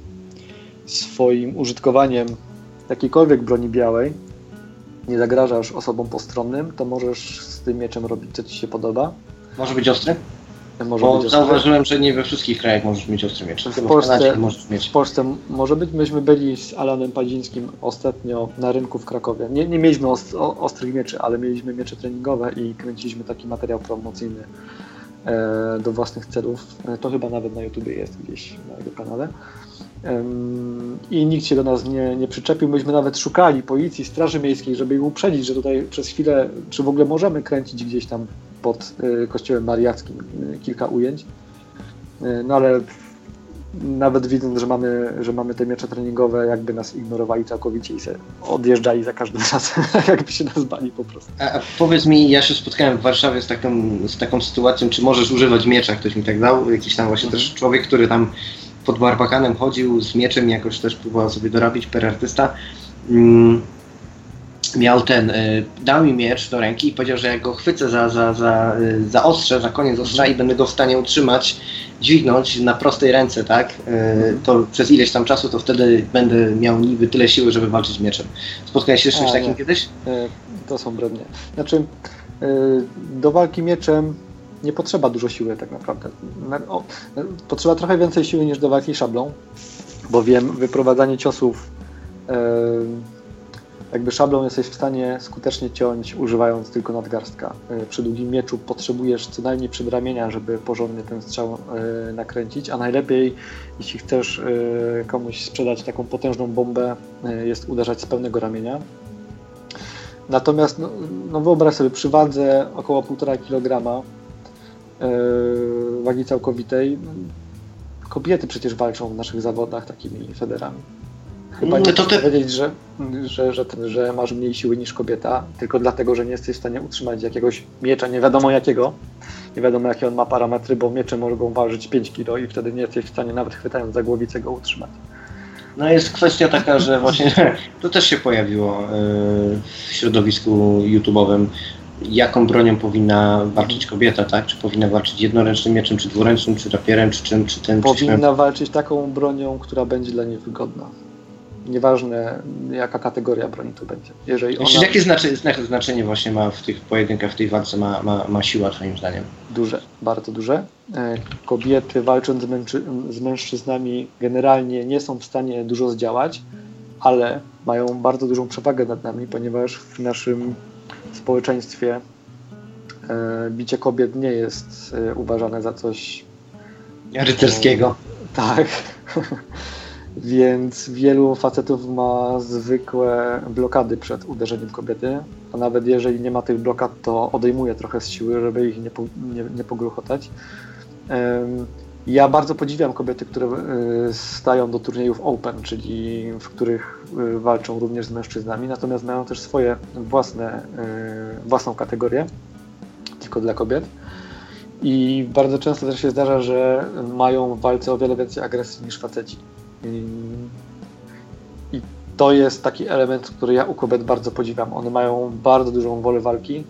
swoim użytkowaniem jakiejkolwiek broni białej nie zagrażasz osobom postronnym, to możesz z tym mieczem robić, co ci się podoba. Może być ostry? Może Bo być zauważyłem, że nie we wszystkich krajach możesz mieć ostry miecz. W Polsce, możesz mieć. w Polsce może być. Myśmy byli z Alanem Padzińskim ostatnio na rynku w Krakowie. Nie, nie mieliśmy ost- ostrych mieczy, ale mieliśmy miecze treningowe i kręciliśmy taki materiał promocyjny e, do własnych celów. E, to chyba nawet na YouTubie jest gdzieś na jego kanale. E, I nikt się do nas nie, nie przyczepił. Myśmy nawet szukali policji, straży miejskiej, żeby ich uprzedzić, że tutaj przez chwilę, czy w ogóle możemy kręcić gdzieś tam pod y, kościołem mariackim y, kilka ujęć. Y, no ale nawet widząc, że mamy, że mamy te miecze treningowe, jakby nas ignorowali całkowicie i se odjeżdżali za każdym razem, jakby się nas bali po prostu. A, a powiedz mi, ja się spotkałem w Warszawie z taką, z taką sytuacją, czy możesz używać miecza, ktoś mi tak dał, jakiś tam właśnie też człowiek, który tam pod Barbakanem chodził z mieczem i jakoś też próbował sobie dorobić, per artysta. Mm. miał ten, y, dał mi miecz do ręki i powiedział, że jak go chwycę za, za, za, y, za ostrze, za koniec ostrza i będę go w stanie utrzymać, dźwignąć na prostej ręce, tak, y, to przez ileś tam czasu, to wtedy będę miał niby tyle siły, żeby walczyć mieczem. Spotkałeś się z czymś A, takim nie. kiedyś? E, to są brednie. Znaczy, y, do walki mieczem nie potrzeba dużo siły tak naprawdę. O, potrzeba trochę więcej siły niż do walki szablą, bowiem wyprowadzanie ciosów y, jakby szablą jesteś w stanie skutecznie ciąć, używając tylko nadgarstka. Przy długim mieczu potrzebujesz co najmniej przedramienia, żeby porządnie ten strzał y, nakręcić, a najlepiej, jeśli chcesz y, komuś sprzedać taką potężną bombę, y, jest uderzać z pełnego ramienia. Natomiast no, no wyobraź sobie, przy wadze około półtora kilograma y, wagi całkowitej, kobiety przecież walczą w naszych zawodach takimi federami. Chyba nie chcę powiedzieć, że, że, że, ten, że masz mniej siły niż kobieta, tylko dlatego, że nie jesteś w stanie utrzymać jakiegoś miecza, nie wiadomo jakiego, nie wiadomo jakie on ma parametry, bo miecze mogą ważyć pięć kilo i wtedy nie jesteś w stanie nawet chwytając za głowicę go utrzymać. No jest kwestia taka, że właśnie to też się pojawiło w środowisku YouTube'owym, jaką bronią powinna walczyć kobieta, tak? Czy powinna walczyć jednoręcznym mieczem, czy dwuręcznym, czy rapierem, czy czym, czy ten... Powinna czy... walczyć taką bronią, która będzie dla niej wygodna. Nieważne jaka kategoria broni to będzie. Jeżeli ona... ona... Jakie znaczenie, znaczenie właśnie ma w tych pojedynkach, w tej walce ma, ma, ma siła twoim zdaniem? Duże, bardzo duże. Kobiety walcząc z, męczy... z mężczyznami generalnie nie są w stanie dużo zdziałać, ale mają bardzo dużą przewagę nad nami, ponieważ w naszym społeczeństwie e, bicie kobiet nie jest e, uważane za coś rycerskiego. E, tak. Więc wielu facetów ma zwykłe blokady przed uderzeniem kobiety, a nawet jeżeli nie ma tych blokad, to odejmuje trochę z siły, żeby ich nie, po, nie, nie pogruchotać. E, ja bardzo podziwiam kobiety, które e, stają do turniejów Open, czyli w których e, walczą również z mężczyznami, natomiast mają też swoje własne, e, własną kategorię, tylko dla kobiet. I bardzo często też się zdarza, że mają w walce o wiele więcej agresji niż faceci. I, i to jest taki element, który ja u kobiet bardzo podziwiam. One mają bardzo dużą wolę walki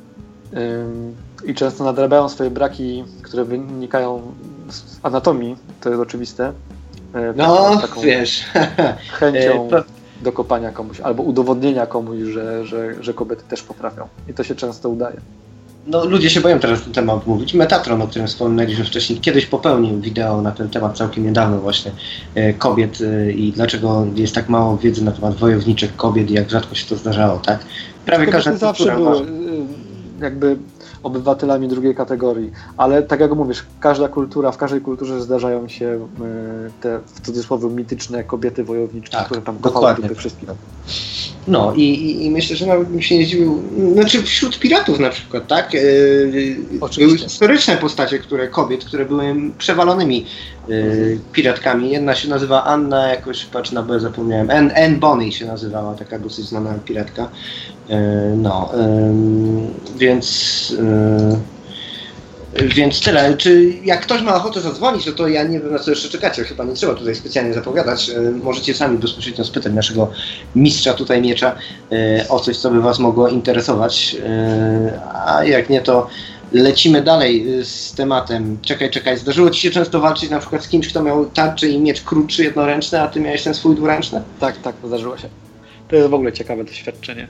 ym, i często nadrabiają swoje braki, które wynikają z anatomii, to jest oczywiste. Yy, no, taką wiesz. chęcią do kopania komuś albo udowodnienia komuś, że, że, że kobiety też potrafią. I to się często udaje. No, ludzie się boją teraz na ten temat mówić. Metatron, o którym wspomnieliśmy wcześniej, kiedyś popełnił wideo na ten temat całkiem niedawno właśnie e, kobiet e, i dlaczego jest tak mało wiedzy na temat wojowniczek kobiet i jak rzadko się to zdarzało, tak? Prawie kobiety każda zawsze były jakby obywatelami drugiej kategorii, ale tak jak mówisz, każda kultura, w każdej kulturze zdarzają się te w cudzysłowie mityczne kobiety wojowniczki, tak, które tam kochały dupy wszystkim. No i, i, i myślę, że nawet bym się nie zdziwił, znaczy wśród piratów na przykład, tak? Yy, były historyczne postacie, które kobiet, które były przewalonymi yy, piratkami. Jedna się nazywa Anna, jakoś patrz na B, zapomniałem. Anne, Anne Bonny się nazywała, taka dosyć znana piratka. Yy, no, yy, więc... Yy, Więc tyle. Czy jak ktoś ma ochotę zadzwonić, no to ja nie wiem, na co jeszcze czekacie. Chyba nie trzeba tutaj specjalnie zapowiadać. Możecie sami bezpośrednio spytać naszego mistrza tutaj miecza o coś, co by was mogło interesować. A jak nie, to lecimy dalej z tematem. Czekaj, czekaj. Zdarzyło ci się często walczyć na przykład z kimś, kto miał tarczę i miecz krótszy, jednoręczny, a ty miałeś ten swój dwuręczny? Tak, tak, zdarzyło się. To jest w ogóle ciekawe doświadczenie.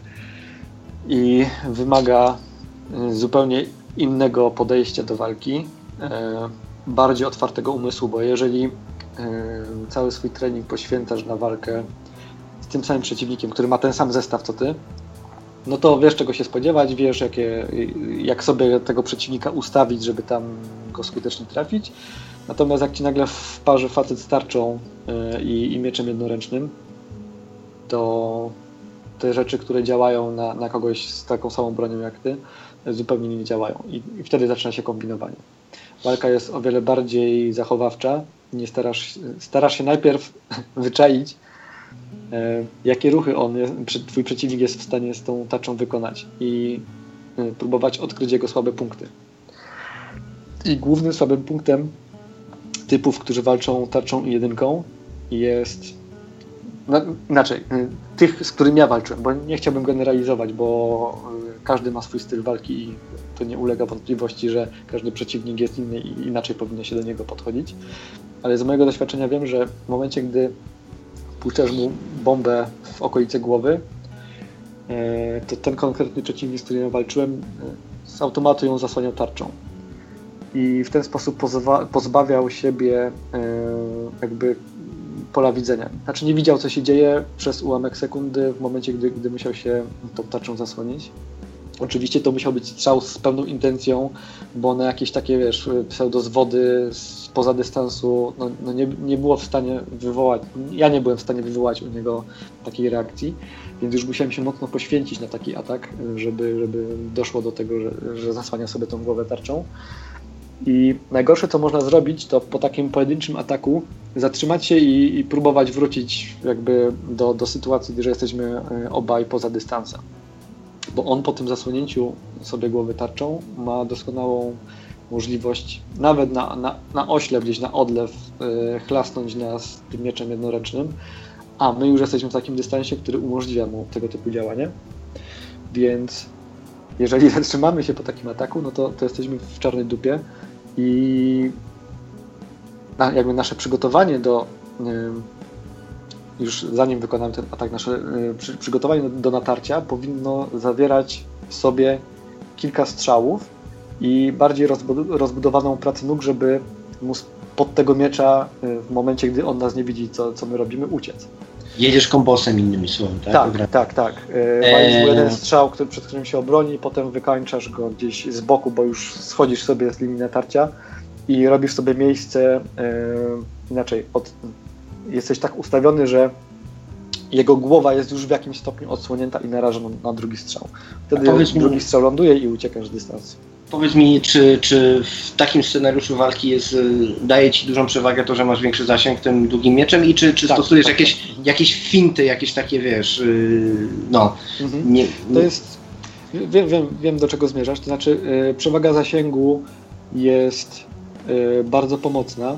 I wymaga zupełnie innego podejścia do walki, e, bardziej otwartego umysłu, bo jeżeli e, cały swój trening poświęcasz na walkę z tym samym przeciwnikiem, który ma ten sam zestaw co ty, no to wiesz czego się spodziewać, wiesz jakie, jak sobie tego przeciwnika ustawić, żeby tam go skutecznie trafić. Natomiast jak ci nagle w parze facet z tarczą e, i, i mieczem jednoręcznym, to te rzeczy, które działają na, na kogoś z taką samą bronią jak ty, zupełnie nie działają i, i wtedy zaczyna się kombinowanie. Walka jest o wiele bardziej zachowawcza. Nie starasz, starasz się najpierw wyczaić, e, jakie ruchy on jest, twój przeciwnik jest w stanie z tą tarczą wykonać i e, próbować odkryć jego słabe punkty. I głównym słabym punktem typów, którzy walczą tarczą i jedynką, jest no, inaczej, tych, z którymi ja walczyłem, bo nie chciałbym generalizować, bo każdy ma swój styl walki i to nie ulega wątpliwości, że każdy przeciwnik jest inny i inaczej powinno się do niego podchodzić. Ale z mojego doświadczenia wiem, że w momencie, gdy puszczasz mu bombę w okolice głowy, to ten konkretny przeciwnik, z którym ja walczyłem, z automatu ją zasłaniał tarczą. I w ten sposób pozwa- pozbawiał siebie jakby pola widzenia. Znaczy nie widział, co się dzieje przez ułamek sekundy w momencie, gdy, gdy musiał się tą tarczą zasłonić. Oczywiście to musiał być strzał z pełną intencją, bo na jakieś takie, wiesz, pseudozwody spoza dystansu no, no nie, nie było w stanie wywołać, ja nie byłem w stanie wywołać u niego takiej reakcji, więc już musiałem się mocno poświęcić na taki atak, żeby, żeby doszło do tego, że, że zasłania sobie tą głowę tarczą. I najgorsze, co można zrobić, to po takim pojedynczym ataku zatrzymać się i, i próbować wrócić jakby do, do sytuacji, że jesteśmy obaj poza dystansem. Bo on po tym zasłonięciu sobie głowy tarczą ma doskonałą możliwość nawet na, na, na oślep, gdzieś na odlew yy, chlasnąć nas tym mieczem jednoręcznym, a my już jesteśmy w takim dystansie, który umożliwia mu tego typu działanie. Więc jeżeli zatrzymamy się po takim ataku, no to, to jesteśmy w czarnej dupie i na, jakby nasze przygotowanie do yy, już zanim wykonamy ten atak, nasze yy, przy, przygotowanie do, do natarcia powinno zawierać w sobie kilka strzałów i bardziej rozbud- rozbudowaną pracę nóg, żeby móc pod tego miecza yy, w momencie, gdy on nas nie widzi, co, co my robimy, uciec. Jedziesz kombosem, innymi słowy, tak? Tak, Dobra. tak, tak. Yy, Walisz eee. jeden strzał, który, przed którym się obroni, potem wykańczasz go gdzieś z boku, bo już schodzisz sobie z linii natarcia i robisz sobie miejsce yy, inaczej, od, jesteś tak ustawiony, że jego głowa jest już w jakimś stopniu odsłonięta i narażona na drugi strzał. Wtedy drugi mi, strzał ląduje i uciekasz z dystansu. Powiedz mi, czy, czy w takim scenariuszu walki jest, daje ci dużą przewagę to, że masz większy zasięg tym długim mieczem i czy, czy tak, stosujesz tak, jakieś, tak. jakieś finty, jakieś takie, wiesz, yy, no. Mhm. Nie, nie. To jest, wiem, wiem, wiem do czego zmierzasz, to znaczy yy, przewaga zasięgu jest yy, bardzo pomocna,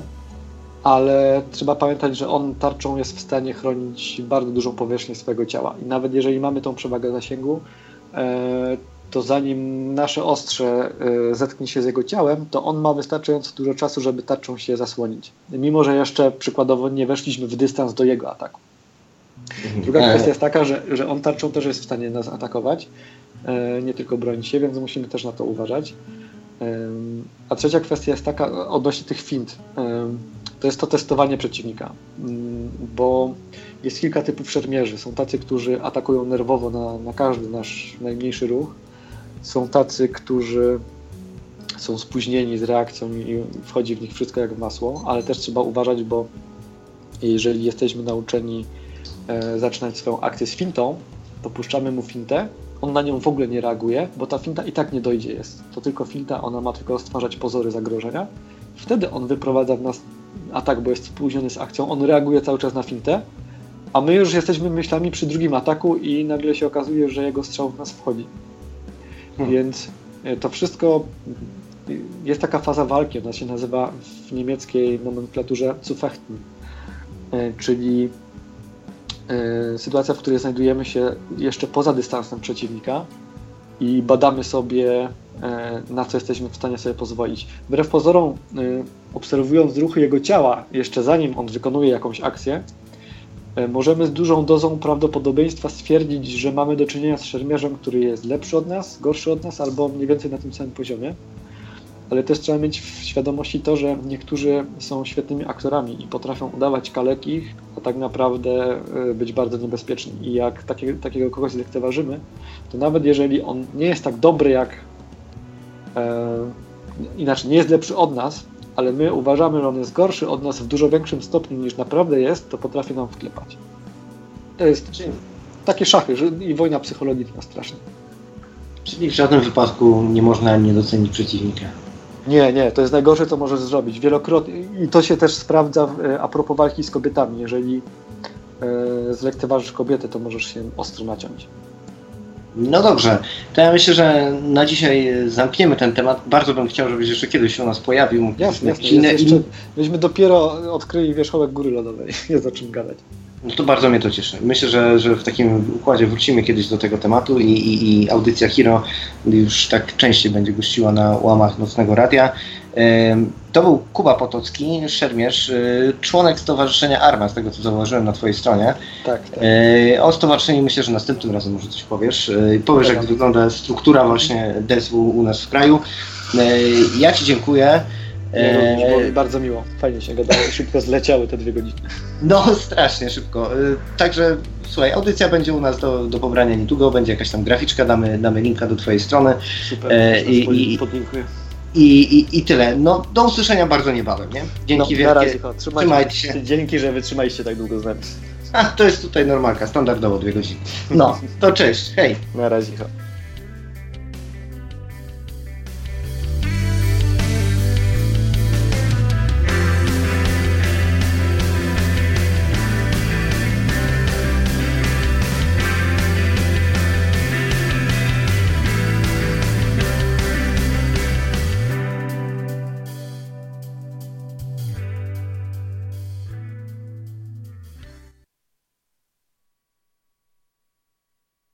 ale trzeba pamiętać, że on tarczą jest w stanie chronić bardzo dużą powierzchnię swojego ciała i nawet jeżeli mamy tą przewagę zasięgu, yy, to zanim nasze ostrze y, zetknie się z jego ciałem, to on ma wystarczająco dużo czasu, żeby tarczą się zasłonić. Mimo że jeszcze przykładowo nie weszliśmy w dystans do jego ataku. Druga e... kwestia jest taka, że, że on tarczą też jest w stanie nas atakować, y, nie tylko bronić się, więc musimy też na to uważać. Y, a trzecia kwestia jest taka odnośnie tych fint. Y, to jest to testowanie przeciwnika, y, bo jest kilka typów szermierzy. Są tacy, którzy atakują nerwowo na, na każdy nasz najmniejszy ruch. Są tacy, którzy są spóźnieni z reakcją i wchodzi w nich wszystko jak w masło, ale też trzeba uważać, bo jeżeli jesteśmy nauczeni e, zaczynać swoją akcję z fintą, to puszczamy mu fintę, on na nią w ogóle nie reaguje, bo ta finta i tak nie dojdzie. Jest to tylko finta, ona ma tylko stwarzać pozory zagrożenia. Wtedy on wyprowadza w nas atak, bo jest spóźniony z akcją, on reaguje cały czas na fintę, a my już jesteśmy myślami przy drugim ataku i nagle się okazuje, że jego strzał w nas wchodzi. Hmm. Więc to wszystko, jest taka faza walki, ona się nazywa w niemieckiej nomenklaturze zu fechten, czyli sytuacja, w której znajdujemy się jeszcze poza dystansem przeciwnika i badamy sobie, na co jesteśmy w stanie sobie pozwolić. Wbrew pozorom, obserwując ruchy jego ciała, jeszcze zanim on wykonuje jakąś akcję, możemy z dużą dozą prawdopodobieństwa stwierdzić, że mamy do czynienia z szermierzem, który jest lepszy od nas, gorszy od nas, albo mniej więcej na tym samym poziomie. Ale też trzeba mieć w świadomości to, że niektórzy są świetnymi aktorami i potrafią udawać kalekich, a tak naprawdę być bardzo niebezpieczni. I jak takie, takiego kogoś zlekceważymy, to nawet jeżeli on nie jest tak dobry jak... E, inaczej, nie jest lepszy od nas, ale my uważamy, że on jest gorszy od nas w dużo większym stopniu niż naprawdę jest, to potrafi nam wklepać. To jest Czyli... takie szachy że i wojna psychologiczna strasznie. Czyli w żadnym wypadku nie można nie docenić przeciwnika. Nie, nie, to jest najgorsze, co możesz zrobić. Wielokrotnie, i to się też sprawdza a propos walki z kobietami. Jeżeli e, zlekceważysz kobietę, to możesz się ostro naciąć. No dobrze, to ja myślę, że na dzisiaj zamkniemy ten temat. Bardzo bym chciał, żebyś jeszcze kiedyś się u nas pojawił. Jasne, jasne. Jest jeszcze, myśmy dopiero odkryli wierzchołek góry lodowej. Jest o czym gadać. No to bardzo mnie to cieszy. Myślę, że, że w takim układzie wrócimy kiedyś do tego tematu i, i, i audycja Hero już tak częściej będzie gościła na łamach Nocnego Radia. To był Kuba Potocki, szermierz, członek Stowarzyszenia Arma, z tego co zauważyłem na twojej stronie. Tak, tak. O stowarzyszeniu myślę, że następnym razem może coś powiesz. Powiesz, jak wygląda struktura właśnie D S W u nas w kraju. Ja ci dziękuję. Nie, było mi bardzo miło. Fajnie się gadało. Szybko zleciały te dwie godziny. No, strasznie szybko. Także słuchaj, audycja będzie u nas do, do pobrania niedługo. Będzie jakaś tam graficzka, damy, damy linka do twojej strony. Super, e, i, i, podlinkuję. I, i, I tyle. No, do usłyszenia bardzo niebawem, nie? Dzięki no, wielkie. Na razie, trzymajcie, Trzymajcie się. Dzięki, że wytrzymaliście tak długo z nami. A, to jest tutaj normalka, standardowo dwie godziny. No, to cześć, hej. Na razie.